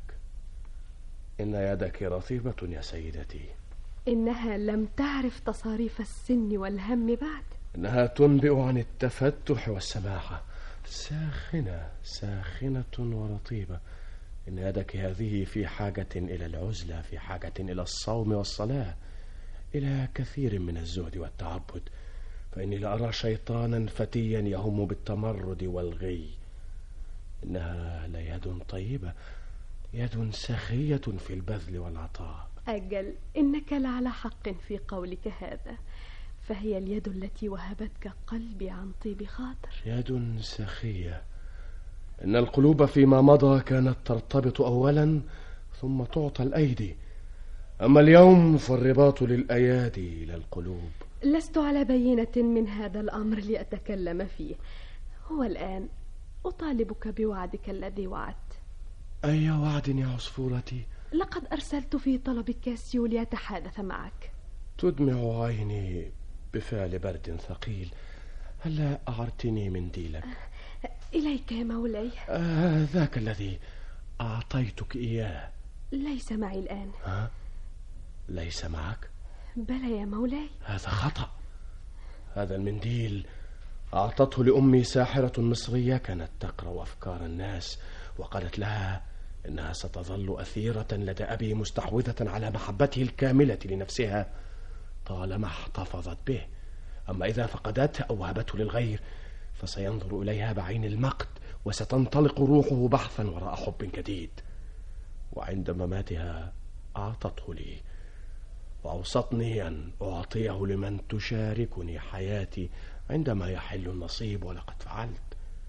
إن يدك رطيبة يا سيدتي. إنها لم تعرف تصاريف السن والهم بعد. إنها تنبئ عن التفتح والسماحة، ساخنة ساخنة ورطيبة. إن يدك هذه في حاجة إلى العزلة، في حاجة إلى الصوم والصلاة، إلى كثير من الزهد والتعبد، فإني لأرى شيطانا فتيا يهم بالتمرد والغي. إنها ليد طيبة، يد سخية في البذل والعطاء. أجل إنك لعلى حق في قولك هذا، فهي اليد التي وهبتك قلبي عن طيب خاطر. يد سخية. إن القلوب فيما مضى كانت ترتبط أولا ثم تعطى الأيدي، أما اليوم فالرباط للأيادي لا القلوب. لست على بينة من هذا الأمر لأتكلم فيه. هو الآن أطالبك بوعدك الذي وعدت. أي وعد يا عصفورتي؟ لقد أرسلت في طلب كاسيو ليتحادث معك. تدمع عيني بفعل برد ثقيل. هلا أعرتني منديلك؟ إليك يا مولاي. آه ذاك الذي أعطيتك إياه. ليس معي الآن. ها؟ ليس معك؟ بلى يا مولاي. هذا خطأ. هذا المنديل أعطته لأمي ساحرة مصرية كانت تقرأ أفكار الناس، وقالت لها إنها ستظل أثيرة لدى أبي مستحوذة على محبته الكاملة لنفسها طالما احتفظت به. أما إذا فقدته أو وهبته للغير فسينظر إليها بعين المقت، وستنطلق روحه بحثا وراء حب جديد. وعند مماتها أعطته لي، وأوصتني أن أعطيه لمن تشاركني حياتي عندما يحل النصيب، ولقد فعلت.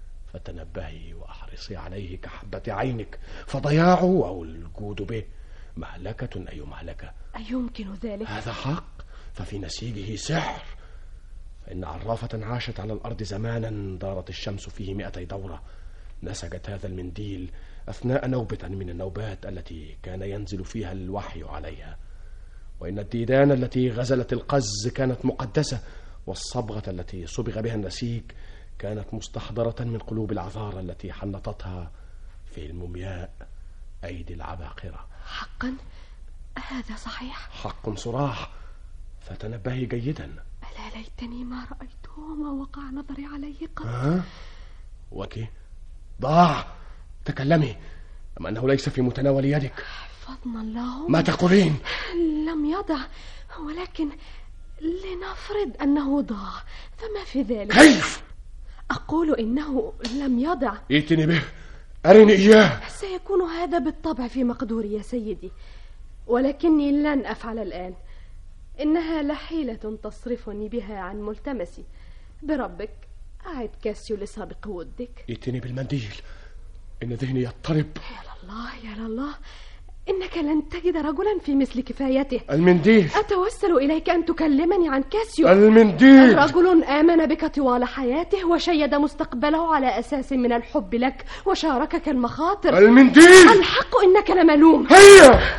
فتنبهي وأحرصي عليه كحبة عينك، فضياعه أو الجود به مهلكة أي مهلكة؟ أيمكن ذلك؟ هذا حق، ففي نسيجه سحر. فإن عرافة عاشت على الأرض زمانا دارت الشمس فيه مئتي دورة، نسجت هذا المنديل أثناء نوبة من النوبات التي كان ينزل فيها الوحي عليها. وإن الديدان التي غزلت القز كانت مقدسة، والصبغة التي صبغ بها النسيج كانت مستحضرة من قلوب العذارى التي حنطتها في المومياء أيدي العباقرة. حقا هذا صحيح؟ حق صراح، فتنبهي جيدا. ألا ليتني ما رأيته وما وقع نظري عليه قط. ها؟ وكي ضاع. تكلمي، أم أنه ليس في متناول يدك؟ فضلا له. ما تقولين؟ لم يضع، ولكن لنفرض أنه ضاع، فما في ذلك؟ كيف؟ أقول إنه لم يضع. ائتني به، أرني إياه. سيكون هذا بالطبع في مقدوري يا سيدي، ولكني لن أفعل الآن. إنها لحيلة تصرفني بها عن ملتمسي. بربك أعد كاسيو لسابق ودك. ائتني بالمنديل، إن ذهني يضطرب. يا لله يا لله، إنك لن تجد رجلا في مثل كفايته. المنديل. أتوسل إليك أن تكلمني عن كاسيو. المنديل. رجل آمن بك طوال حياته وشيد مستقبله على أساس من الحب لك وشاركك المخاطر. المنديل. الحق إنك لملوم. هيا.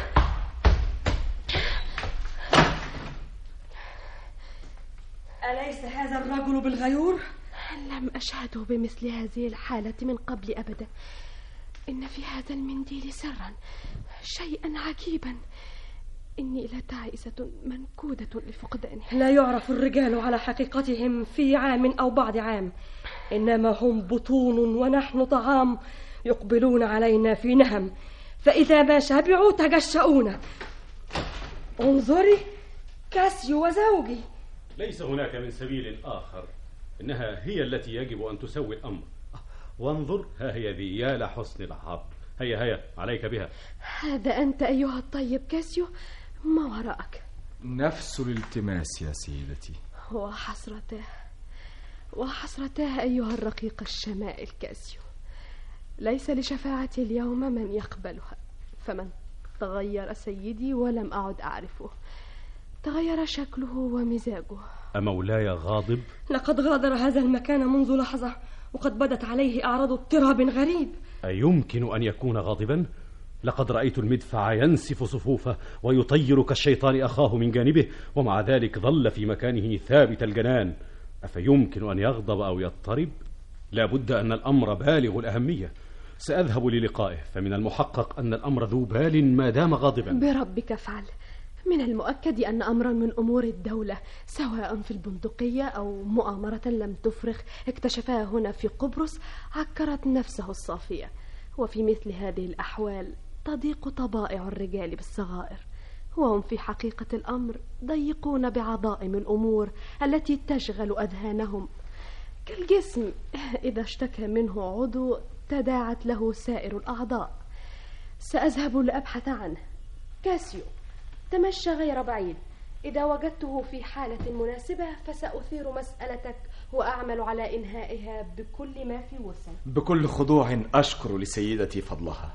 أليس هذا الرجل بالغيور؟ لم أشهده بمثل هذه الحالة من قبل أبدا. إن في هذا المنديل سرا شيئا عجيبا. إني لتعيسة منكودة لفقدانه. لا يعرف الرجال على حقيقتهم في عام أو بعد عام، إنما هم بطون ونحن طعام، يقبلون علينا في نهم، فإذا ما شبعوا تجشؤون. انظري، كاسيو وزوجي. ليس هناك من سبيل آخر، إنها هي التي يجب أن تسوي الأمر. وانظر، ها هي ذي، يا لحسن العرض. هيا هيا عليك بها. هذا أنت أيها الطيب كاسيو، ما وراءك؟ نفس الالتماس يا سيدتي. وحسرته وحسرته أيها الرقيق الشمائل كاسيو. ليس لشفاعتي اليوم من يقبلها، فمن تغير سيدي ولم أعد أعرفه. تغير شكله ومزاجه. أمولاي غاضب؟ لقد غادر هذا المكان منذ لحظة، وقد بدت عليه أعراض اضطراب غريب. أيمكن أن يكون غاضبا؟ لقد رأيت المدفع ينسف صفوفه ويطير كالشيطان أخاه من جانبه، ومع ذلك ظل في مكانه ثابت الجنان. أفيمكن أن يغضب أو يضطرب؟ لا بد أن الأمر بالغ الأهمية. سأذهب للقائه، فمن المحقق أن الأمر ذو بال ما دام غاضبا. بربك افعل. من المؤكد أن أمرا من أمور الدولة، سواء في البندقية أو مؤامرة لم تفرخ اكتشفها هنا في قبرص، عكرت نفسه الصافية. وفي مثل هذه الأحوال تضيق طبائع الرجال بالصغائر، وهم في حقيقة الأمر ضيقون بعظائم الأمور التي تشغل أذهانهم، كالجسم إذا اشتكى منه عضو تداعت له سائر الأعضاء. سأذهب لأبحث عنه. كاسيو، تمشى غير بعيد. إذا وجدته في حالة مناسبة فسأثير مسألتك وأعمل على إنهائها بكل ما في وسع. بكل خضوع أشكر لسيدتي فضلها.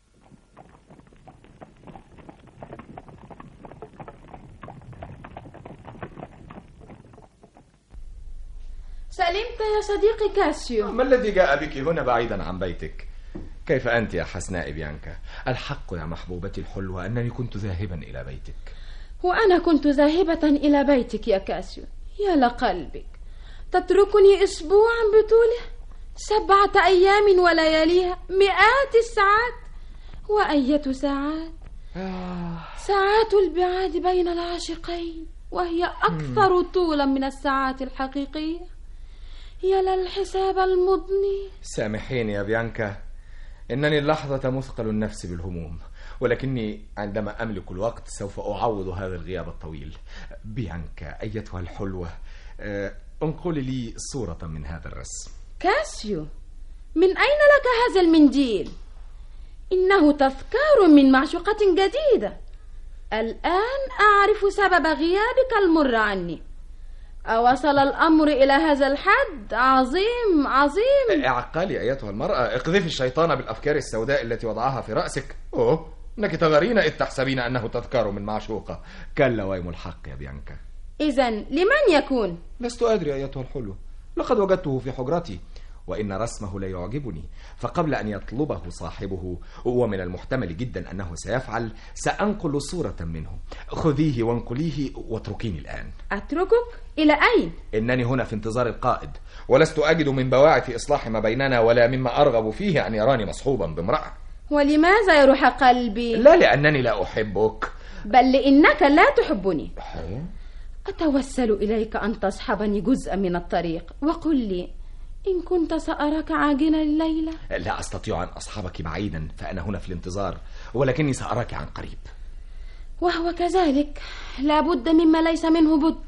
سلمت يا صديقي كاسيو. ما الذي جاء بك هنا بعيدا عن بيتك؟ كيف أنت يا حسناء بيانكا؟ الحق يا محبوبتي الحلوة أنني كنت ذاهبا إلى بيتك. وأنا كنت ذاهبة إلى بيتك يا كاسيو. يا لقلبك، تتركني أسبوعا بطوله، سبعة أيام ولياليها، مئات الساعات. وأية ساعات؟ ساعات البعاد بين العاشقين، وهي أكثر طولا من الساعات الحقيقية. يا للحساب المضني. سامحيني يا بيانكا، إنني اللحظة مثقل النفس بالهموم، ولكني عندما أملك الوقت سوف أعوض هذا الغياب الطويل. بيانكا أيتها الحلوة، انقلي لي صورة من هذا الرسم. كاسيو، من أين لك هذا المنديل؟ إنه تذكار من معشوقة جديدة. الآن أعرف سبب غيابك المر عني. أوصل الأمر إلى هذا الحد؟ عظيم عظيم. اعقلي أيتها المرأة، اقذفي الشيطان بالأفكار السوداء التي وضعها في رأسك. أوه، إنك تغارين إذ تحسبين أنه تذكار من معشوقة. كلا ويم الحق يا بيانكا. إذن لمن يكون؟ لست أدري أيتها الحلو، لقد وجدته في حجرتي، وإن رسمه لا يعجبني، فقبل أن يطلبه صاحبه ومن المحتمل جدا أنه سيفعل، سأنقل صورة منه. خذيه وانقليه واتركيني الآن. أتركك؟ إلى أين؟ إنني هنا في انتظار القائد، ولست أجد من بواعث إصلاح ما بيننا ولا مما أرغب فيه أن يراني مصحوبا بامرأة. ولماذا يروح قلبي؟ لا لأنني لا أحبك، بل لأنك لا تحبني. أتوسل إليك أن تصحبني جزءا من الطريق، وقل لي إن كنت سأراك عاجلا الليلة. لا أستطيع أن أصحبك بعيدا، فأنا هنا في الانتظار، ولكني سأراك عن قريب. وهو كذلك، لا بد مما ليس منه بد.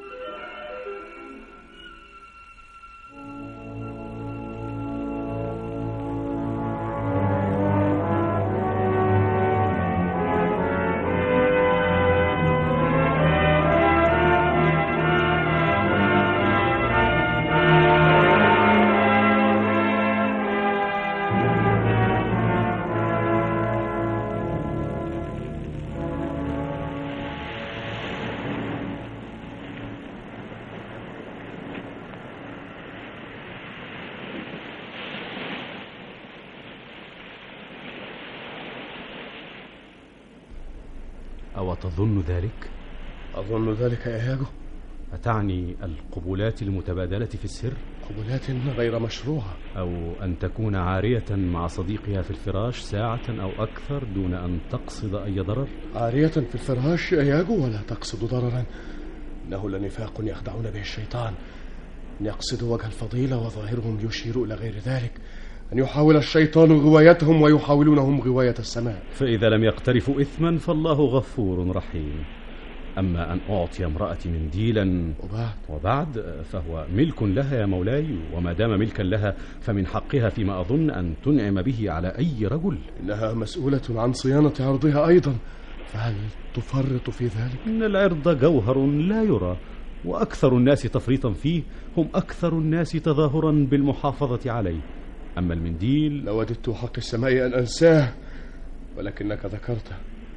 أو تظن ذلك؟ أظن ذلك يا إياغو. أتعني القبلات المتبادلة في السر؟ قبلات غير مشروعة. أو أن تكون عارية مع صديقها في الفراش ساعة أو أكثر دون أن تقصد أي ضرر؟ عارية في الفراش يا إياغو ولا تقصد ضررا. إنه لنفاق يخدعون به الشيطان، أن يقصدوا وجه الفضيلة وظاهرهم يشير إلى غير ذلك، أن يحاول الشيطان غوايتهم ويحاولونهم غواية السماء. فإذا لم يقترفوا إثما فالله غفور رحيم. أما أن أعطي امرأتي منديلا وبعد, وبعد فهو ملك لها يا مولاي، وما دام ملكا لها فمن حقها فيما أظن أن تنعم به على أي رجل. إنها مسؤولة عن صيانة عرضها أيضا، فهل تفرط في ذلك؟ إن العرض جوهر لا يرى، وأكثر الناس تفريطا فيه هم أكثر الناس تظاهرا بالمحافظة عليه. أما المنديل لوددت حق السماء أن أنساه، ولكنك ذكرته.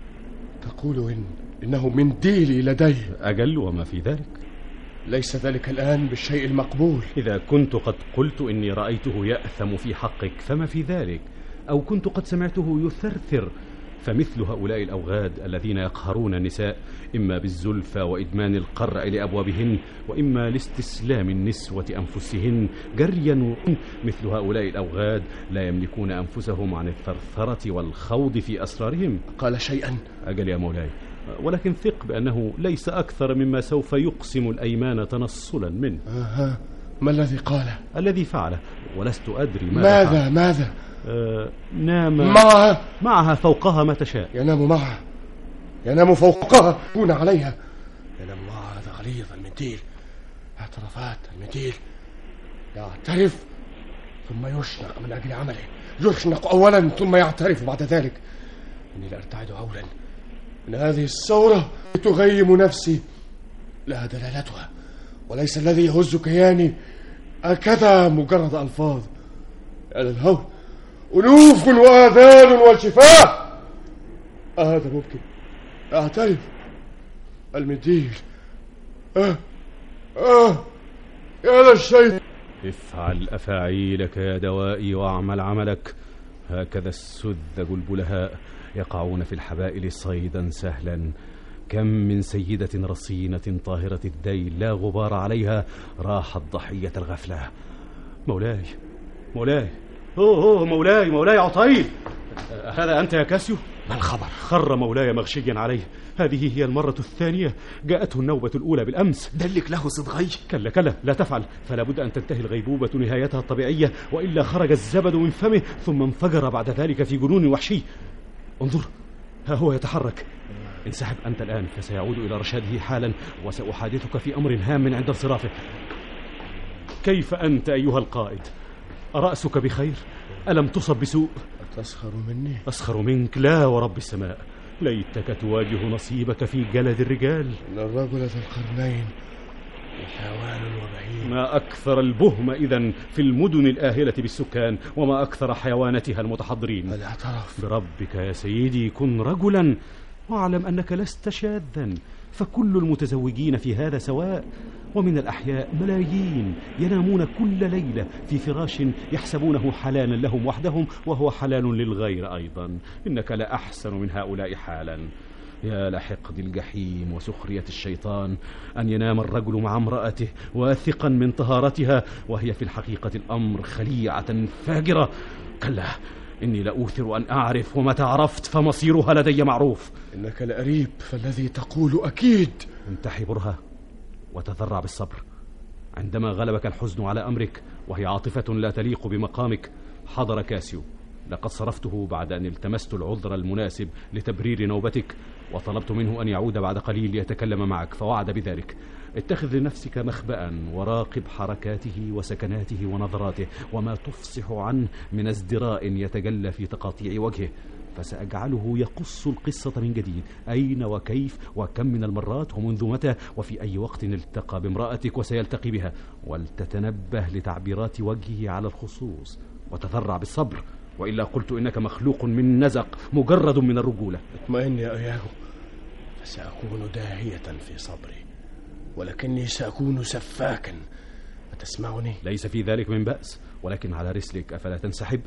تقول إن إنه منديلي لدي. أجل وما في ذلك. ليس ذلك الآن بالشيء المقبول. إذا كنت قد قلت إني رأيته يأثم في حقك فما في ذلك، أو كنت قد سمعته يثرثر، فمثل هؤلاء الأوغاد الذين يقهرون النساء إما بالزلفى وإدمان القرع لأبوابهن، وإما لاستسلام النسوة أنفسهن جريا، مثل هؤلاء الأوغاد لا يملكون أنفسهم عن الثرثرة والخوض في أسرارهم. قال شيئا؟ أجل يا مولاي، ولكن ثق بأنه ليس أكثر مما سوف يقسم الأيمان تنصلا منه. آه. ما الذي قاله؟ الذي فعله، ولست أدري ماذا ماذا فعل. ماذا آه نام معها معها فوقها ما تشاء. ينام معها، ينام فوقها، يكون عليها، ينام معها. هذا غليظ المنديل، اعترافات المنديل، يعترف ثم يشنق من أجل عمله، يشنق أولا ثم يعترف بعد ذلك. إني لأرتعد هولا من هذه الثورة تغيم نفسي، لها دلالتها وليس الذي يهز كياني هكذا مجرد ألفاظ. على الهول ألوف وآذان والشفاء. هذا ممكن أعترف. المنديل آه آه يا للشيء. افعل أفاعيلك يا دوائي واعمل عملك. هكذا السذج البلهاء يقعون في الحبائل صيدا سهلا. كم من سيدة رصينة طاهرة الذيل لا غبار عليها راحت ضحية الغفلة. مولاي مولاي أوه, أوه مولاي مولاي عطيل، هذا أنت يا كاسيو؟ ما الخبر؟ خر مولاي مغشيا عليه. هذه هي المرة الثانية، جاءته النوبة الأولى بالأمس. دلك له صدغي. كلا كلا لا تفعل، فلا بد أن تنتهي الغيبوبة نهايتها الطبيعية، وإلا خرج الزبد من فمه ثم انفجر بعد ذلك في جنون وحشي. انظر، ها هو يتحرك. انسحب أنت الآن فسيعود إلى رشاده حالا، وسأحادثك في أمر هام عند انصرافه. كيف أنت أيها القائد؟ أرأسك بخير؟ ألم تصب بسوء؟ أتسخر مني؟ أسخر منك؟ لا ورب السماء، ليتك تواجه نصيبك في جلد الرجال. إن الرجل ذا القرنين حيوان وبهيم. ما أكثر البهم إذن في المدن الآهلة بالسكان، وما أكثر حيواناتها المتحضرين. الاعتراف بربك يا سيدي كن رجلا، واعلم أنك لست شاذا، فكل المتزوجين في هذا سواء، ومن الأحياء ملايين ينامون كل ليلة في فراش يحسبونه حلالا لهم وحدهم وهو حلال للغير أيضا. إنك لأحسن من هؤلاء حالا. يا لحقد الجحيم وسخرية الشيطان أن ينام الرجل مع امرأته واثقا من طهارتها وهي في الحقيقة الأمر خليعة فاجرة. كلا، إني لأوثر أن أعرف، ومتى عرفت فمصيرها لدي معروف. إنك لأريب، فالذي تقول أكيد. انتحي برها وتذرع بالصبر. عندما غلبك الحزن على أمرك وهي عاطفة لا تليق بمقامك، حضر كاسيو. لقد صرفته بعد أن التمست العذر المناسب لتبرير نوبتك، وطلبت منه أن يعود بعد قليل ليتكلم معك، فوعد بذلك. اتخذ لنفسك مخبأ وراقب حركاته وسكناته ونظراته، وما تفصح عنه من ازدراء يتجلى في تقاطيع وجهه، فسأجعله يقص القصة من جديد، أين وكيف وكم من المرات ومنذ متى وفي أي وقت التقى بامرأتك وسيلتقي بها. ولتتنبه لتعبيرات وجهه على الخصوص، وتذرع بالصبر، وإلا قلت إنك مخلوق من نزق مجرد من الرجولة. اطمئن يا إياهو، فسأكون داهية في صبري، ولكني سأكون سفاكا. أتسمعني؟ ليس في ذلك من بأس، ولكن على رسلك، أفلا تنسحب؟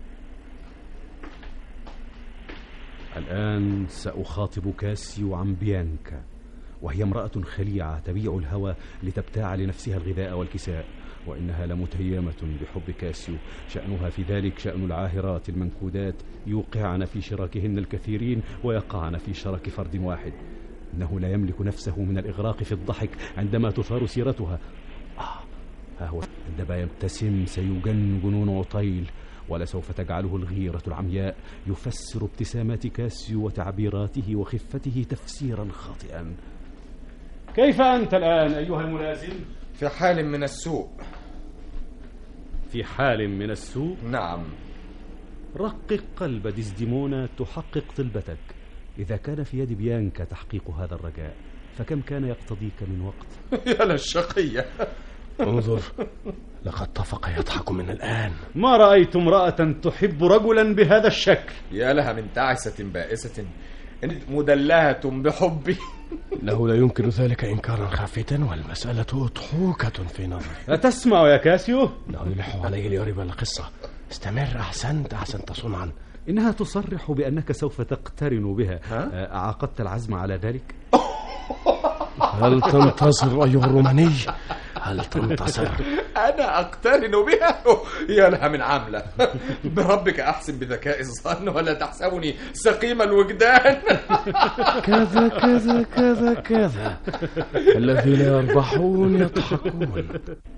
الآن سأخاطب كاسيو عن بيانكا، وهي امرأة خليعة تبيع الهوى لتبتاع لنفسها الغذاء والكساء، وإنها لمتيمة بحب كاسيو. شأنها في ذلك شأن العاهرات المنكودات، يوقعن في شراكهن الكثيرين ويقعن في شرك فرد واحد. إنه لا يملك نفسه من الإغراق في الضحك عندما تثار سيرتها. آه ها هو عندما يبتسم سيجن جنون عطيل، ولسوف تجعله الغيرة العمياء يفسر ابتسامات كاسيو وتعبيراته وخفته تفسيرا خاطئا. كيف أنت الآن أيها الملازم؟ في حال من السوء. في حال من السوء؟ نعم. رقق قلب ديزديمونا تحقق طلبتك. إذا كان في يد بيانكا تحقيق هذا الرجاء، فكم كان يقتضيك من وقت؟ يا للشقية. انظر، لقد طفق يضحك من الآن. ما رأيت امرأة تحب رجلا بهذا الشكل. يا لها من تعسة بائسة مدلهة بحبي. له لا يمكن ذلك إنكارا خافتا، والمسألة أضحوكة في نظري. أتسمع يا كاسيو؟ لا يلح علي ليريب القصة. استمر، أحسنت أحسنت صنعا. إنها تصرح بأنك سوف تقترن بها. أعقدت العزم على ذلك؟ هل تنتصر أيها الروماني؟ هل تنتصر؟ أنا أقترن بها؟ يا لها من عاملة. بربك أحسن بذكاء الظن، ولا تحسبني سقيم الوجدان. كذا كذا كذا كذا، الذين يربحون يضحكون.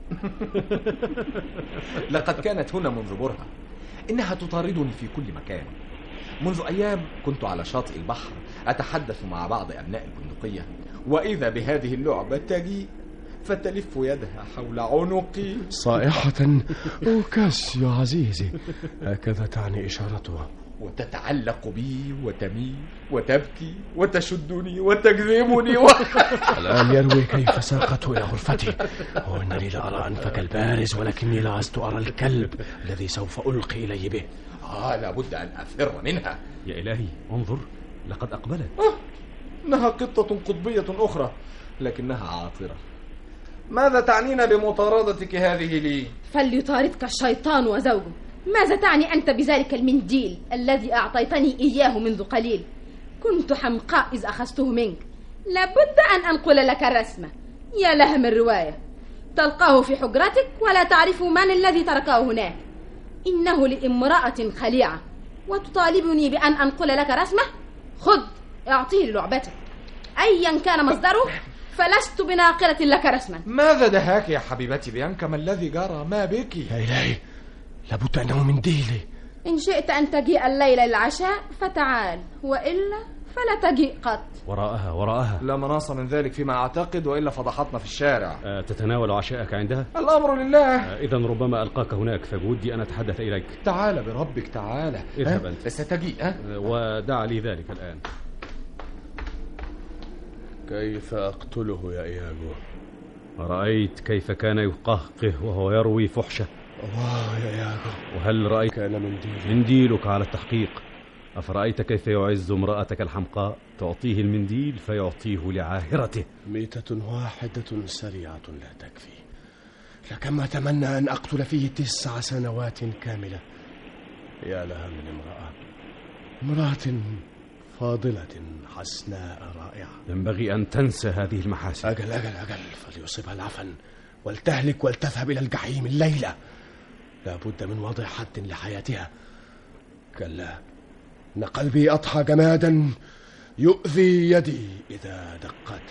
لقد كانت هنا منذ برهة. إنها تطاردني في كل مكان. منذ أيام كنت على شاطئ البحر أتحدث مع بعض أبناء البندقية، وإذا بهذه اللعبة تجي فتلف يدها حول عنقي صائحة. أو كاسيو عزيزي، هكذا تعني إشارتها. وتتعلق بي وتميل وتبكي وتشدني وتجذبني و... الآن يروي كيف ساقته إلى غرفتي. وإنني لأرى أنفك البارز، ولكني لست أرى الكلب الذي سوف ألقي إلي به. آه لابد أن أفر منها. يا إلهي انظر، لقد أقبلت. آه. إنها قطة قطبية أخرى، لكنها عاطرة. ماذا تعنين بمطاردتك هذه لي؟ فليطاردك الشيطان وزوجه. ماذا تعني أنت بذلك المنديل الذي أعطيتني إياه منذ قليل؟ كنت حمقاء إذ أخذته منك. لابد أن أنقل لك الرسمة. يا لها من رواية، تلقاه في حجرتك ولا تعرف من الذي تركه هناك. إنه لامرأة خليعة، وتطالبني بأن أنقل لك رسمة؟ خذ اعطيه لعبتك أيا كان مصدره، فلست بناقلة لك رسما. ماذا دهاك يا حبيبتي بيانكا؟ ما الذي جرى؟ ما بك؟ يا إلهي، لابد أنه منديلي. إن شئت أن تجيء الليلة للعشاء فتعال، وإلا فلا تجيء قط. وراءها وراءها. لا مناص من ذلك فيما أعتقد، وإلا فضحتنا في الشارع. أه تتناول عشاءك عندها؟ الأمر لله. أه إذا ربما ألقاك هناك، فبودي أن أتحدث إليك. تعال بربك تعال. اذهب أنت. ستجيء. أه ودع لي ذلك الآن. كيف أقتله يا إياغو؟ رأيت كيف كان يقهقه وهو يروي فحشة؟ الله يا ياغو. وهل رأيت كان منديل منديلك على التحقيق؟ أفرأيت كيف يعز امرأتك الحمقاء؟ تعطيه المنديل فيعطيه لعاهرته. ميتة واحدة سريعة لا تكفي، لكما أتمنى أن أقتل فيه تسع سنوات كاملة. يا لها من امرأة، امرأة فاضلة حسناء رائعة. ينبغي أن تنسى هذه المحاسن. أجل أجل أجل، فليصيبها العفن ولتهلك ولتذهب إلى الجحيم الليلة. لا بد من وضع حد لحياتها. كلا، إن قلبي أضحى جمادا يؤذي يدي إذا دقت.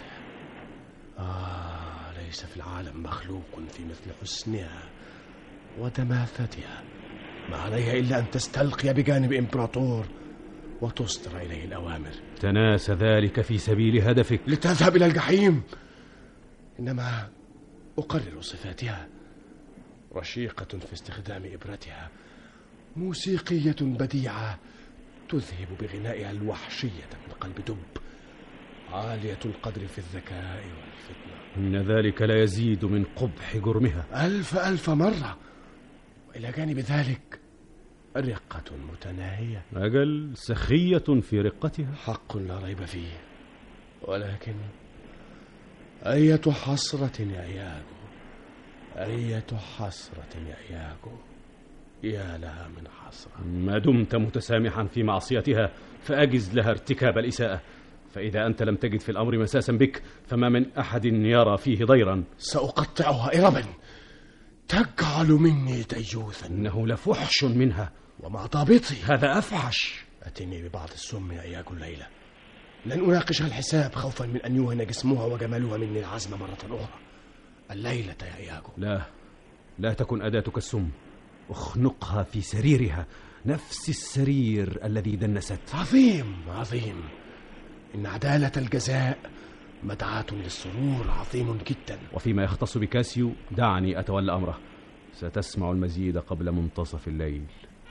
آه، ليس في العالم مخلوق في مثل حسنها ودماثتها. ما عليها إلا أن تستلقي بجانب إمبراطور وتصدر إليه الأوامر. تناسى ذلك في سبيل هدفك، لتذهب إلى الجحيم. إنما أقرر صفاتها: رشيقة في استخدام إبرتها، موسيقية بديعة تذهب بغنائها الوحشية من قلب دب، عالية القدر في الذكاء والفتنة. إن ذلك لا يزيد من قبح جرمها ألف ألف مرة. وإلى جانب ذلك رقة متناهية. أجل، سخية في رقتها. حق لا ريب فيه. ولكن أية حسرة يا إياغو، أية حسرة يا إياغو، يا لها من حسرة. ما دمت متسامحا في معصيتها فأجز لها ارتكاب الإساءة، فإذا أنت لم تجد في الأمر مساسا بك فما من أحد يرى فيه ضيرا. سأقطعها إربا، تجعل مني ديوثا. إنه لفحش منها ومع ضابطي. هذا أفحش. أتني ببعض السم يا إياغو الليلة. لن أناقشها الحساب خوفا من أن يوهن جسمها وجمالها مني العزم مرة أخرى. الليلة يا إياغو. لا، لا تكن أداتك السم. اخنقها في سريرها، نفس السرير الذي دنست. عظيم عظيم. إن عدالة الجزاء مدعاة للسرور عظيم جدا. وفيما يختص بكاسيو دعني أتولى أمره. ستسمع المزيد قبل منتصف الليل.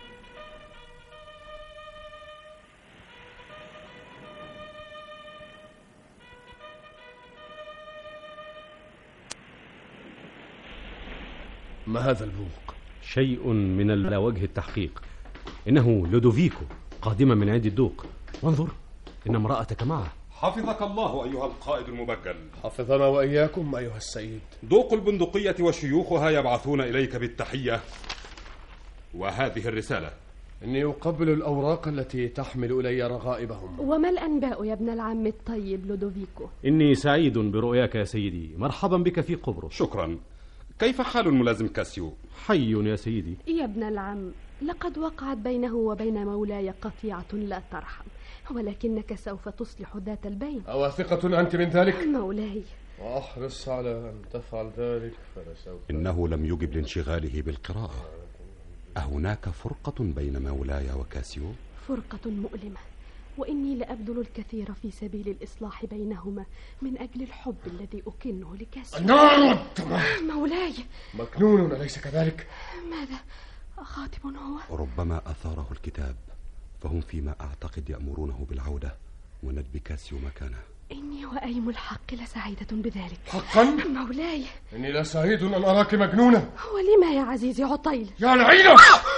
ما هذا البوق؟ شيء من على وجه التحقيق. إنه لودوفيكو قادما من عند الدوق. وانظر، إن امرأتك معه. حفظك الله أيها القائد المبجل. حفظنا وإياكم أيها السيد. دوق البندقية وشيوخها يبعثون إليك بالتحية. وهذه الرسالة. إني أقبل الأوراق التي تحمل إلي رغائبهم. وما الأنباء يا ابن العم الطيب لودوفيكو؟ إني سعيد برؤياك يا سيدي. مرحبا بك في قبرص. شكرا. كيف حال الملازم كاسيو؟ حي يا سيدي. يا ابن العم، لقد وقعت بينه وبين مولاي قطيعة لا ترحم، ولكنك سوف تصلح ذات البين. أواثقة أنت من ذلك؟ مولاي، أحرص على أن تفعل ذلك فلسوف. إنه لم يجب لانشغاله بالقراءة. أهناك فرقة بين مولاي وكاسيو؟ فرقة مؤلمة، وإني لأبذل الكثير في سبيل الإصلاح بينهما من أجل الحب الذي أكنه لكاسيو. النار! مولاي، مجنون أليس كذلك؟ ماذا؟ خاطب هو؟ ربما أثاره الكتاب، فهم فيما أعتقد يأمرونه بالعودة وندب كاسيو مكانه. إني وأيم الحق لسعيدة بذلك. حقا؟ مولاي، إني لسعيد أن أراك مجنونة. ولما يا عزيزي عطيل؟ يا العينة!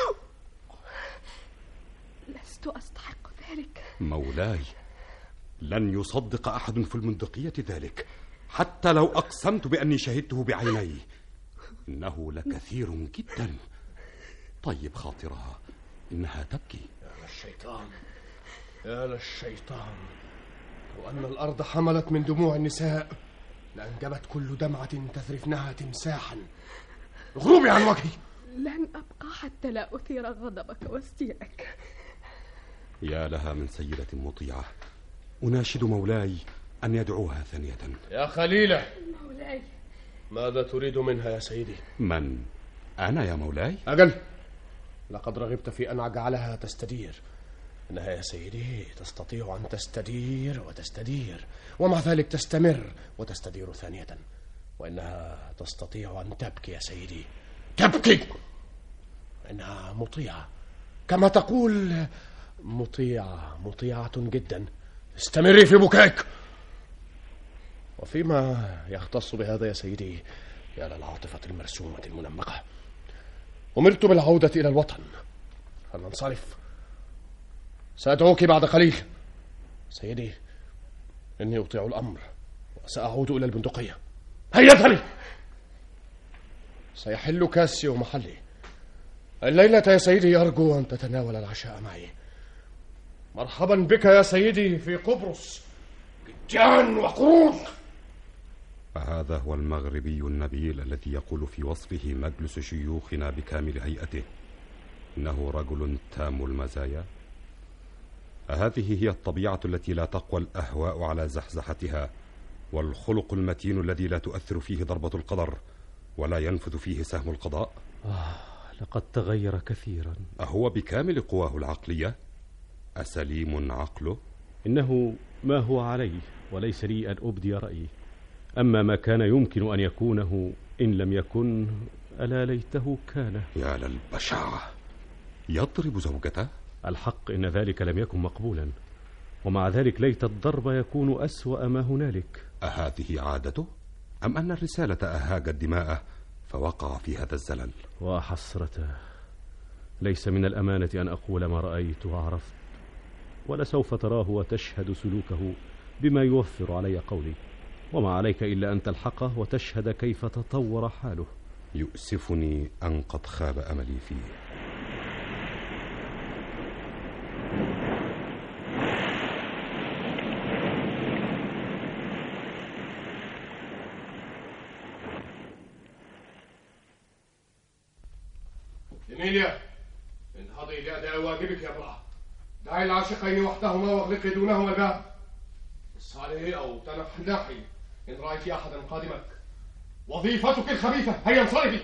لست أستحق ذلك. مولاي، لن يصدق أحد في المندقية ذلك، حتى لو أقسمت بأني شهدته بعيني. إنه لكثير جدا. طيب خاطرها، إنها تبكي. يا للشيطان، يا للشيطان، لو أن الأرض حملت من دموع النساء لأنجبت كل دمعة تذرفنها تمساحا. غروبي عن وجهي. لن أبقى حتى لا أثير غضبك واستيائك. يا لها من سيدة مطيعة. أناشد مولاي أن يدعوها ثانية. يا خليلة. مولاي، ماذا تريد منها يا سيدي؟ من؟ أنا يا مولاي؟ أجل، لقد رغبت في أن أجعلها تستدير. إنها يا سيدي تستطيع أن تستدير وتستدير، ومع ذلك تستمر وتستدير ثانية. وإنها تستطيع أن تبكي يا سيدي، تبكي. إنها مطيعة كما تقول، مطيعة مطيعة جدا. استمري في بكائك. وفيما يختص بهذا يا سيدي، يا للعاطفة المرسومة المنمقة، أمرت بالعودة إلى الوطن. فلننصرف، سأدعوك بعد قليل. سيدي، إني أطيع الأمر وسأعود إلى البندقية. هيا اذهبي، سيحل كاسيو محلي. الليلة يا سيدي أرجو أن تتناول العشاء معي. مرحبا بك يا سيدي في قبرص، جان وقرود. هذا هو المغربي النبيل الذي يقول في وصفه مجلس شيوخنا بكامل هيئته إنه رجل تام المزايا. هذه هي الطبيعة التي لا تقوى الأهواء على زحزحتها، والخلق المتين الذي لا تؤثر فيه ضربة القدر ولا ينفذ فيه سهم القضاء. آه لقد تغير كثيرا. أهو بكامل قواه العقلية؟ أسليم عقله؟ إنه ما هو عليه، وليس لي أن أبدي رأيي. أما ما كان يمكن أن يكونه إن لم يكن، ألا ليته كان. يا للبشاعة، يضرب زوجته؟ الحق إن ذلك لم يكن مقبولا، ومع ذلك ليت الضرب يكون أسوأ ما هنالك. أهذه عادته؟ أم أن الرسالة أهاجت دماءه فوقع في هذا الزلل؟ وحسرته، ليس من الأمانة أن أقول ما رأيت وعرفت، ولسوف تراه وتشهد سلوكه بما يوفر علي قولي، وما عليك إلا أن تلحقه وتشهد كيف تطور حاله. يؤسفني أن قد خاب أملي فيه. إيميليا، انهضي لأداء واجبك يا امرأة. دعي العاشقين وحدهما واغلقي دونهما الباب. بص عليه أو تنحنحي إن رأيت أحدا قادمك. وظيفتك الخبيثة، هيا انصرفي.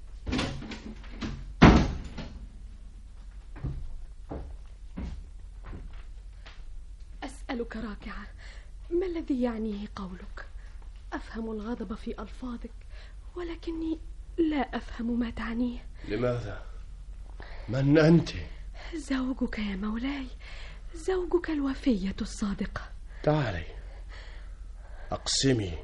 أسألك راكعة، ما الذي يعنيه قولك؟ أفهم الغضب في ألفاظك، ولكني لا أفهم ما تعنيه. لماذا؟ من أنت؟ زوجك يا مولاي، زوجك الوفية الصادقة. تعالي أقسمي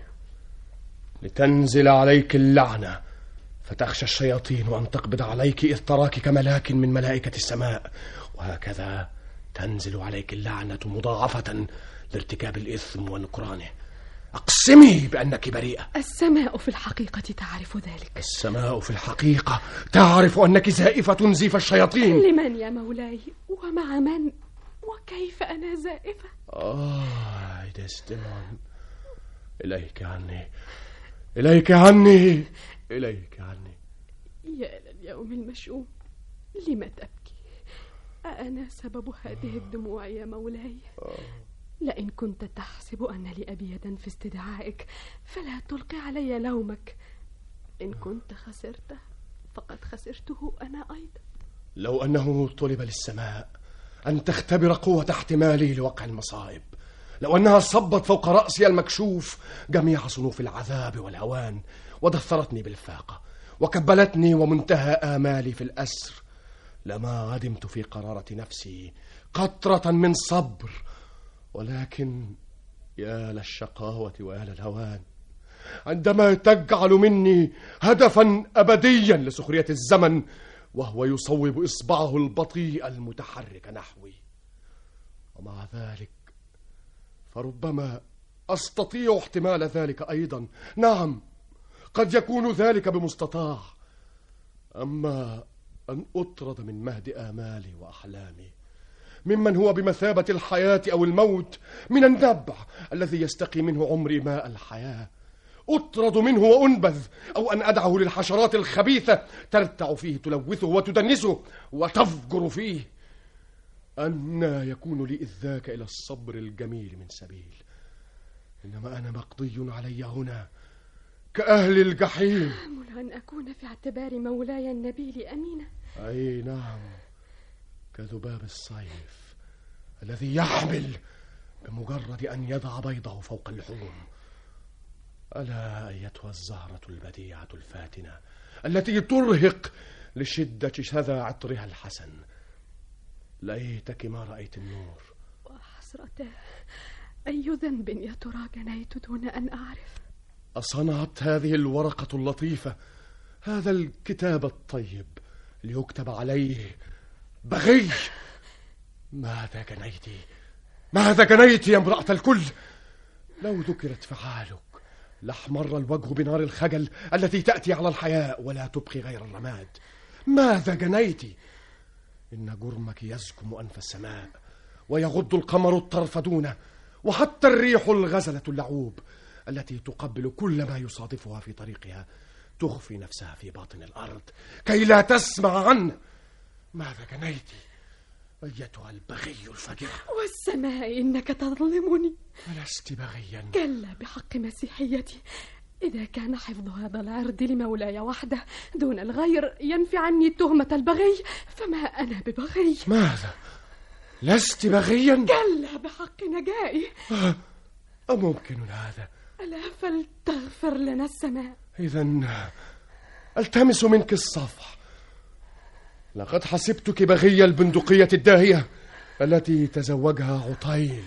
لتنزل عليك اللعنة، فتخشى الشياطين أن تقبض عليك إذ تراك كملاك من ملائكة السماء، وهكذا تنزل عليك اللعنة مضاعفة لارتكاب الإثم ونكرانه. أقسمي بأنك بريئة. السماء في الحقيقة تعرف ذلك. السماء في الحقيقة تعرف أنك زائفة زيف الشياطين. لمن يا مولاي؟ ومع من؟ وكيف أنا زائفة؟ آه ديسديمون، إليك عني، إليك عني، إليك عني. يا لليوم المشؤوم، لم تبكي؟ أأنا سبب هذه الدموع يا مولاي؟ لئن كنت تحسب أن لي أبي يدا في استدعائك فلا تلقي علي لومك. إن كنت خسرته فقد خسرته أنا أيضا. لو أنه طلب للسماء أن تختبر قوة احتمالي لوقع المصائب، لو أنها صبت فوق رأسي المكشوف جميع صنوف العذاب والهوان، ودثرتني بالفاقة وكبلتني ومنتهى آمالي في الأسر، لما عدمت في قرارة نفسي قطرة من صبر. ولكن يا للشقاوة ويا للهوان عندما تجعل مني هدفا أبديا لسخرية الزمن، وهو يصوب إصبعه البطيء المتحرك نحوي. ومع ذلك فربما أستطيع احتمال ذلك أيضا. نعم، قد يكون ذلك بمستطاع. أما أن أطرد من مهد آمالي وأحلامي، ممن هو بمثابة الحياة أو الموت، من النبع الذي يستقي منه عمري ماء الحياة، أطرد منه وأنبذ، أو أن أدعه للحشرات الخبيثة ترتع فيه تلوثه وتدنسه وتفجر فيه، أن يكون لي إذ ذاك إلى الصبر الجميل من سبيل؟ إنما أنا مقضي علي هنا كأهل الجحيم. آمل أن أكون في اعتبار مولاي النبيل أمينة. أي نعم، كذباب الصيف الذي يحمل بمجرد أن يضع بيضه فوق اللحوم. ألا أيتها الزهرة البديعة الفاتنة التي ترهق لشدة شذا عطرها الحسن، ليتك ما رأيت النور. وحسرته أي ذنب يا ترى جنيت دون أن أعرف؟ أصنعت هذه الورقة اللطيفة، هذا الكتاب الطيب، ليكتب عليه بغي؟ ماذا جنيت؟ ماذا جنيت يا امرأة الكل؟ لو ذكرت فعالك لاحمر الوجه بنار الخجل التي تأتي على الحياء ولا تبقي غير الرماد. ماذا جنيت؟ إن جرمك يزكم أنف السماء ويغض القمر الطرف دونه، وحتى الريح الغزلة اللعوب التي تقبل كل ما يصادفها في طريقها تخفي نفسها في باطن الأرض كي لا تسمع عنه. ماذا جنيت أيتها البغي الفجر؟ والسماء إنك تظلمني. ألست بغيا؟ كلا بحق مسيحيتي. إذا كان حفظ هذا العرض لمولاي وحده دون الغير ينفي عني تهمة البغي، فما أنا ببغي. ماذا؟ لست بغيا؟ كلا بحق نجائي. آه. أممكن هذا؟ ألا فلتغفر لنا السماء. إذن ألتمس منك الصفح. لقد حسبتك بغي البندقية الداهية التي تزوجها عطيل.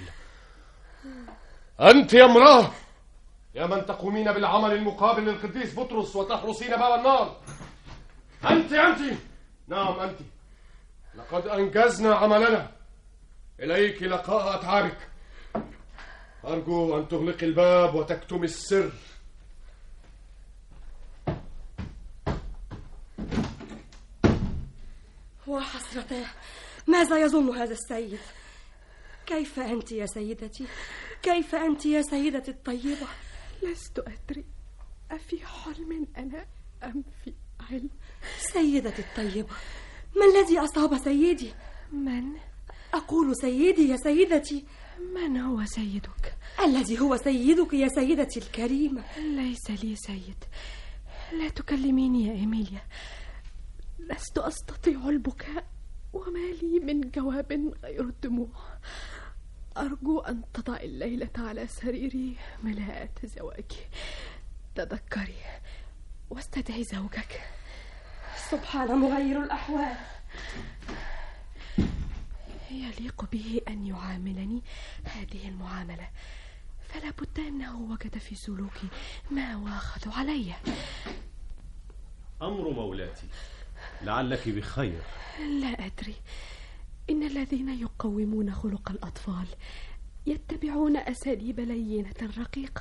أنت يا امرأة، يا من تقومين بالعمل المقابل للقديس بطرس وتحرسين باب النار. أنت أنت نعم أنت، لقد أنجزنا عملنا. إليك لقاء أتعابك. أرجو أن تغلقي الباب وتكتمي السر. وحسرته، ماذا يظن هذا السيد؟ كيف أنت يا سيدتي؟ كيف أنت يا سيدتي الطيبة؟ لست أدري أفي حلم أنا أم في علم. سيدتي الطيبة، ما الذي أصاب سيدي؟ من؟ أقول سيدي يا سيدتي. من هو سيدك؟ الذي هو سيدك يا سيدتي الكريمة. ليس لي سيد. لا تكلميني يا إيميليا، لست أستطيع البكاء وما لي من جواب غير الدموع. أرجو أن تضع الليلة على سريري ملاءة زواجي. تذكري واستدعي زوجك. سبحان مغير الأحوال. يليق به أن يعاملني هذه المعاملة، فلا بد أنه وجد في سلوكي ما واخذ علي. أمر مولاتي، لعلك بخير. لا أدري، إن الذين يقومون خلق الأطفال يتبعون أساليب لينة رقيقة.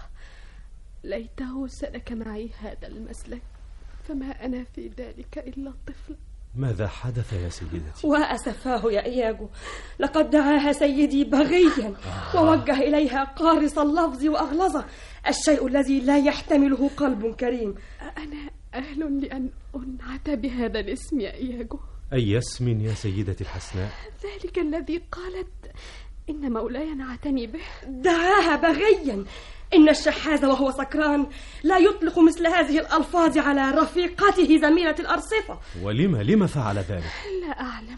ليته سلك معي هذا المسلك، فما أنا في ذلك إلا طفل. ماذا حدث يا سيدتي؟ وأسفاه يا إياجو، لقد دعاها سيدي بغيا ووجه إليها قارص اللفظ وأغلظه، الشيء الذي لا يحتمله قلب كريم. أنا أهل لأن أنعت بهذا الاسم يا إياجو. أي اسم يا سيدتي الحسناء؟ ذلك الذي قالت إن مولاي نعتني به. دعاها بغيا. إن الشحاذ وهو سكران لا يطلق مثل هذه الألفاظ على رفيقته زميلة الأرصفة. ولما لما فعل ذلك؟ لا أعلم،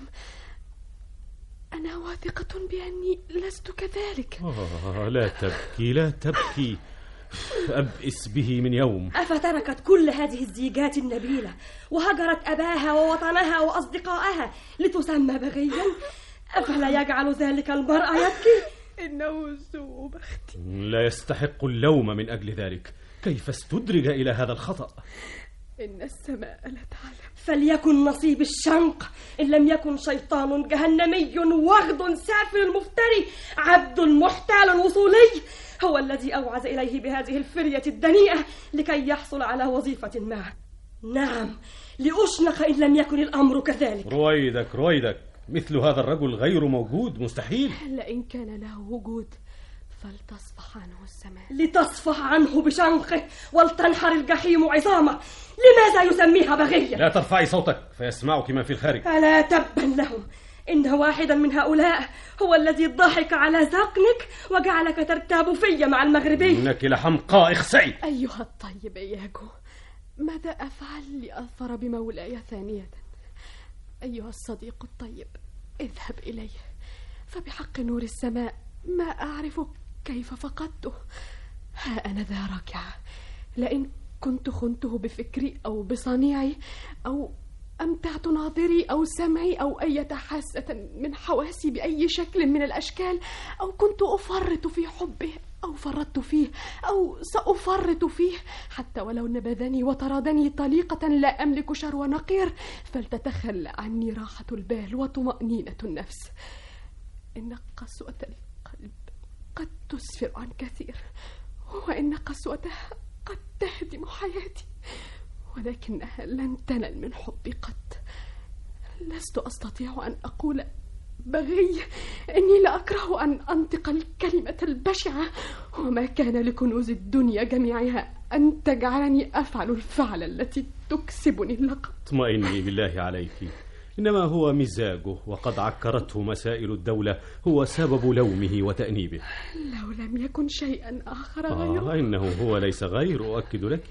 أنا واثقة بأني لست كذلك. آه لا تبكي لا تبكي، أبئس به من يوم. أفتركت كل هذه الزيجات النبيلة وهجرت أباها ووطنها وأصدقائها لتسمى بغيا؟ أفلا يجعل ذلك المرأة يبكي؟ إنه سوء بختي. لا يستحق اللوم من أجل ذلك. كيف استدرج إلى هذا الخطأ؟ إن السماء لا تعلم. فليكن نصيب الشنق إن لم يكن شيطان جهنمي وغد سافل مفتري عبد محتال وصولي هو الذي أوعز إليه بهذه الفرية الدنيئة لكي يحصل على وظيفة ما. نعم، لأشنق إن لم يكن الأمر كذلك. رويدك رويدك، مثل هذا الرجل غير موجود، مستحيل. لئن كان له وجود فلتصفح عنه السماء. لتصفح عنه بشنقه ولتنحر الجحيم عظامه. لماذا يسميها بغية؟ لا ترفعي صوتك فيسمعك من في الخارج. ألا تبا لهم، إن واحدا من هؤلاء هو الذي ضحك على ذقنك وجعلك ترتاب في مع المغربي. إنك لحمقاء، اخسئي. أيها الطيب إياجو، ماذا أفعل لأظفر بمولاي ثانية؟ أيها الصديق الطيب، اذهب إليه، فبحق نور السماء ما أعرف كيف فقدته. ها أنا ذا راكعة، لئن كنت خنته بفكري أو بصنيعي أو أمتعت ناظري أو سمعي أو أي حاسة من حواسي بأي شكل من الأشكال، أو كنت أفرط في حبه أو فرطت فيه أو سأفرط فيه، حتى ولو نبذني وطردني طليقة لا أملك شر نقير، فلتتخلى عني راحة البال وطمأنينة النفس. إن قسوة القلب قد تسفر عن كثير، وإن قسوتها قد تهدم حياتي، ولكنها لن تنل من حبي قط. لست أستطيع أن أقول بغي، إني لأكره أن أنطق الكلمة البشعة، وما كان لكنوز الدنيا جميعها أن تجعلني أفعل الفعل التي تكسبني اللقب. اطمئني بالله عليك، إنما هو مزاجه، وقد عكرته مسائل الدولة، هو سبب لومه وتأنيبه. لو لم يكن شيئا آخر آه غيره. إنه هو ليس غير، أؤكد لك.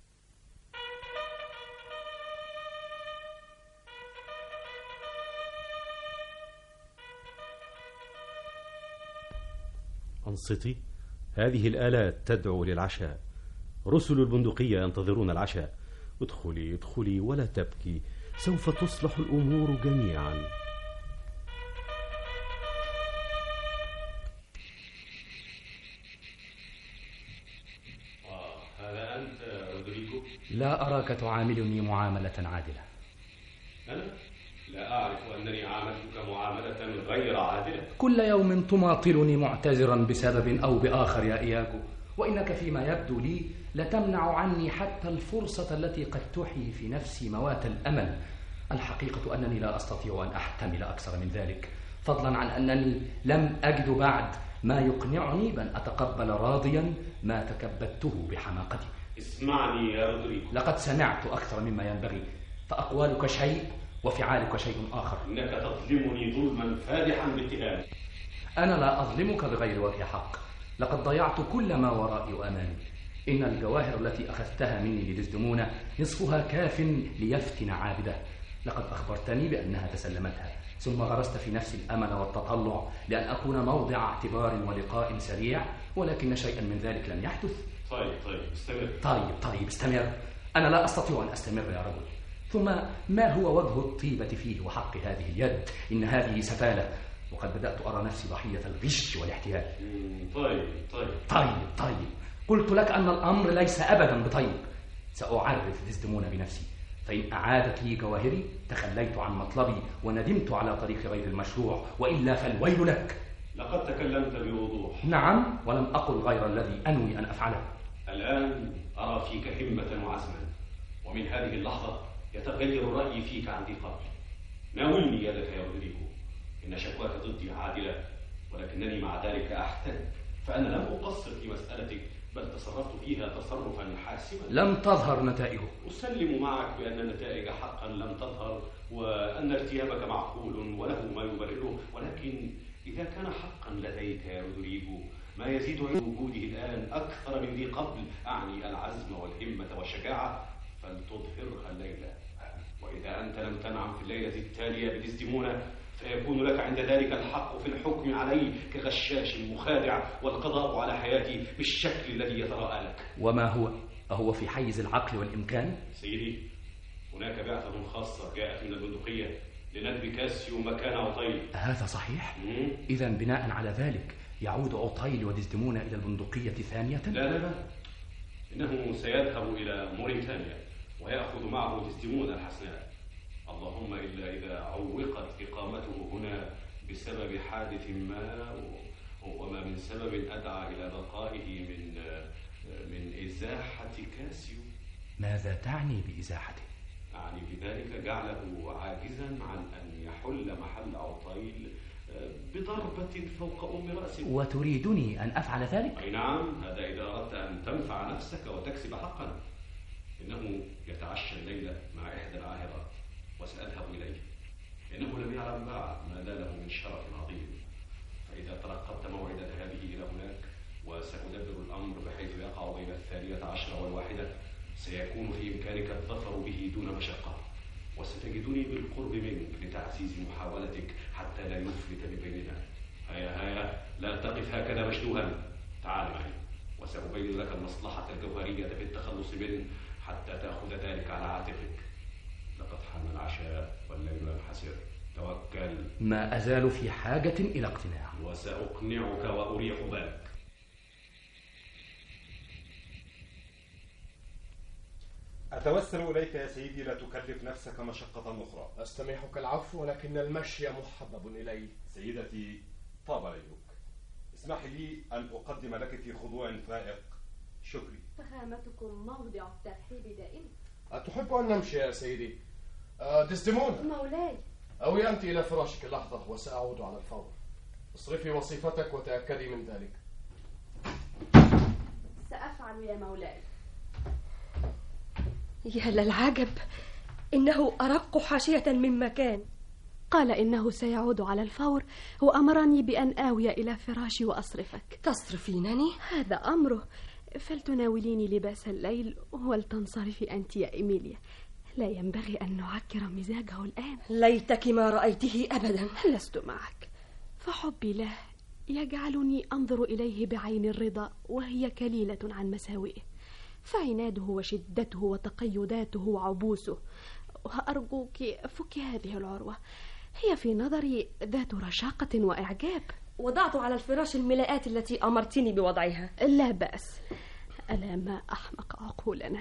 أنصتي، هذه الآلات تدعو للعشاء، رسل البندقية ينتظرون العشاء. ادخلي ادخلي ولا تبكي، سوف تصلح الأمور جميعا. آه هذا أنت رودريغو؟ لا أراك تعاملني معاملة عادلة. أنا لا أعرف أنني عاملتك معاملة غير عادلة. كل يوم تماطلني معتذرا بسبب أو بآخر يا إياغو، وإنك فيما يبدو لي لتمنع عني حتى الفرصة التي قد تحيي في نفسي موات الأمل. الحقيقة أنني لا أستطيع أن أحتمل أكثر من ذلك، فضلا عن أنني لم أجد بعد ما يقنعني بأن أتقبل راضيا ما تكبدته بحماقتي. اسمعني يا رودريغو، لقد سمعت أكثر مما ينبغي، فأقوالك شيء وفعالك شيء آخر. إنك تظلمني ظلما فادحا باتهامي. أنا لا أظلمك بغير وجه حق، لقد ضيعت كل ما ورائي وأمامي. إن الجواهر التي أخذتها مني لدزدمونة نصفها كاف ليفتن عابده. لقد أخبرتني بأنها تسلمتها، ثم غرست في نفسي الأمل والتطلع لأن أكون موضع اعتبار ولقاء سريع، ولكن شيئا من ذلك لم يحدث. طيب طيب استمر. طيب طيب استمر. أنا لا أستطيع أن أستمر يا رجل. ثم ما هو وجه الطيبة فيه وحق هذه اليد؟ إن هذه سفالة، وقد بدأت أرى نفسي ضحية الغش والاحتيال. طيب طيب طيب طيب قلت لك أن الأمر ليس أبدا بطيب. سأعرف دزدمونة بنفسي، فإن أعادت لي جواهري تخليت عن مطلبي وندمت على طريق غير المشروع، وإلا فالويل لك. لقد تكلمت بوضوح. نعم، ولم أقل غير الذي أنوي أن أفعله. الآن أرى فيك همة وعزما، ومن هذه اللحظة يتغير الرأي فيك عن ذي قبل. ناولني يدك يا رودريغو، إن شكواك ضدي عادلة، ولكنني مع ذلك أحترم، فأنا لم أقصر في مسألتك، بل تصرفت فيها تصرفا حاسما. لم تظهر نتائجه. أسلم معك بأن النتائج حقا لم تظهر، وأن ارتيابك معقول وله ما يبرره، ولكن إذا كان حقا لديك يا رودريغو ما يزيد عن وجوده الآن أكثر من ذي قبل، أعني العزم والهمة والشجاعة، فلتظهرها الليلة. وإذا أنت لم تنعم في الليلة التالية بدزدمونة، فيكون لك عند ذلك الحق في الحكم علي كغشاش مخادع، والقضاء على حياتي بالشكل الذي يتراءى لك. وما هو؟ أهو في حيز العقل والإمكان؟ سيدي، هناك بعثة خاصة جاءت من البندقية لندب كاسيو مكان عطيل. هذا صحيح؟ إذا بناء على ذلك يعود عطيل ودزدمونة إلى البندقية ثانية؟ لا لا لا، إنه سيذهب إلى موريتانيا ويأخذ معه دزدمونة الحسناء، اللهم إلا إذا عوقت إقامته هنا بسبب حادث ما، وما من سبب أدعى إلى بقائه من من إزاحة كاسيو. ماذا تعني بإزاحته؟ أعني بذلك جعله عاجزا عن أن يحل محل عطيل بضربة فوق أم رأسه. وتريدني أن أفعل ذلك؟ أي نعم، هذا إذا أردت أن تنفع نفسك وتكسب حقا. إنه يتعشى الليلة مع إحدى العاهرات وسأذهب إليه، إنه لم يعلم بعد ما له من شرف عظيم، فإذا ترقبت موعد ذهابه إلى هناك وسأدبر الأمر بحيث يقع بين الثانية عشرة والواحدة، سيكون في إمكانك الظفر به دون مشقة، وستجدني بالقرب منك لتعزيز محاولتك حتى لا يفلت من بيننا. هيا هيا، لا تقف هكذا مشدوها، تعال معي وسأبين لك المصلحة الجوهرية في التخلص منه حتى تأخذ ذلك على عاتقك. لقد حان العشاء والليل ينحسر. توكل. ما أزال في حاجة إلى اقتناع. وسأقنعك وأريح بالك. أتوسل إليك يا سيدي لا تكلف نفسك مشقة أخرى. أستميحك العفو، ولكن المشي محبب إلي. سيدتي طاب ليلك، اسمحي لي أن أقدم لك في خضوع فائق شكري. فخامتكم موضع الترحيب دائما. أتحب أن نمشي يا سيدي؟ أه ديسديمونا مولاي. أوي أنت إلى فراشك لحظة وسأعود على الفور. اصرفي وصيفتك وتأكدي من ذلك. سأفعل يا مولاي. يا للعجب، إنه أرق حاشية مما كان. قال إنه سيعود على الفور وأمرني بأن آوي إلى فراشي وأصرفك. تصرفينني؟ هذا أمره. فلتناوليني لباس الليل ولتنصرفي أنت يا إيميليا. لا ينبغي أن نعكر مزاجه الآن. ليتك ما رأيته أبدا. لست معك، فحبي له يجعلني أنظر إليه بعين الرضا وهي كليلة عن مساوئه، فعناده وشدته وتقيداته وعبوسه. وأرجوك فك هذه العروة، هي في نظري ذات رشاقة وإعجاب. وضعت على الفراش الملاءات التي أمرتني بوضعها. لا بأس، ألا ما أحمق عقولنا.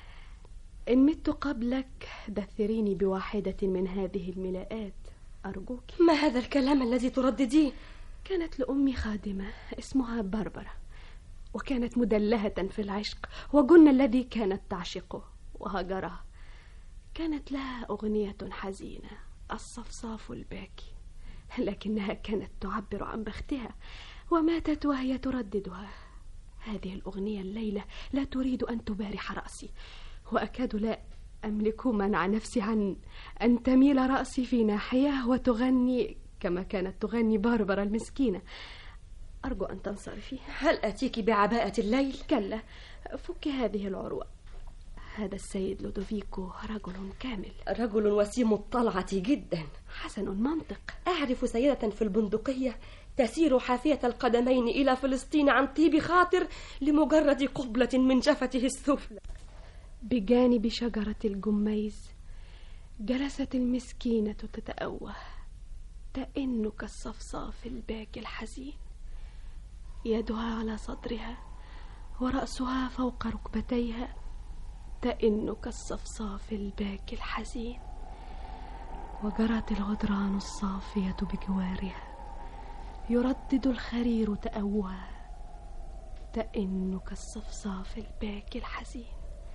إن مت قبلك دثريني بواحدة من هذه الملاءات أرجوك. ما هذا الكلام الذي تردديه؟ كانت لأمي خادمة اسمها باربرا، وكانت مدلهة في العشق، وجن الذي كانت تعشقه وهجرها. كانت لها أغنية حزينة، الصفصاف الباكي، لكنها كانت تعبر عن بختها، وماتت وهي ترددها. هذه الأغنية الليلة لا تريد أن تبارح رأسي، وأكاد لا أملك منع نفسي عن أن تميل رأسي في ناحية وتغني كما كانت تغني باربرا المسكينة. أرجو أن تنصرفي. هل أتيك بعباءة الليل؟ كلا، فك هذه العروة. هذا السيد لودوفيكو رجل كامل، رجل وسيم الطلعة جدا. حسن منطق. أعرف سيدة في البندقية تسير حافية القدمين إلى فلسطين عن طيب خاطر لمجرد قبلة من جفته السفلى. بجانب شجرة الجميز جلست المسكينة تتأوه، تئن كالصفصاف الباكي الحزين، يدها على صدرها ورأسها فوق ركبتيها، تئن كالصفصاف الباكي الحزين. وجرت الغدران الصافية بجوارها، يردد الخرير تأوها، تئن كالصفصاف الباكي الحزين.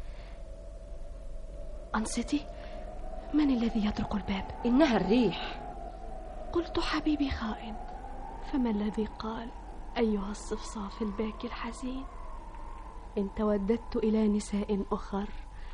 أنصتي، من الذي يطرق الباب؟ إنها الريح. قلت حبيبي خائن، فما الذي قال أيها الصفصاف الباكي الحزين؟ إن توددت إلى نساء أخر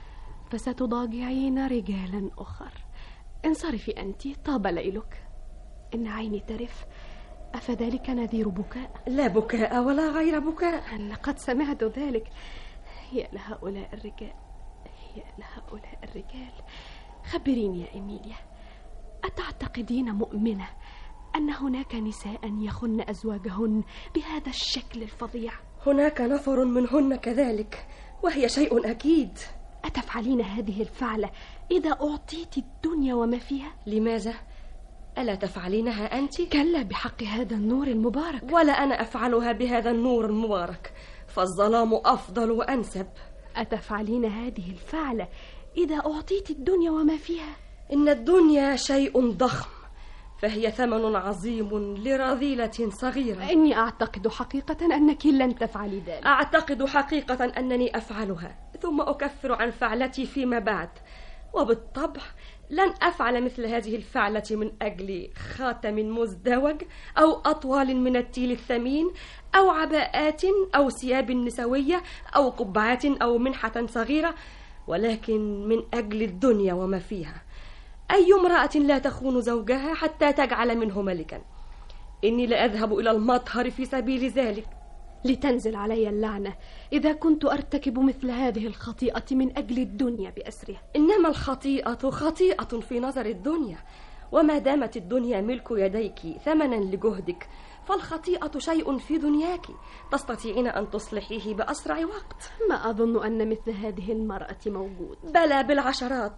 فستضاجعين رجالا أخر. انصرفي أنت، طاب ليلك. إن عيني ترف، أفذلك نذير بكاء؟ لا بكاء ولا غير بكاء. لقد سمعت ذلك. يا لهؤلاء الرجال، يا لهؤلاء الرجال. خبريني يا إيميليا، أتعتقدين مؤمنة أن هناك نساء يخن أزواجهن بهذا الشكل الفظيع؟ هناك نفر منهن كذلك، وهي شيء أكيد. أتفعلين هذه الفعلة إذا أعطيت الدنيا وما فيها؟ لماذا؟ ألا تفعلينها أنت؟ كلا، بحق هذا النور المبارك. ولا أنا أفعلها بهذا النور المبارك، فالظلام أفضل وأنسب. أتفعلين هذه الفعلة إذا أعطيت الدنيا وما فيها؟ إن الدنيا شيء ضخم، فهي ثمن عظيم لرذيلة صغيرة. إني أعتقد حقيقة أنك لن تفعلي ذلك. أعتقد حقيقة أنني أفعلها، ثم أكفر عن فعلتي فيما بعد. وبالطبع لن أفعل مثل هذه الفعلة من أجل خاتم مزدوج أو أطوال من التيل الثمين أو عباءات أو ثياب نسوية أو قبعات أو منحة صغيرة، ولكن من أجل الدنيا وما فيها. أي امرأة لا تخون زوجها حتى تجعل منه ملكا. إني لأذهب إلى المطهر في سبيل ذلك. لتنزل علي اللعنة إذا كنت أرتكب مثل هذه الخطيئة من أجل الدنيا بأسرها. إنما الخطيئة خطيئة في نظر الدنيا، وما دامت الدنيا ملك يديك ثمنا لجهدك، فالخطيئة شيء في دنياك تستطيعين أن تصلحيه بأسرع وقت. ما أظن أن مثل هذه المرأة موجود. بلى بالعشرات.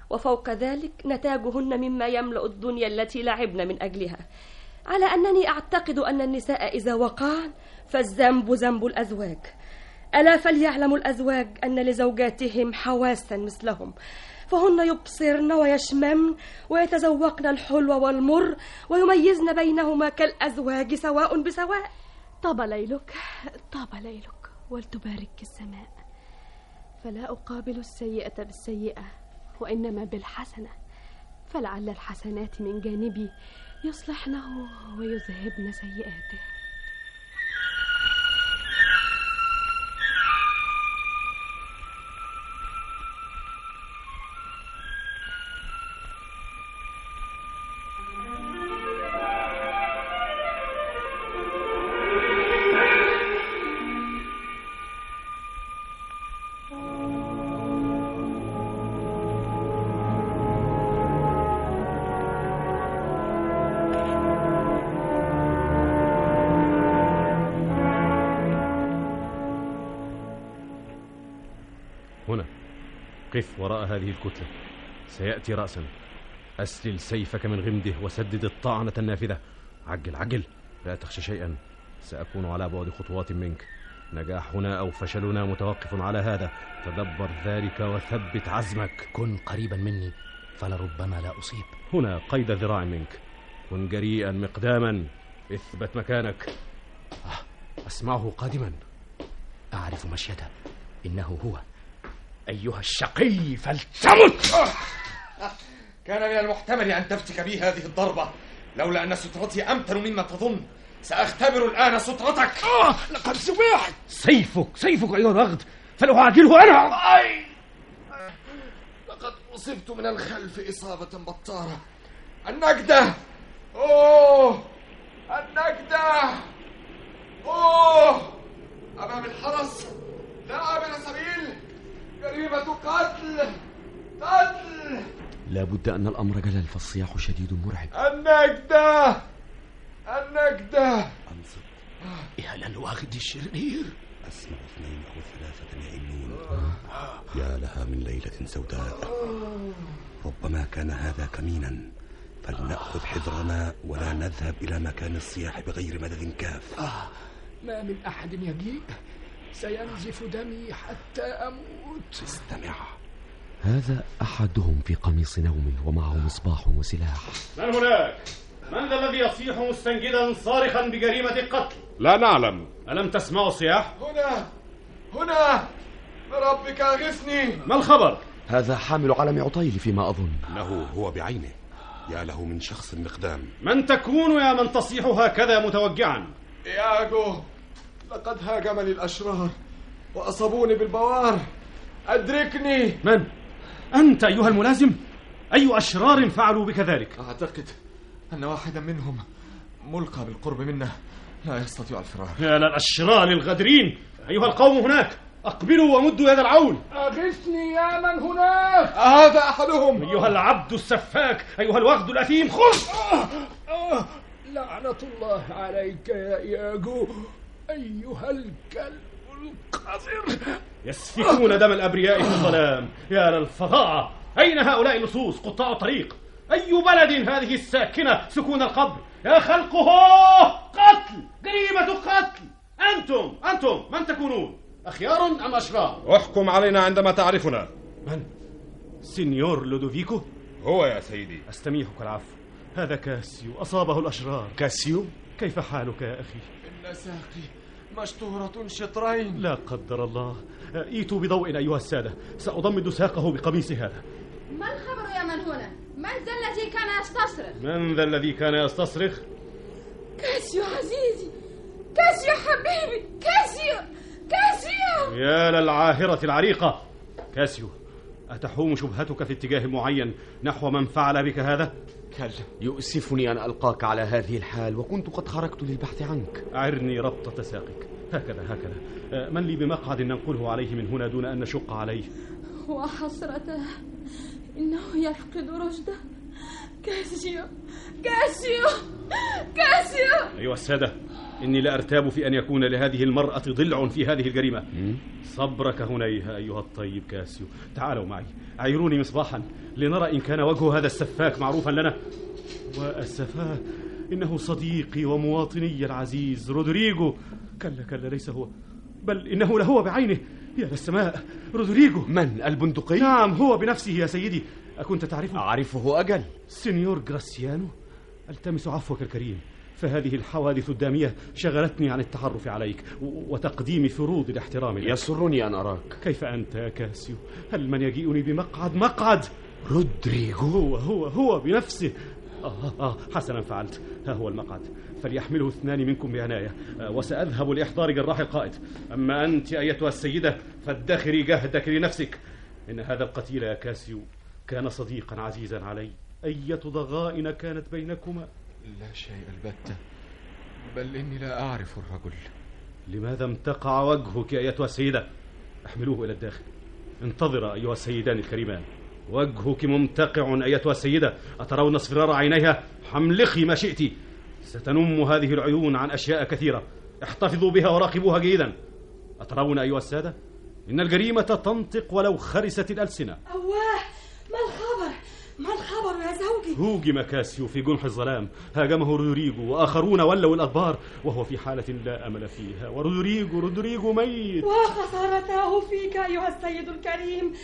وفوق ذلك نتاجهن مما يملأ الدنيا التي لعبن من أجلها، على أنني أعتقد أن النساء إذا وقعن فالذنب ذنب الأزواج. ألا فليعلم الأزواج أن لزوجاتهم حواسا مثلهم، فهن يبصرن ويشممن ويتذوقن الحلو والمر ويميزن بينهما كالأزواج سواء بسواء. طاب ليلك طاب ليلك ولتبارك السماء، فلا أقابل السيئة بالسيئة وإنما بالحسنة، فلعل الحسنات من جانبي يصلحنه ويذهبن سيئاته. هنا قف وراء هذه الكتلة، سيأتي رأسا. أسلل سيفك من غمده وسدد الطعنة النافذة. عجل عجل، لا تخشى شيئا، سأكون على بعد خطوات منك. نجاحنا أو فشلنا متوقف على هذا. تدبر ذلك وثبت عزمك. كن قريبا مني فلربما لا أصيب. هنا قيد ذراع منك. كن جريئا مقداما، اثبت مكانك. أسمعه قادما. أعرف مشيته، إنه هو. أيها الشقي فلتمت. كان من المحتمل أن تفتك بي هذه الضربة، لولا أن سترتي أمتن مما تظن. سأختبر الآن سترتك. آه لقد سمعت. سيفك سيفك أيها الرغد، فلأعاجله أنا. أي لقد أصبت من الخلف إصابة بطارة. النجدة. أوه النجدة. أوه أمام الحرس، لا عابر سبيل، جريمة قتل قتل. لا بد أن الأمر جلل، فالصياح شديد مرعب. النجدة النجدة. أنصت. يا للواغد الشرير. أسمع اثنين أو ثلاثة يئنون. يا لها من ليلة سوداء. ربما كان هذا كمينا، فلنأخذ حذرنا ولا نذهب إلى مكان الصياح بغير مدد كاف. آه ما من أحد يجيء، سينزف دمي حتى أموت. استمع، هذا أحدهم في قميص نوم ومعه مصباح وسلاح. من هناك؟ من ذا الذي يصيح مستنجدا صارخا بجريمة القتل؟ لا نعلم. ألم تسمعوا الصياح؟ هنا هنا بربك أغثني. ما الخبر؟ هذا حامل علم عطيل فيما أظن. إنه هو بعينه. يا له من شخص مقدام. من تكون يا من تصيح هكذا متوجعا؟ إياغو، لقد هاجمني الأشرار وأصابوني بالبوار. أدركني. من؟ أنت أيها الملازم؟ أي أشرار فعلوا بك ذلك؟ أعتقد أن واحدا منهم ملقى بالقرب منا، لا يستطيع الفرار. يا للأشرار الغدرين، أيها القوم هناك، أقبلوا ومدوا يد العون. أغثني يا من هناك. هذا أحدهم. أيها العبد السفاك، أيها الوغد الأثيم، خذ. آه آه لعنة الله عليك يا إياغو، أيها الكلب القذر. يسفكون دم الأبرياء في الظلام. يا للفظاعة، أين هؤلاء اللصوص قطاع الطريق؟ أي بلد هذه الساكنة سكون القبر؟ يا خلقه قتل، جريمة قتل. أنتم أنتم من تكونون؟ أخيار أم أشرار؟ احكم علينا عندما تعرفنا. من؟ سينيور لودوفيكو؟ هو يا سيدي. أستميحك العفو، هذا كاسيو، أصابه الأشرار. كاسيو؟ كيف حالك يا أخي؟ إن ساقي مشطورة شطرين. لا قدر الله. ايتوا بضوء أيها السادة، سأضمد ساقه بقميص هذا. ما الخبر يا من هنا؟ من ذا الذي كان يستصرخ؟ من ذا الذي كان يستصرخ؟ كاسيو عزيزي، كاسيو حبيبي، كاسيو كاسيو. يا للعاهرة العريقة. كاسيو، أتحوم شبهتك في اتجاه معين نحو من فعل بك هذا؟ كلا، يؤسفني أن ألقاك على هذه الحال وكنت قد خرجت للبحث عنك. أعرني ربطة ساقك. هكذا هكذا. من لي بمقعد ننقله عليه من هنا دون أن نشق عليه؟ وحسرته، إنه يفقد رشده، كاسيو كاسيو كاسيو. أيها السادة، إني لا أرتاب في أن يكون لهذه المرأة ضلع في هذه الجريمة. صبرك هنيها أيها الطيب كاسيو. تعالوا معي، عيروني مصباحا لنرى إن كان وجه هذا السفاك معروفا لنا. وأسفاه، إنه صديقي ومواطني العزيز رودريغو. كلا كلا، ليس هو، بل إنه لهو بعينه. يا للسماء، رودريغو. من؟ البندقي؟ نعم، هو بنفسه يا سيدي. أكنت تعرفه؟ أعرفه أجل. سينيور غراسيانو، ألتمس عفوك الكريم، فهذه الحوادث الدامية شغلتني عن التعرف عليك وتقديم فروض الاحترام لك. يسرني أن أراك. كيف أنت يا كاسيو؟ هل من يجيئني بمقعد؟ مقعد رودريغو. هو هو هو بنفسه. آه آه حسنا فعلت، ها هو المقعد، فليحمله اثنان منكم بعناية، آه وسأذهب لإحضار جراح القائد. أما أنت أيتها السيدة فادخري جهدك لنفسك، إن هذا القتيل يا كاسيو كان صديقا عزيزا علي. أية ضغائن كانت بينكما؟ لا شيء البتة، بل إني لا أعرف الرجل. لماذا امتقع وجهك أيتها السيدة؟ احملوه إلى الداخل. انتظر أيها السيدان الكريمان. وجهك ممتقع أيتها السيدة، أترون اصفرار عينيها؟ حملخي ما شئت، ستنم هذه العيون عن أشياء كثيرة، احتفظوا بها وراقبوها جيدا. أترون أيها السادة؟ إن الجريمة تنطق ولو خرست الألسنة. أواه، ما الخبر؟ ما الخبر يا زوجي؟ هوجم كاسيو في جنح الظلام، هاجمه رودريغو وآخرون ولوا الأدبار، وهو في حالة لا أمل فيها. ورودريغو رودريغو ميت. وخسارته فيك أيها السيد الكريم،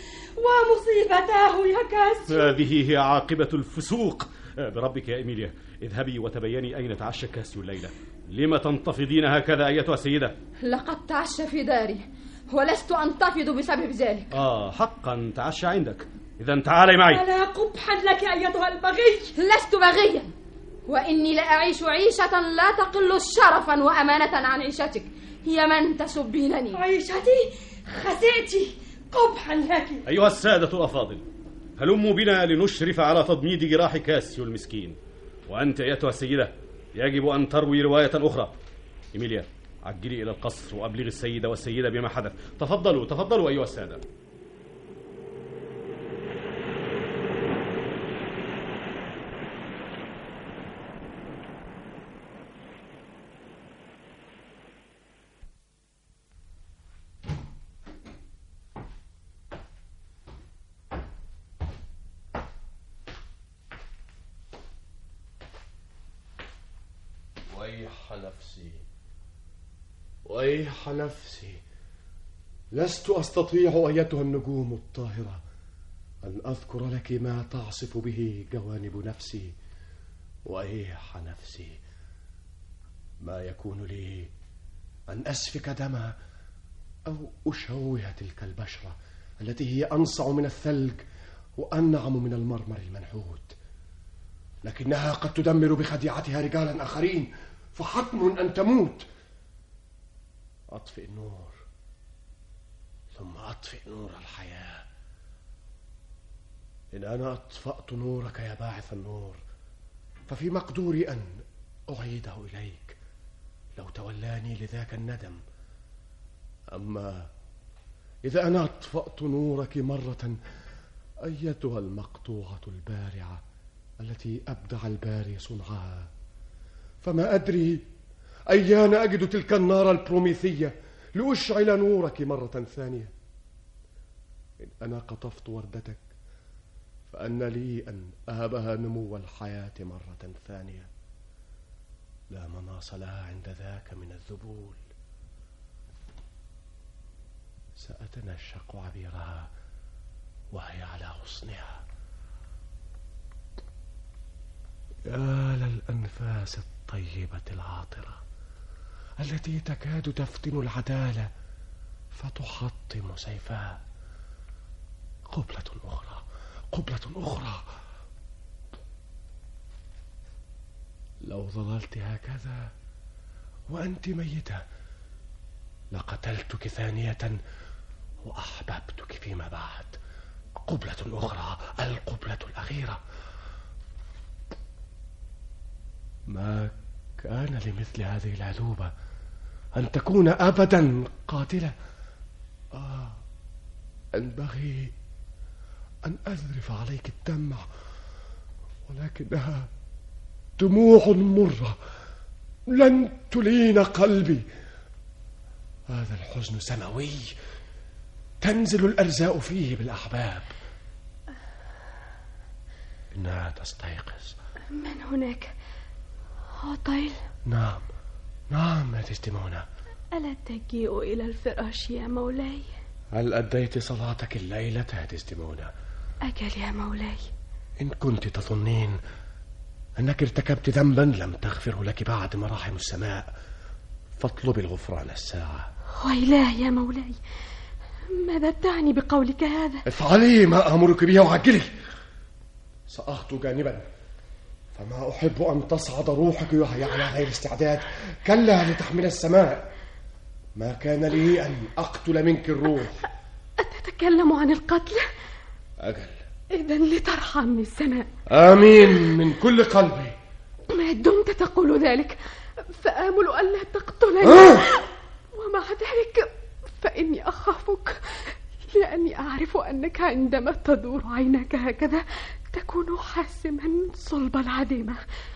ومصيبته يا كاسيو. هذه هي عاقبة الفسوق. بربك يا إيميليا، اذهبي وتبيني أين تعشى كاسيو الليلة. لما تنتفضين هكذا أيتها السيدة؟ لقد تعشى في داري، ولست أنتفض بسبب ذلك. آه حقا، تعشى عندك. إذا تعالي معي. ألا قبحا لك أيتها البغي. لست بغيا، وإني لأعيش عيشة لا تقل شرفا وأمانة عن عيشتك يا من تسبينني. عيشتي؟ خسئتي، قبحا لك. أيها السادة الأفاضل، هلموا بنا لنشرف على تضميد جراح كاسيو المسكين. وأنت أيتها السيدة يجب أن تروي رواية أخرى. إيميليا، عجلي إلى القصر وأبلغ السيدة والسيدة بما حدث. تفضلوا تفضلوا أيها السادة. ويح نفسي، ويح نفسي، لست أستطيع أيتها النجوم الطاهرة أن أذكر لك ما تعصف به جوانب نفسي. ويح نفسي، ما يكون لي أن أسفك دمها أو أشوه تلك البشرة التي هي أنصع من الثلج وأنعم من المرمر المنحوت، لكنها قد تدمر بخديعتها رجالا آخرين، فحتم أن تموت. أطفئ النور، ثم أطفئ نور الحياة. إن أنا أطفأت نورك يا باعث النور، ففي مقدوري أن أعيده إليك لو تولاني لذاك الندم. أما إذا أنا أطفأت نورك مرة أيتها المقطوعة البارعة التي أبدع الباري صنعها، فما أدري أيان أجد تلك النار البروميثية لأشعل نورك مرة ثانية. إن أنا قطفت وردتك فأن لي أن أهبها نمو الحياة مرة ثانية، لا مناص لها عند ذاك من الذبول. سأتنشق عبيرها وهي على غصنها. يا للأنفاس الطيبة العاطرة التي تكاد تفتن العدالة فتحطم سيفها. قبلة أخرى، قبلة أخرى. لو ظللت هكذا وأنت ميتة لقتلتك ثانية وأحببتك فيما بعد. قبلة أخرى، القبلة الأخيرة. ما كان لمثل هذه العذوبة أن تكون أبدا قاتلة. آه ينبغي أن أذرف عليك الدمع ولكنها دموع مرة لن تلين قلبي. هذا الحزن سماوي تنزل الأرزاق فيه بالأحباب. إنها تستيقظ. من هناك؟ عطيل؟ نعم نعم يا ديسديمونا. ألا تجيء إلى الفراش يا مولاي؟ هل أديت صلاتك الليلة يا ديسديمونا؟ أجل يا مولاي. إن كنت تظنين أنك ارتكبت ذنبا لم تغفره لك بعد مراحم السماء فاطلبي الغفران الساعة. ويلاه يا مولاي، ماذا تعني بقولك هذا؟ افعلي ما أمرك به وعجلي. سأخطو جانبا، فما أحب أن تصعد روحك وهي على غير استعداد. كلا لتحمل السماء. ما كان لي أن أقتل منك الروح. أتتكلم عن القتل؟ أجل. إذن لترحمني السماء. آمين من كل قلبي. ما دمت تقول ذلك فآمل ألا تقتلني. آه! ومع ذلك فإني أخافك، لأني أعرف أنك عندما تدور عينك هكذا تكون حاسما صلب العديمة.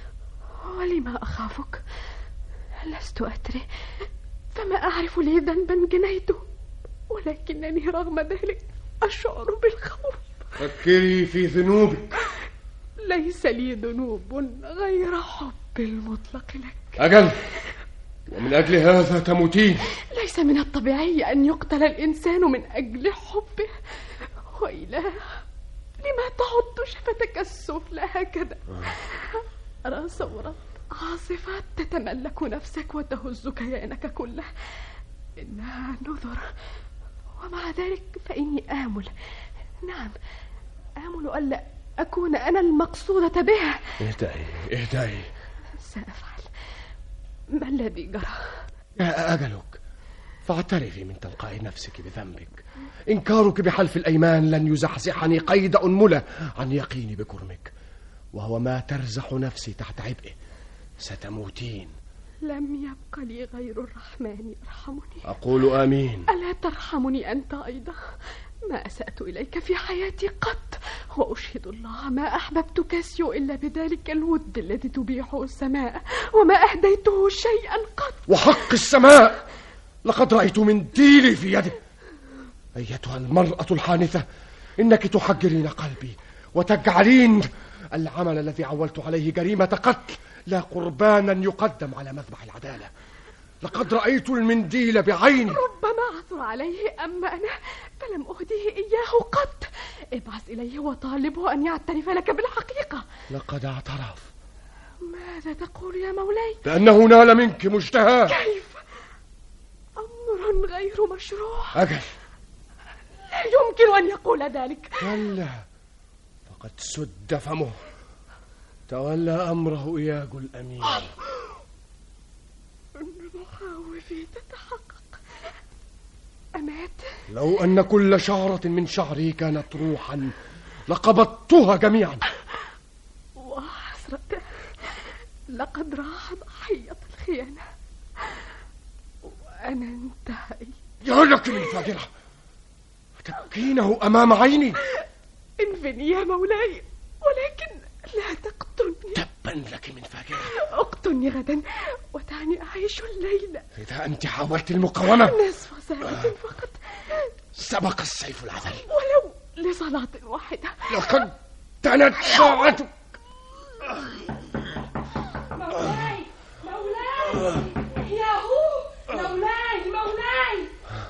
ولما أخافك؟ لست أدري، فما أعرف لي ذنبا جنيته، ولكنني رغم ذلك أشعر بالخوف. فكري في ذنوبك. ليس لي ذنوب غير حب المطلق لك. أجل، ومن أجل هذا تموتين. ليس من الطبيعي أن يقتل الإنسان من أجل حبه. وإله، لما تعض شفتك السفلى هكذا؟ أرى صورة عاصفات تتملك نفسك وتهز كيانك كله. إنها نذر، ومع ذلك فإني آمل، نعم آمل ألا أكون أنا المقصودة بها. اهدئي اهدئي. سأفعل. ما الذي جرى؟ أجلك، فاعترفي من تلقاء نفسك بذنبك. إنكارك بحلف الأيمان لن يزحزحني قيد أنملة عن يقيني بكرمك، وهو ما ترزح نفسي تحت عبئه. ستموتين. لم يبق لي غير الرحمن يرحمني. أقول آمين. ألا ترحمني أنت أيضا؟ ما أسأت إليك في حياتي قط، وأشهد الله ما أحببت كاسيو إلا بذلك الود الذي تبيحه السماء، وما أهديته شيئا قط. وحق السماء، لقد رأيت منديلي في يدي. أيتها المرأة الحانثة، إنك تحجرين قلبي وتجعلين العمل الذي عولت عليه جريمة قتل لا قربانا يقدم على مذبح العدالة. لقد رأيت المنديل بعيني. ربما عثر عليه، أما أنا فلم أهديه إياه قط. ابعث إليه وطالبه أن يعترف لك بالحقيقة. لقد اعترف. ماذا تقول يا مولاي؟ لأنه نال منك مشتهاه. كيف؟ أمر غير مشروع. أجل، لا يمكن أن يقول ذلك. كلا، فقد سد فمه. تولى أمره إياج الأمين. المخاوف تتحقق. أمات؟ لو أن كل شعرة من شعري كانت روحا لقبضتها جميعا. وحسرة، لقد راح ضحية الخيانة وأنا انتهيت. يا لك من فاجرة، تبكينه أمام عيني. انفني يا مولاي، ولكن لا تقتلني. تبا لك من فاجرة. اقتلني غدا ودعني أعيش الليلة. إذا أنت حاولت المقاومة نصف ساعة فقط. سبق السيف العذل ولو لصلاة واحدة. لقد تنت ساعتك. مولاي مولاي يا هو مولاي مولاي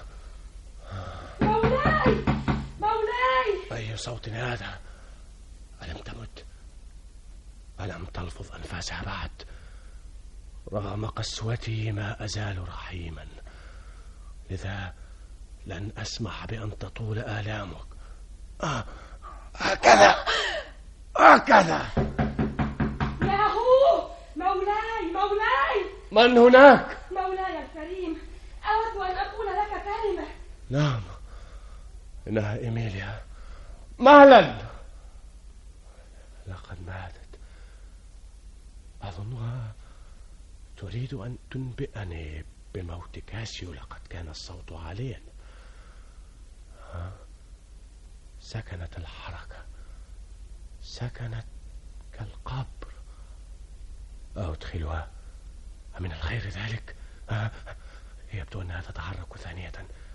مولاي مولاي. أي صوت هذا؟ ألم تمت؟ ألم تلفظ أنفاسها بعد؟ رغم قسوتي ما أزال رحيما، لذا لن أسمح بأن تطول آلامك. آه. هكذا هكذا. يا هو مولاي مولاي. من هناك؟ مولاي الكريم، أود أن أقول لك كلمة. نعم، إنها إيميليا. مهلا. لقد ماتت. أظنها تريد أن تنبئني بموت كاسيو. لقد كان الصوت عاليا. سكنت الحركة، سكنت كالقبر. أدخلها أمن الخير ذلك؟ آه. يبدو أنها تتحرك ثانية.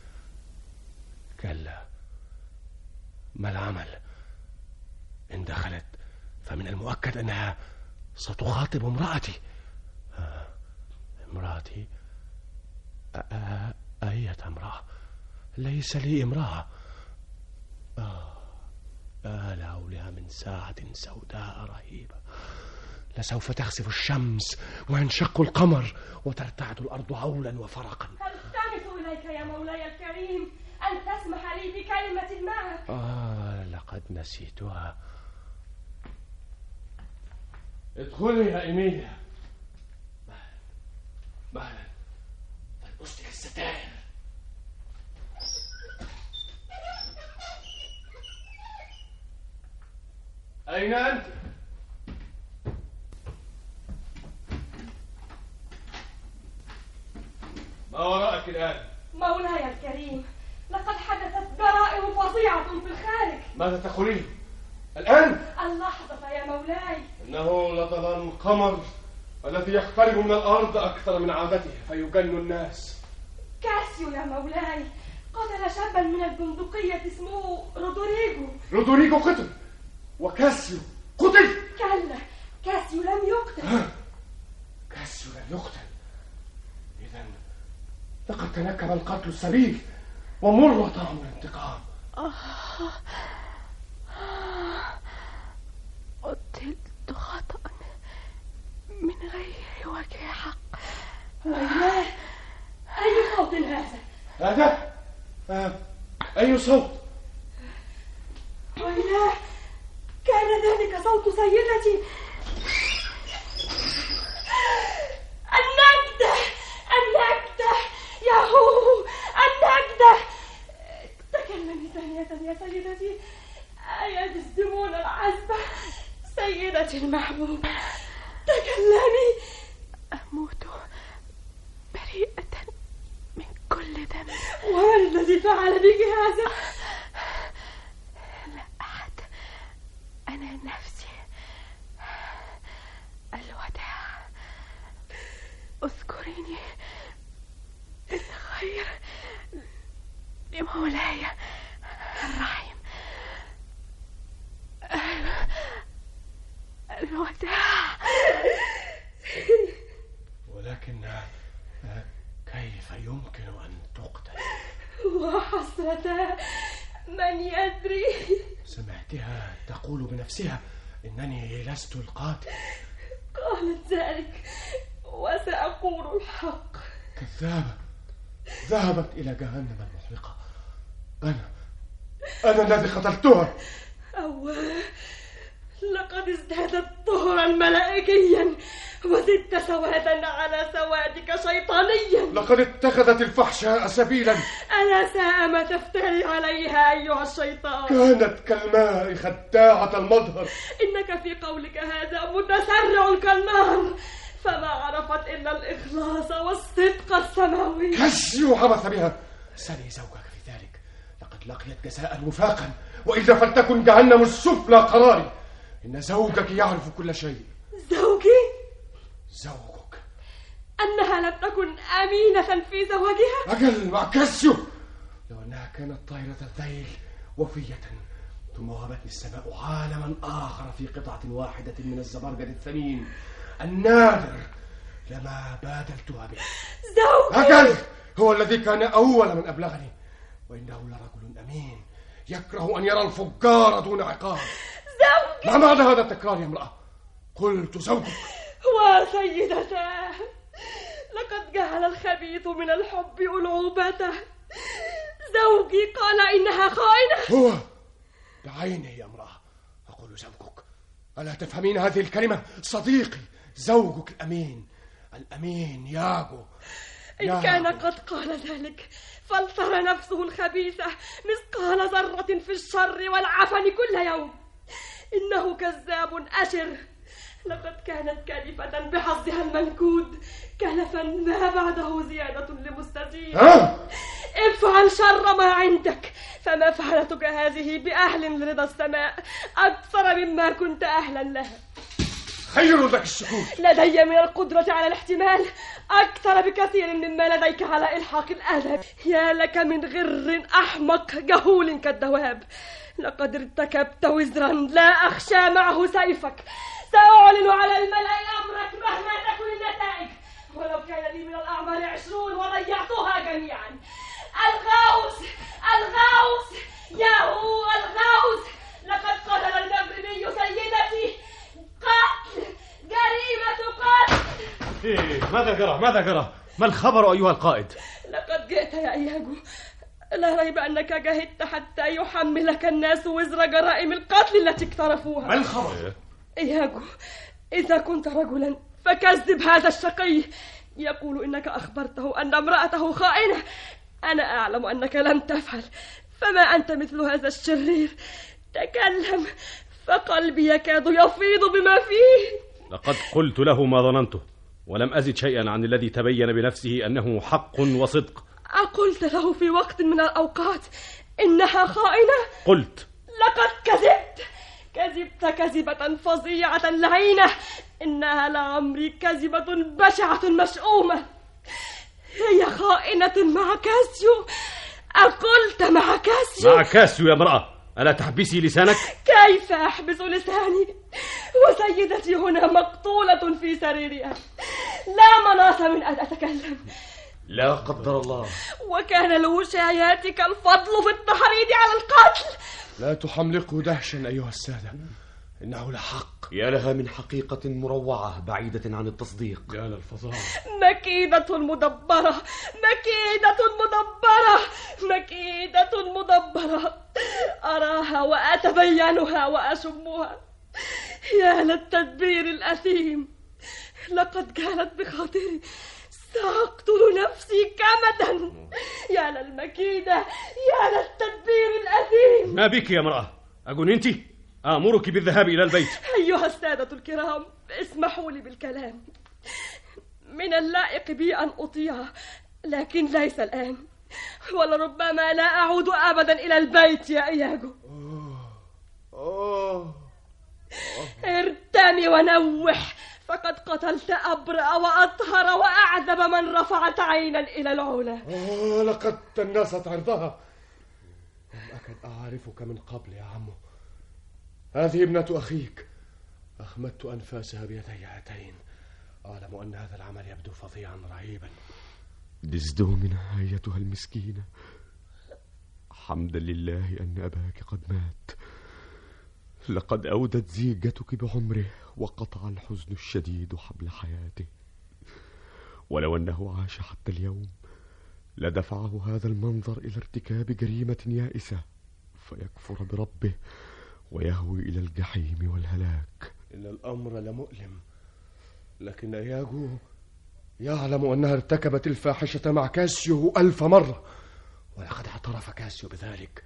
كلا، ما العمل؟ إن دخلت فمن المؤكد أنها ستخاطب امرأتي. آه. امرأتي؟ آه. أية امرأة؟ ليس لي امرأة. آه. آه لهولها من ساعة سوداء رهيبة، لسوف تخسف الشمس وينشق القمر وترتعد الأرض هولا وفرقا. ألتمس إليك يا مولاي الكريم أن تسمح لي بكلمة معك. آه لقد نسيتها. ادخلي يا إيميليا. مهلا. فلبستك الستائر. أين أنت؟ ما وراءك الآن؟ مولاي الكريم، لقد حدثت جرائم فظيعة في الخارج. ماذا تقولين الآن؟ اللحظة يا مولاي. إنه لظلال القمر الذي يقترب من الأرض أكثر من عادته فيجن الناس. كاسيو يا مولاي قتل شابا من البندقية اسمه رودريجو. رودريجو قتل وكاسيو قتل؟ كلا، كاسيو لم يقتل. كاسيو لم يقتل؟ إذن لقد تنكب القتل السبيل ومر طعم الانتقام. قتلت خطأ من غير وجه حق. ويلاه، أي صوت هذا؟ هذا؟ آه. أي صوت؟ ويلاه، كان ذلك صوت سيدتي النجدة. النجدة ياهو، النجدة. تكلمي ثانية يا سيدتي. أيد الزمون العذبة سيدتي المحبوبة، تكلمي. أموت بريئة من كل ذنب. ومن الذي فعل بك هذا؟ لا أحد، أنا نفسي. الوداع. اذكريني بالخير لمولاي الرحيم. الوداع. ولكن كيف يمكن أن تقتل؟ وحسرة، من يدري؟ سمعتها تقول بنفسها إنني لست القاتل. قالت ذلك وسأقول الحق. كذابة، ذهبت إلى جهنم المحرقة. أنا أنا الذي قتلتها. أواه، لقد ازدادت طهرا ملائكيا وزدت سوادا على سوادك شيطانيا. لقد اتخذت الفحشاء سبيلا. ألا ساء ما تفتري عليها أيها الشيطان. كانت كالماء خداعة المظهر. إنك في قولك هذا متسرع كالنار، فما عرفت إلا الإخلاص والصدق السماوي. كاسيو عبث بها. سلي زوجك في ذلك، لقد لقيت جزاء وفاقا، وإذا فلتكن جهنم السفلى قراري. إن زوجك يعرف كل شيء. زوجي؟ زوجك. أنها لم تكن أمينة في زواجها؟ أجل، مع كاسيو. لو أنها كانت طائرة الذيل وفية ثم وهبتني السماء عالما آخر في قطعة واحدة من الزبرجد الثمين النادر لما بادلتها به. زوجي. أجل، هو الذي كان أول من أبلغني، وإنه لرجل أمين يكره أن يرى الفجار دون عقاب. زوجي. ما معنى هذا التكرار يا امرأة؟ قلت زوجك. وسيدتاه، لقد جعل الخبيث من الحب ألعوبته. زوجي قال إنها خائنة. هو بعينه يا امرأة، أقول زوجك. ألا تفهمين هذه الكلمة؟ صديقي، زوجك الأمين. الأمين ياغو. إن كان قد قال ذلك فلترى نفسه الخبيثة مثقال ذرة في الشر والعفن كل يوم. إنه كذاب أشر. لقد كانت كالفة بحظها المنكود، كلفا ما بعده زيادة لمستزيد. افعل شر ما عندك، فما فعلتك هذه بأهل لرضا السماء أكثر مما كنت أهلا لها. خير لك السكوت. لدي من القدرة على الاحتمال أكثر بكثير مما لديك على إلحاق الأدب. يا لك من غر أحمق جهول كالدواب. لقد ارتكبت وزرا لا أخشى معه سيفك. سأعلن على الملأ أمرك مهما تكن النتائج، ولو كان لي من الأعمال عشرون وضيعتها جميعا. الغوث الغوث يا هو الغوث، لقد قتل المغربي سيدتي. قتل، جريمة قتل. إيه ماذا جرى ماذا جرى ما الخبر أيها القائد؟ لقد جئت يا إياجو، لا ريب أنك جهدت حتى يحملك الناس وزر جرائم القتل التي اقترفوها. ما الخبر؟ إياجو، إذا كنت رجلا فكذب هذا الشقي. يقول إنك أخبرته أن امرأته خائنة. أنا أعلم أنك لم تفعل، فما أنت مثل هذا الشرير. تكلم، فقلبي يكاد يفيض بما فيه. لقد قلت له ما ظننته، ولم أزد شيئا عن الذي تبين بنفسه أنه حق وصدق. أقلت له في وقت من الأوقات إنها خائنة؟ قلت. لقد كذبت كذبت كذبة فظيعة لعينة. إنها لعمري كذبة بشعة مشؤومة. هي خائنة مع كاسيو. أقلت مع كاسيو. مع كاسيو يا امرأة، ألا تحبسي لسانك؟ كيف أحبس لساني وسيدتي هنا مقتولة في سريرها؟ لا مناص من أن أتكلم. لا قدر الله. وكان لوشاياتك الفضل في التحريض على القتل. لا تحملقوا دهشا أيها السادة، إنه لحق. يا لها من حقيقة مروعة بعيدة عن التصديق. يا للفظاعة. مكيدة مدبرة، مكيدة مدبرة، مكيدة مدبرة. أراها وأتبينها وأشمها. يا للتدبير الأثيم. لقد جالت بخاطري سأقتل نفسي كمدا. يا للمكيدة، يا للتدبير الأثيم. ما بك يا امرأة؟ أجننتِ؟ آمرك بالذهاب إلى البيت. أيها السادة الكرام، اسمحوا لي بالكلام. من اللائق بي أن أطيع، لكن ليس الآن، ولربما لا أعود أبدا إلى البيت يا إياجو. ارتمي ونوح، فقد قتلت أبرأ وأطهر وأعذب من رفعت عينا إلى العلا. آه لقد تنست عرضها. لم أكد أعرفك من قبل يا عمو. هذه ابنة أخيك. أخمدت أنفاسها بيدي هاتين. أعلم أن هذا العمل يبدو فظيعا رهيبا. دزدومنا أيتها المسكينة، حمدا لله أن أباك قد مات. لقد أودت زيجتك بعمره وقطع الحزن الشديد حبل حياته. ولو أنه عاش حتى اليوم لدفعه هذا المنظر إلى ارتكاب جريمة يائسة، فيكفر بربه ويهوي إلى الجحيم والهلاك. إن الأمر لمؤلم، لكن إياجو يعلم أنها ارتكبت الفاحشة مع كاسيو ألف مرة، ولقد اعترف كاسيو بذلك،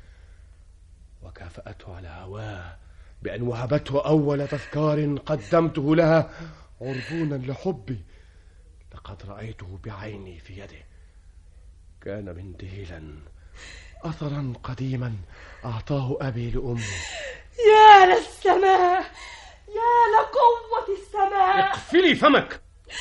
وكافأته على هواه بأن وهبته أول تذكار قدمته لها عربونا لحبي. لقد رأيته بعيني في يده. كان منديلا، أثرا قديما أعطاه أبي لأمي. يا للسماء، يا لقوة السماء. اقفلي فمك.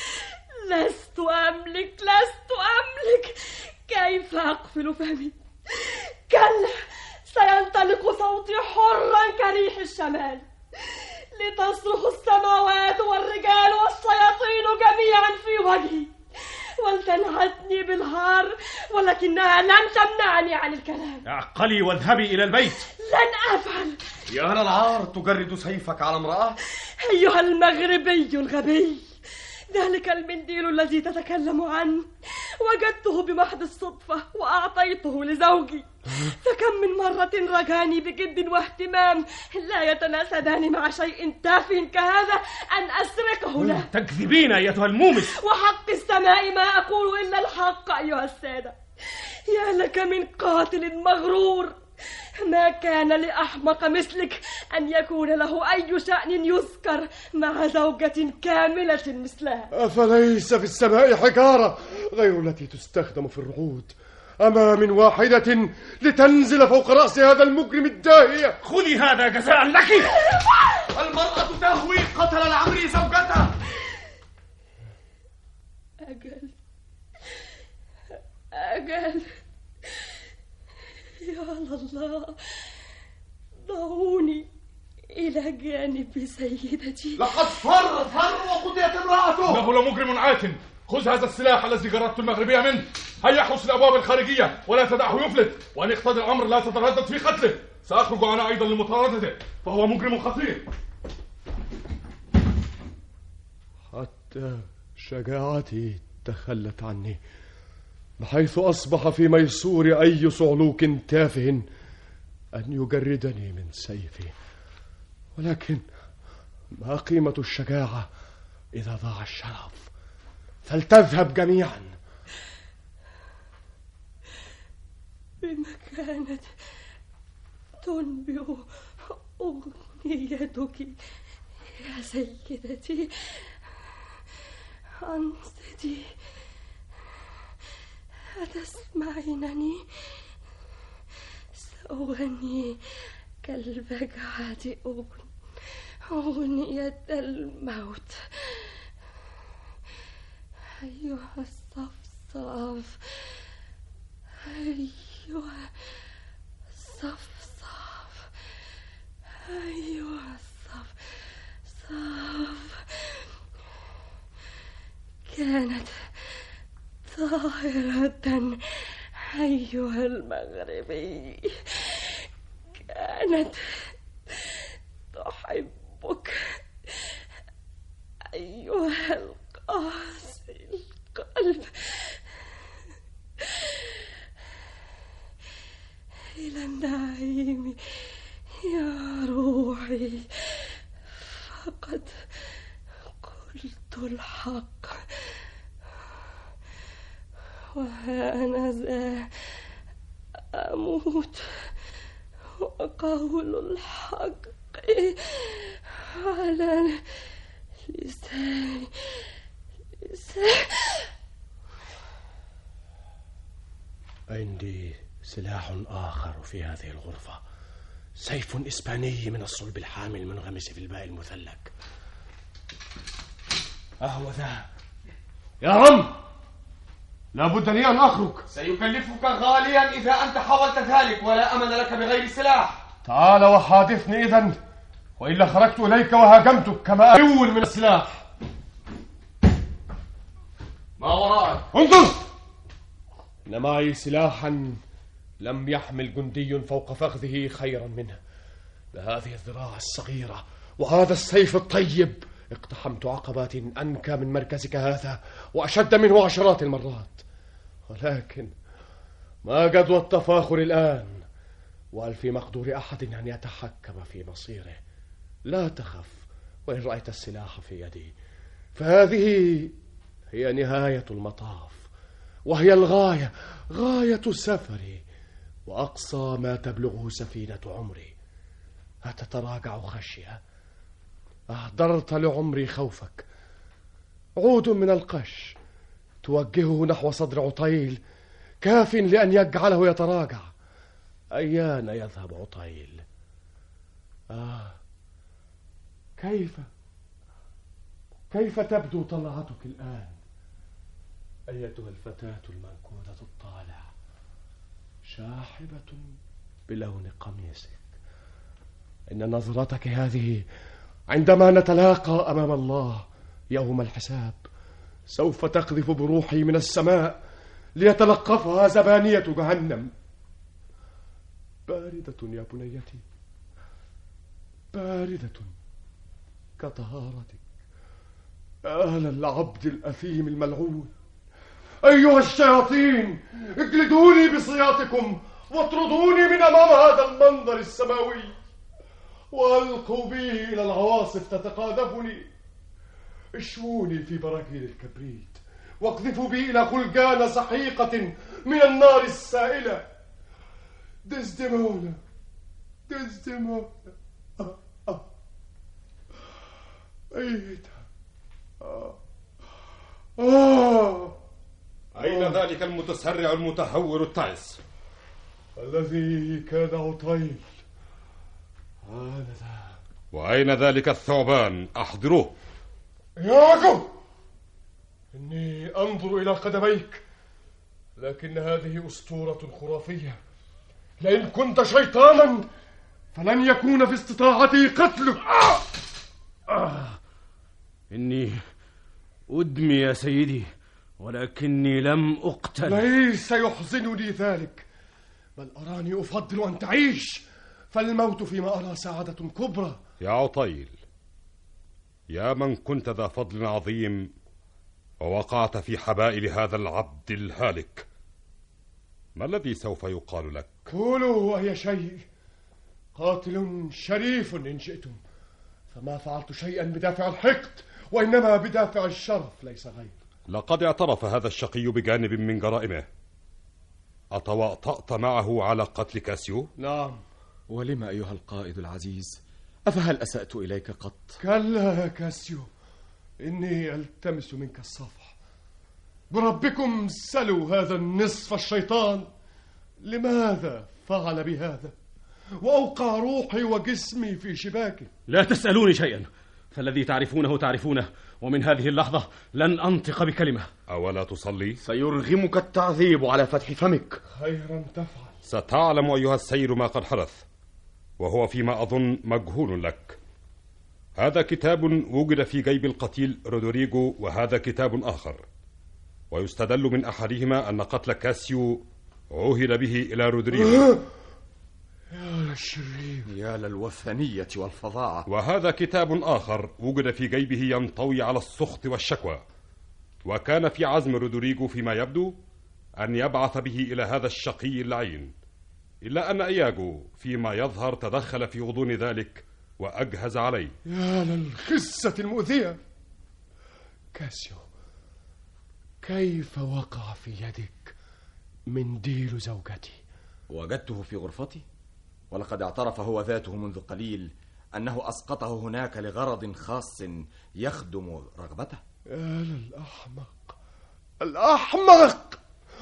لست أملك، لست أملك. كيف أقفل فمي؟ كلا، سينطلق صوتي حرا كريح الشمال، لتصرخ السماوات والرجال والشياطين جميعا في وجهي، ولتنهتني بالهار، ولكنها لن تمنعني عن الكلام. اعقلي واذهبي إلى البيت. لن أفعل. يا أهل العار، تجرد سيفك على امرأة؟ أيها المغربي الغبي، ذلك المنديل الذي تتكلم عنه وجدته بمحض الصدفة وأعطيته لزوجي، فكم من مرة رجاني بجد واهتمام لا يتناسبان مع شيء تافه كهذا أن أسرقه له. تكذبين أيتها المومس. وحق السماء ما أقول إلا الحق أيها السادة. يا لك من قاتل مغرور، ما كان لأحمق مثلك أن يكون له أي شأن يذكر مع زوجة كاملة مثلها. أفليس في السماء حجارة غير التي تستخدم في الرعود؟ أما من واحدة لتنزل فوق رأس هذا المجرم الداهية. خذي هذا جزاء لك. المرأة تهوي قتل العمري زوجته. أجل أجل يا الله، ضعوني إلى جانب سيدتي. لقد فر فر وقتلت امرأته. إنه لمجرم عات. خذ هذا السلاح الذي جردت المغربية منه، هيا احرس الأبواب الخارجية ولا تدعه يفلت، وأن يقتضي الأمر لا تتردد في قتله. سأخرج أنا أيضا لمطاردته، فهو مجرم خطير. حتى شجاعتي تخلت عني، بحيث أصبح في ميسور أي صعلوك تافه أن يجردني من سيفي. ولكن ما قيمة الشجاعة إذا ضاع الشرف؟ فلتذهب جميعا. بما كانت تنبئ أغنيتك يا سيدتي، أنصتي أتسمعينني؟ سأغني كالفجعة أغنية الموت. أيها الصفصاف، أيها الصفصاف، أيها الصفصاف. كانت طاهرة أيها المغربي، كانت تحبك أيها القاسي القلب. إلى النعيم يا روحي، فقد قلت الحق، وأنا ذا أموت وقول الحق على لساني. لساني. عندي سلاح آخر في هذه الغرفة، سيف إسباني من الصلب الحامي المنغمس في الماء المثلج. أهو ذا يا عم، لابد لي أن أخرج. سيكلفك غاليا إذا أنت حاولت ذلك، ولا أمل لك بغير سلاح. تعال وحادثني إذن، وإلا خرجت إليك وهاجمتك كما أول من السلاح. ما وراءك؟ انظر، إن معي سلاحا لم يحمل جندي فوق فخذه خيرا منه. بهذه الذراع الصغيرة وهذا السيف الطيب اقتحمت عقبات أنكى من مركزك هذا وأشد منه عشرات المرات. ولكن ما جدوى التفاخر الآن؟ وهل في مقدور أحد أن يتحكم في مصيره؟ لا تخف، وإن رأيت السلاح في يدي فهذه هي نهاية المطاف، وهي الغاية، غاية سفري وأقصى ما تبلغه سفينة عمري. أتتراجع خشية؟ أهدرت لعمري خوفك. عود من القش توجهه نحو صدر عطيل، كاف لأن يجعله يتراجع. أيان يذهب عطيل؟ آه، كيف كيف تبدو طلعتك الآن أيتها الفتاة المنكودة الطالع، شاحبة بلون قميصك؟ إن نظرتك هذه عندما نتلاقى أمام الله يوم الحساب سوف تقذف بروحي من السماء ليتلقفها زبانية جهنم. باردة يا بنيتي، باردة كطهارتك. أهلا العبد الأثيم الملعون. أيها الشياطين، اجلدوني بصياطكم واطردوني من أمام هذا المنظر السماوي، وألقوا بي إلى العواصف تتقاذفني. اشووني في براكين الكبريت واقذفوا بي إلى خلجان سحيقة من النار السائلة. دزدمونا دزدمونا آه آه. أيتها آه. آه. أين ذلك المتسرع المتهور التعس؟ الذي كان عطيل هذا. وأين ذلك الثعبان؟ أحضروه. ياغو، إني أنظر إلى قدميك، لكن هذه أسطورة خرافية. لئن كنت شيطانا فلن يكون في استطاعتي قتلك. آه! آه! إني أدمي يا سيدي، ولكني لم أقتل. ليس يحزنني ذلك، بل أراني أفضل أن تعيش، فالموت فيما أرى سعادة كبرى. يا عطيل، يا من كنت ذا فضل عظيم ووقعت في حبائل هذا العبد الهالك، ما الذي سوف يقال لك؟ قولوا أي شيء. قاتل شريف إن شئتم، فما فعلت شيئا بدافع الحقد، وإنما بدافع الشرف ليس غير. لقد اعترف هذا الشقي بجانب من جرائمه. أتواطأت معه على قتل كاسيو؟ نعم. ولما أيها القائد العزيز؟ أفهل أسأت إليك قط؟ كلا يا كاسيو، إني ألتمس منك الصفح. بربكم سلوا هذا النصف الشيطان لماذا فعل بهذا، وأوقع روحي وجسمي في شباكه. لا تسألوني شيئا، فالذي تعرفونه تعرفونه، ومن هذه اللحظة لن أنطق بكلمة. أولا تصلي؟ سيرغمك التعذيب على فتح فمك. خيرا تفعل. ستعلم أيها السير ما قد حدث، وهو فيما أظن مجهول لك. هذا كتاب وجد في جيب القتيل رودريغو، وهذا كتاب آخر، ويستدل من أحدهما أن قتل كاسيو عهد به إلى رودريغو. يا للشرير، يا للوثنية والفظاعة. وهذا كتاب آخر وجد في جيبه ينطوي على السخط والشكوى، وكان في عزم رودريغو فيما يبدو أن يبعث به إلى هذا الشقي اللعين، إلا أن إياغو فيما يظهر تدخل في غضون ذلك وأجهز عليه. يا للخسة المؤذية. كاسيو، كيف وقع في يدك منديل زوجتي؟ وجدته في غرفتي، ولقد اعترف هو ذاته منذ قليل أنه أسقطه هناك لغرض خاص يخدم رغبته. يا للأحمق، الأحمق،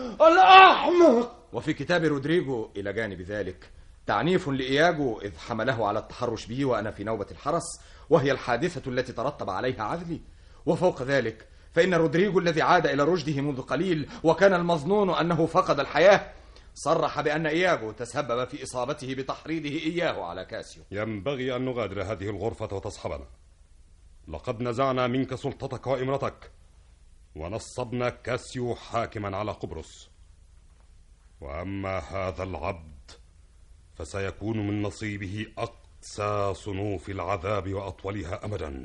الأحمق. وفي كتاب رودريغو إلى جانب ذلك تعنيف لإياغو إذ حمله على التحرش به وأنا في نوبة الحرس، وهي الحادثة التي ترتب عليها عزلي. وفوق ذلك فإن رودريغو الذي عاد إلى رشده منذ قليل وكان المظنون أنه فقد الحياة صرح بأن إياغو تسبب في إصابته بتحريضه إياه على كاسيو. ينبغي أن نغادر هذه الغرفة وتصحبنا. لقد نزعنا منك سلطتك وإمرتك، ونصبنا كاسيو حاكما على قبرص، وأما هذا العبد فسيكون من نصيبه أقسى صنوف العذاب وأطولها أمدا،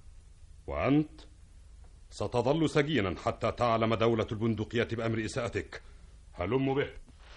وأنت ستظل سجينا حتى تعلم دولة البندقية بأمر إساءتك. هلم به.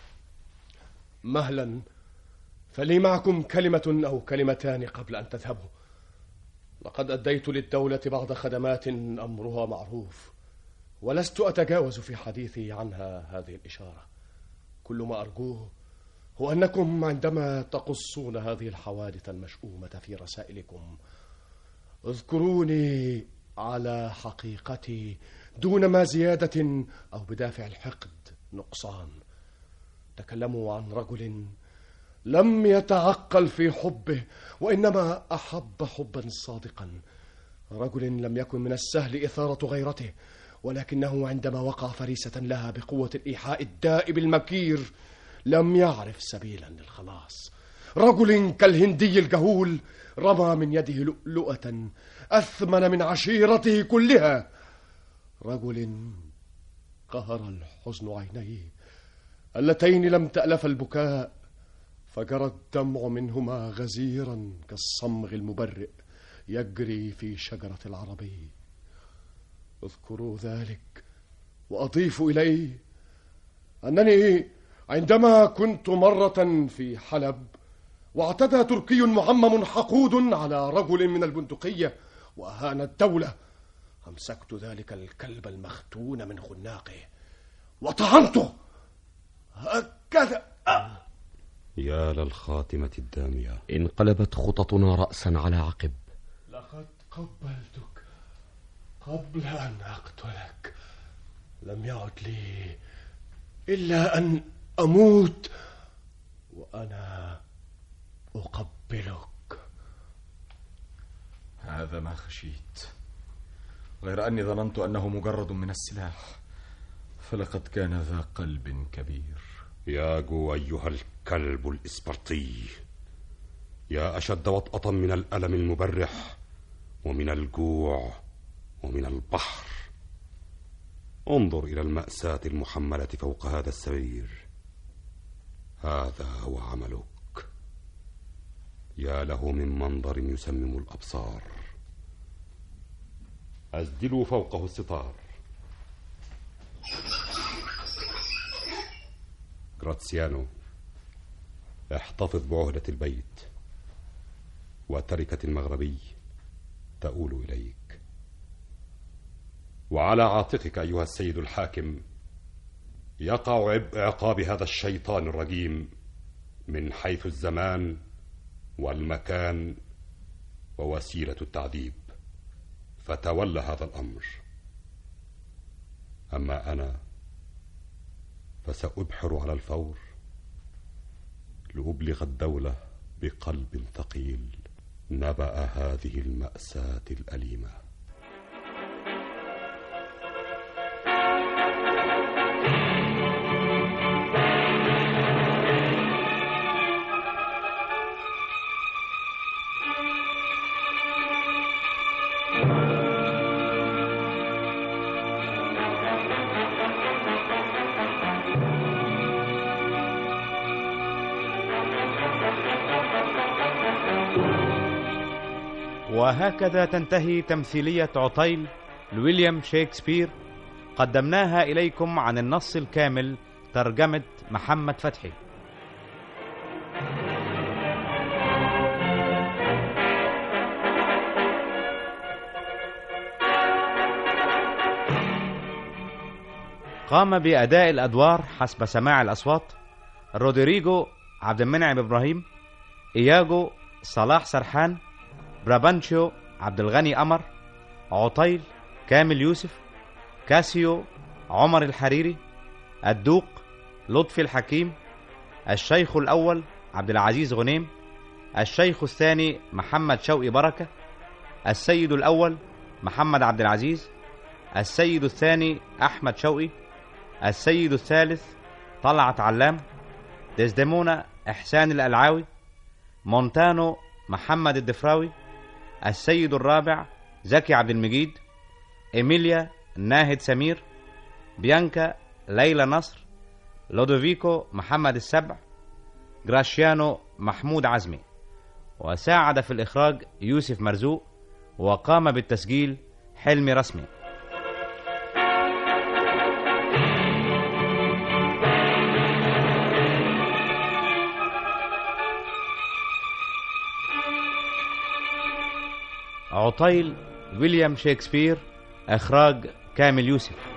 مهلا، فلي معكم كلمة أو كلمتان قبل أن تذهبوا. لقد أديت للدولة بعض خدمات أمرها معروف، ولست أتجاوز في حديثي عنها هذه الإشارة. كل ما أرجوه هو أنكم عندما تقصون هذه الحوادث المشؤومة في رسائلكم اذكروني على حقيقتي دون ما زيادة أو بدافع الحقد نقصان. تكلموا عن رجل لم يتعقل في حبه، وإنما أحب حبا صادقا. رجل لم يكن من السهل إثارة غيرته، ولكنه عندما وقع فريسة لها بقوة الإيحاء الدائب المكير لم يعرف سبيلا للخلاص. رجل كالهندي الجهول رمى من يده لؤلؤة أثمن من عشيرته كلها. رجل قهر الحزن عينيه اللتين لم تألف البكاء، فجرى الدمع منهما غزيرا كالصمغ المبرئ يجري في شجرة العربي. اذكروا ذلك، وأضيف إليه أنني عندما كنت مرة في حلب واعتدى تركي معمم حقود على رجل من البندقية وأهان الدولة، أمسكت ذلك الكلب المختون من خناقه وطعنته هكذا. يا للخاتمة الدامية. انقلبت خططنا رأسا على عقب. لقد قبلتك قبل أن أقتلك، لم يعد لي إلا أن أموت وأنا أقبلك. هذا ما خشيت، غير أني ظننت أنه مجرد من السلاح، فلقد كان ذا قلب كبير. ياغو أيها الكلب الإسبرطي، يا أشد وطأة من الألم المبرح ومن الجوع ومن البحر. انظر إلى المأساة المحملة فوق هذا السرير، هذا هو عملك. يا له من منظر يسمم الأبصار. أسدلوا فوقه الستار. غراتسيانو، احتفظ بعهدة البيت، وتركة المغربي تؤول إليك. وعلى عاتقك أيها السيد الحاكم يقع عبء عقاب هذا الشيطان الرجيم من حيث الزمان والمكان ووسيلة التعذيب، فتولى هذا الأمر. أما أنا فسأبحر على الفور لأبلغ الدولة بقلب ثقيل نبأ هذه المأساة الأليمة. وهكذا تنتهي تمثيلية عطيل لويليام شكسبير، قدمناها إليكم عن النص الكامل، ترجمة محمد فتحي. قام بأداء الأدوار حسب سماع الأصوات رودريجو عبد المنعم إبراهيم، إياجو صلاح سرحان، برابانشيو عبد الغني قمر، عطيل كامل يوسف، كاسيو عمر الحريري، الدوق لطفي الحكيم، الشيخ الأول عبد العزيز غنيم، الشيخ الثاني محمد شوقي بركة، السيد الأول محمد عبد العزيز، السيد الثاني أحمد شوقي، السيد الثالث طلعت علام، ديزديمونا إحسان الألعاوي، مونتانو محمد الدفراوي، السيد الرابع زكي عبد المجيد، إيميليا ناهد سمير، بيانكا ليلى نصر، لودوفيكو محمد السبع، جراشيانو محمود عزمي. وساعد في الإخراج يوسف مرزوق، وقام بالتسجيل حلمي رسمي. عطيل ويليام شكسبير، إخراج كامل يوسف.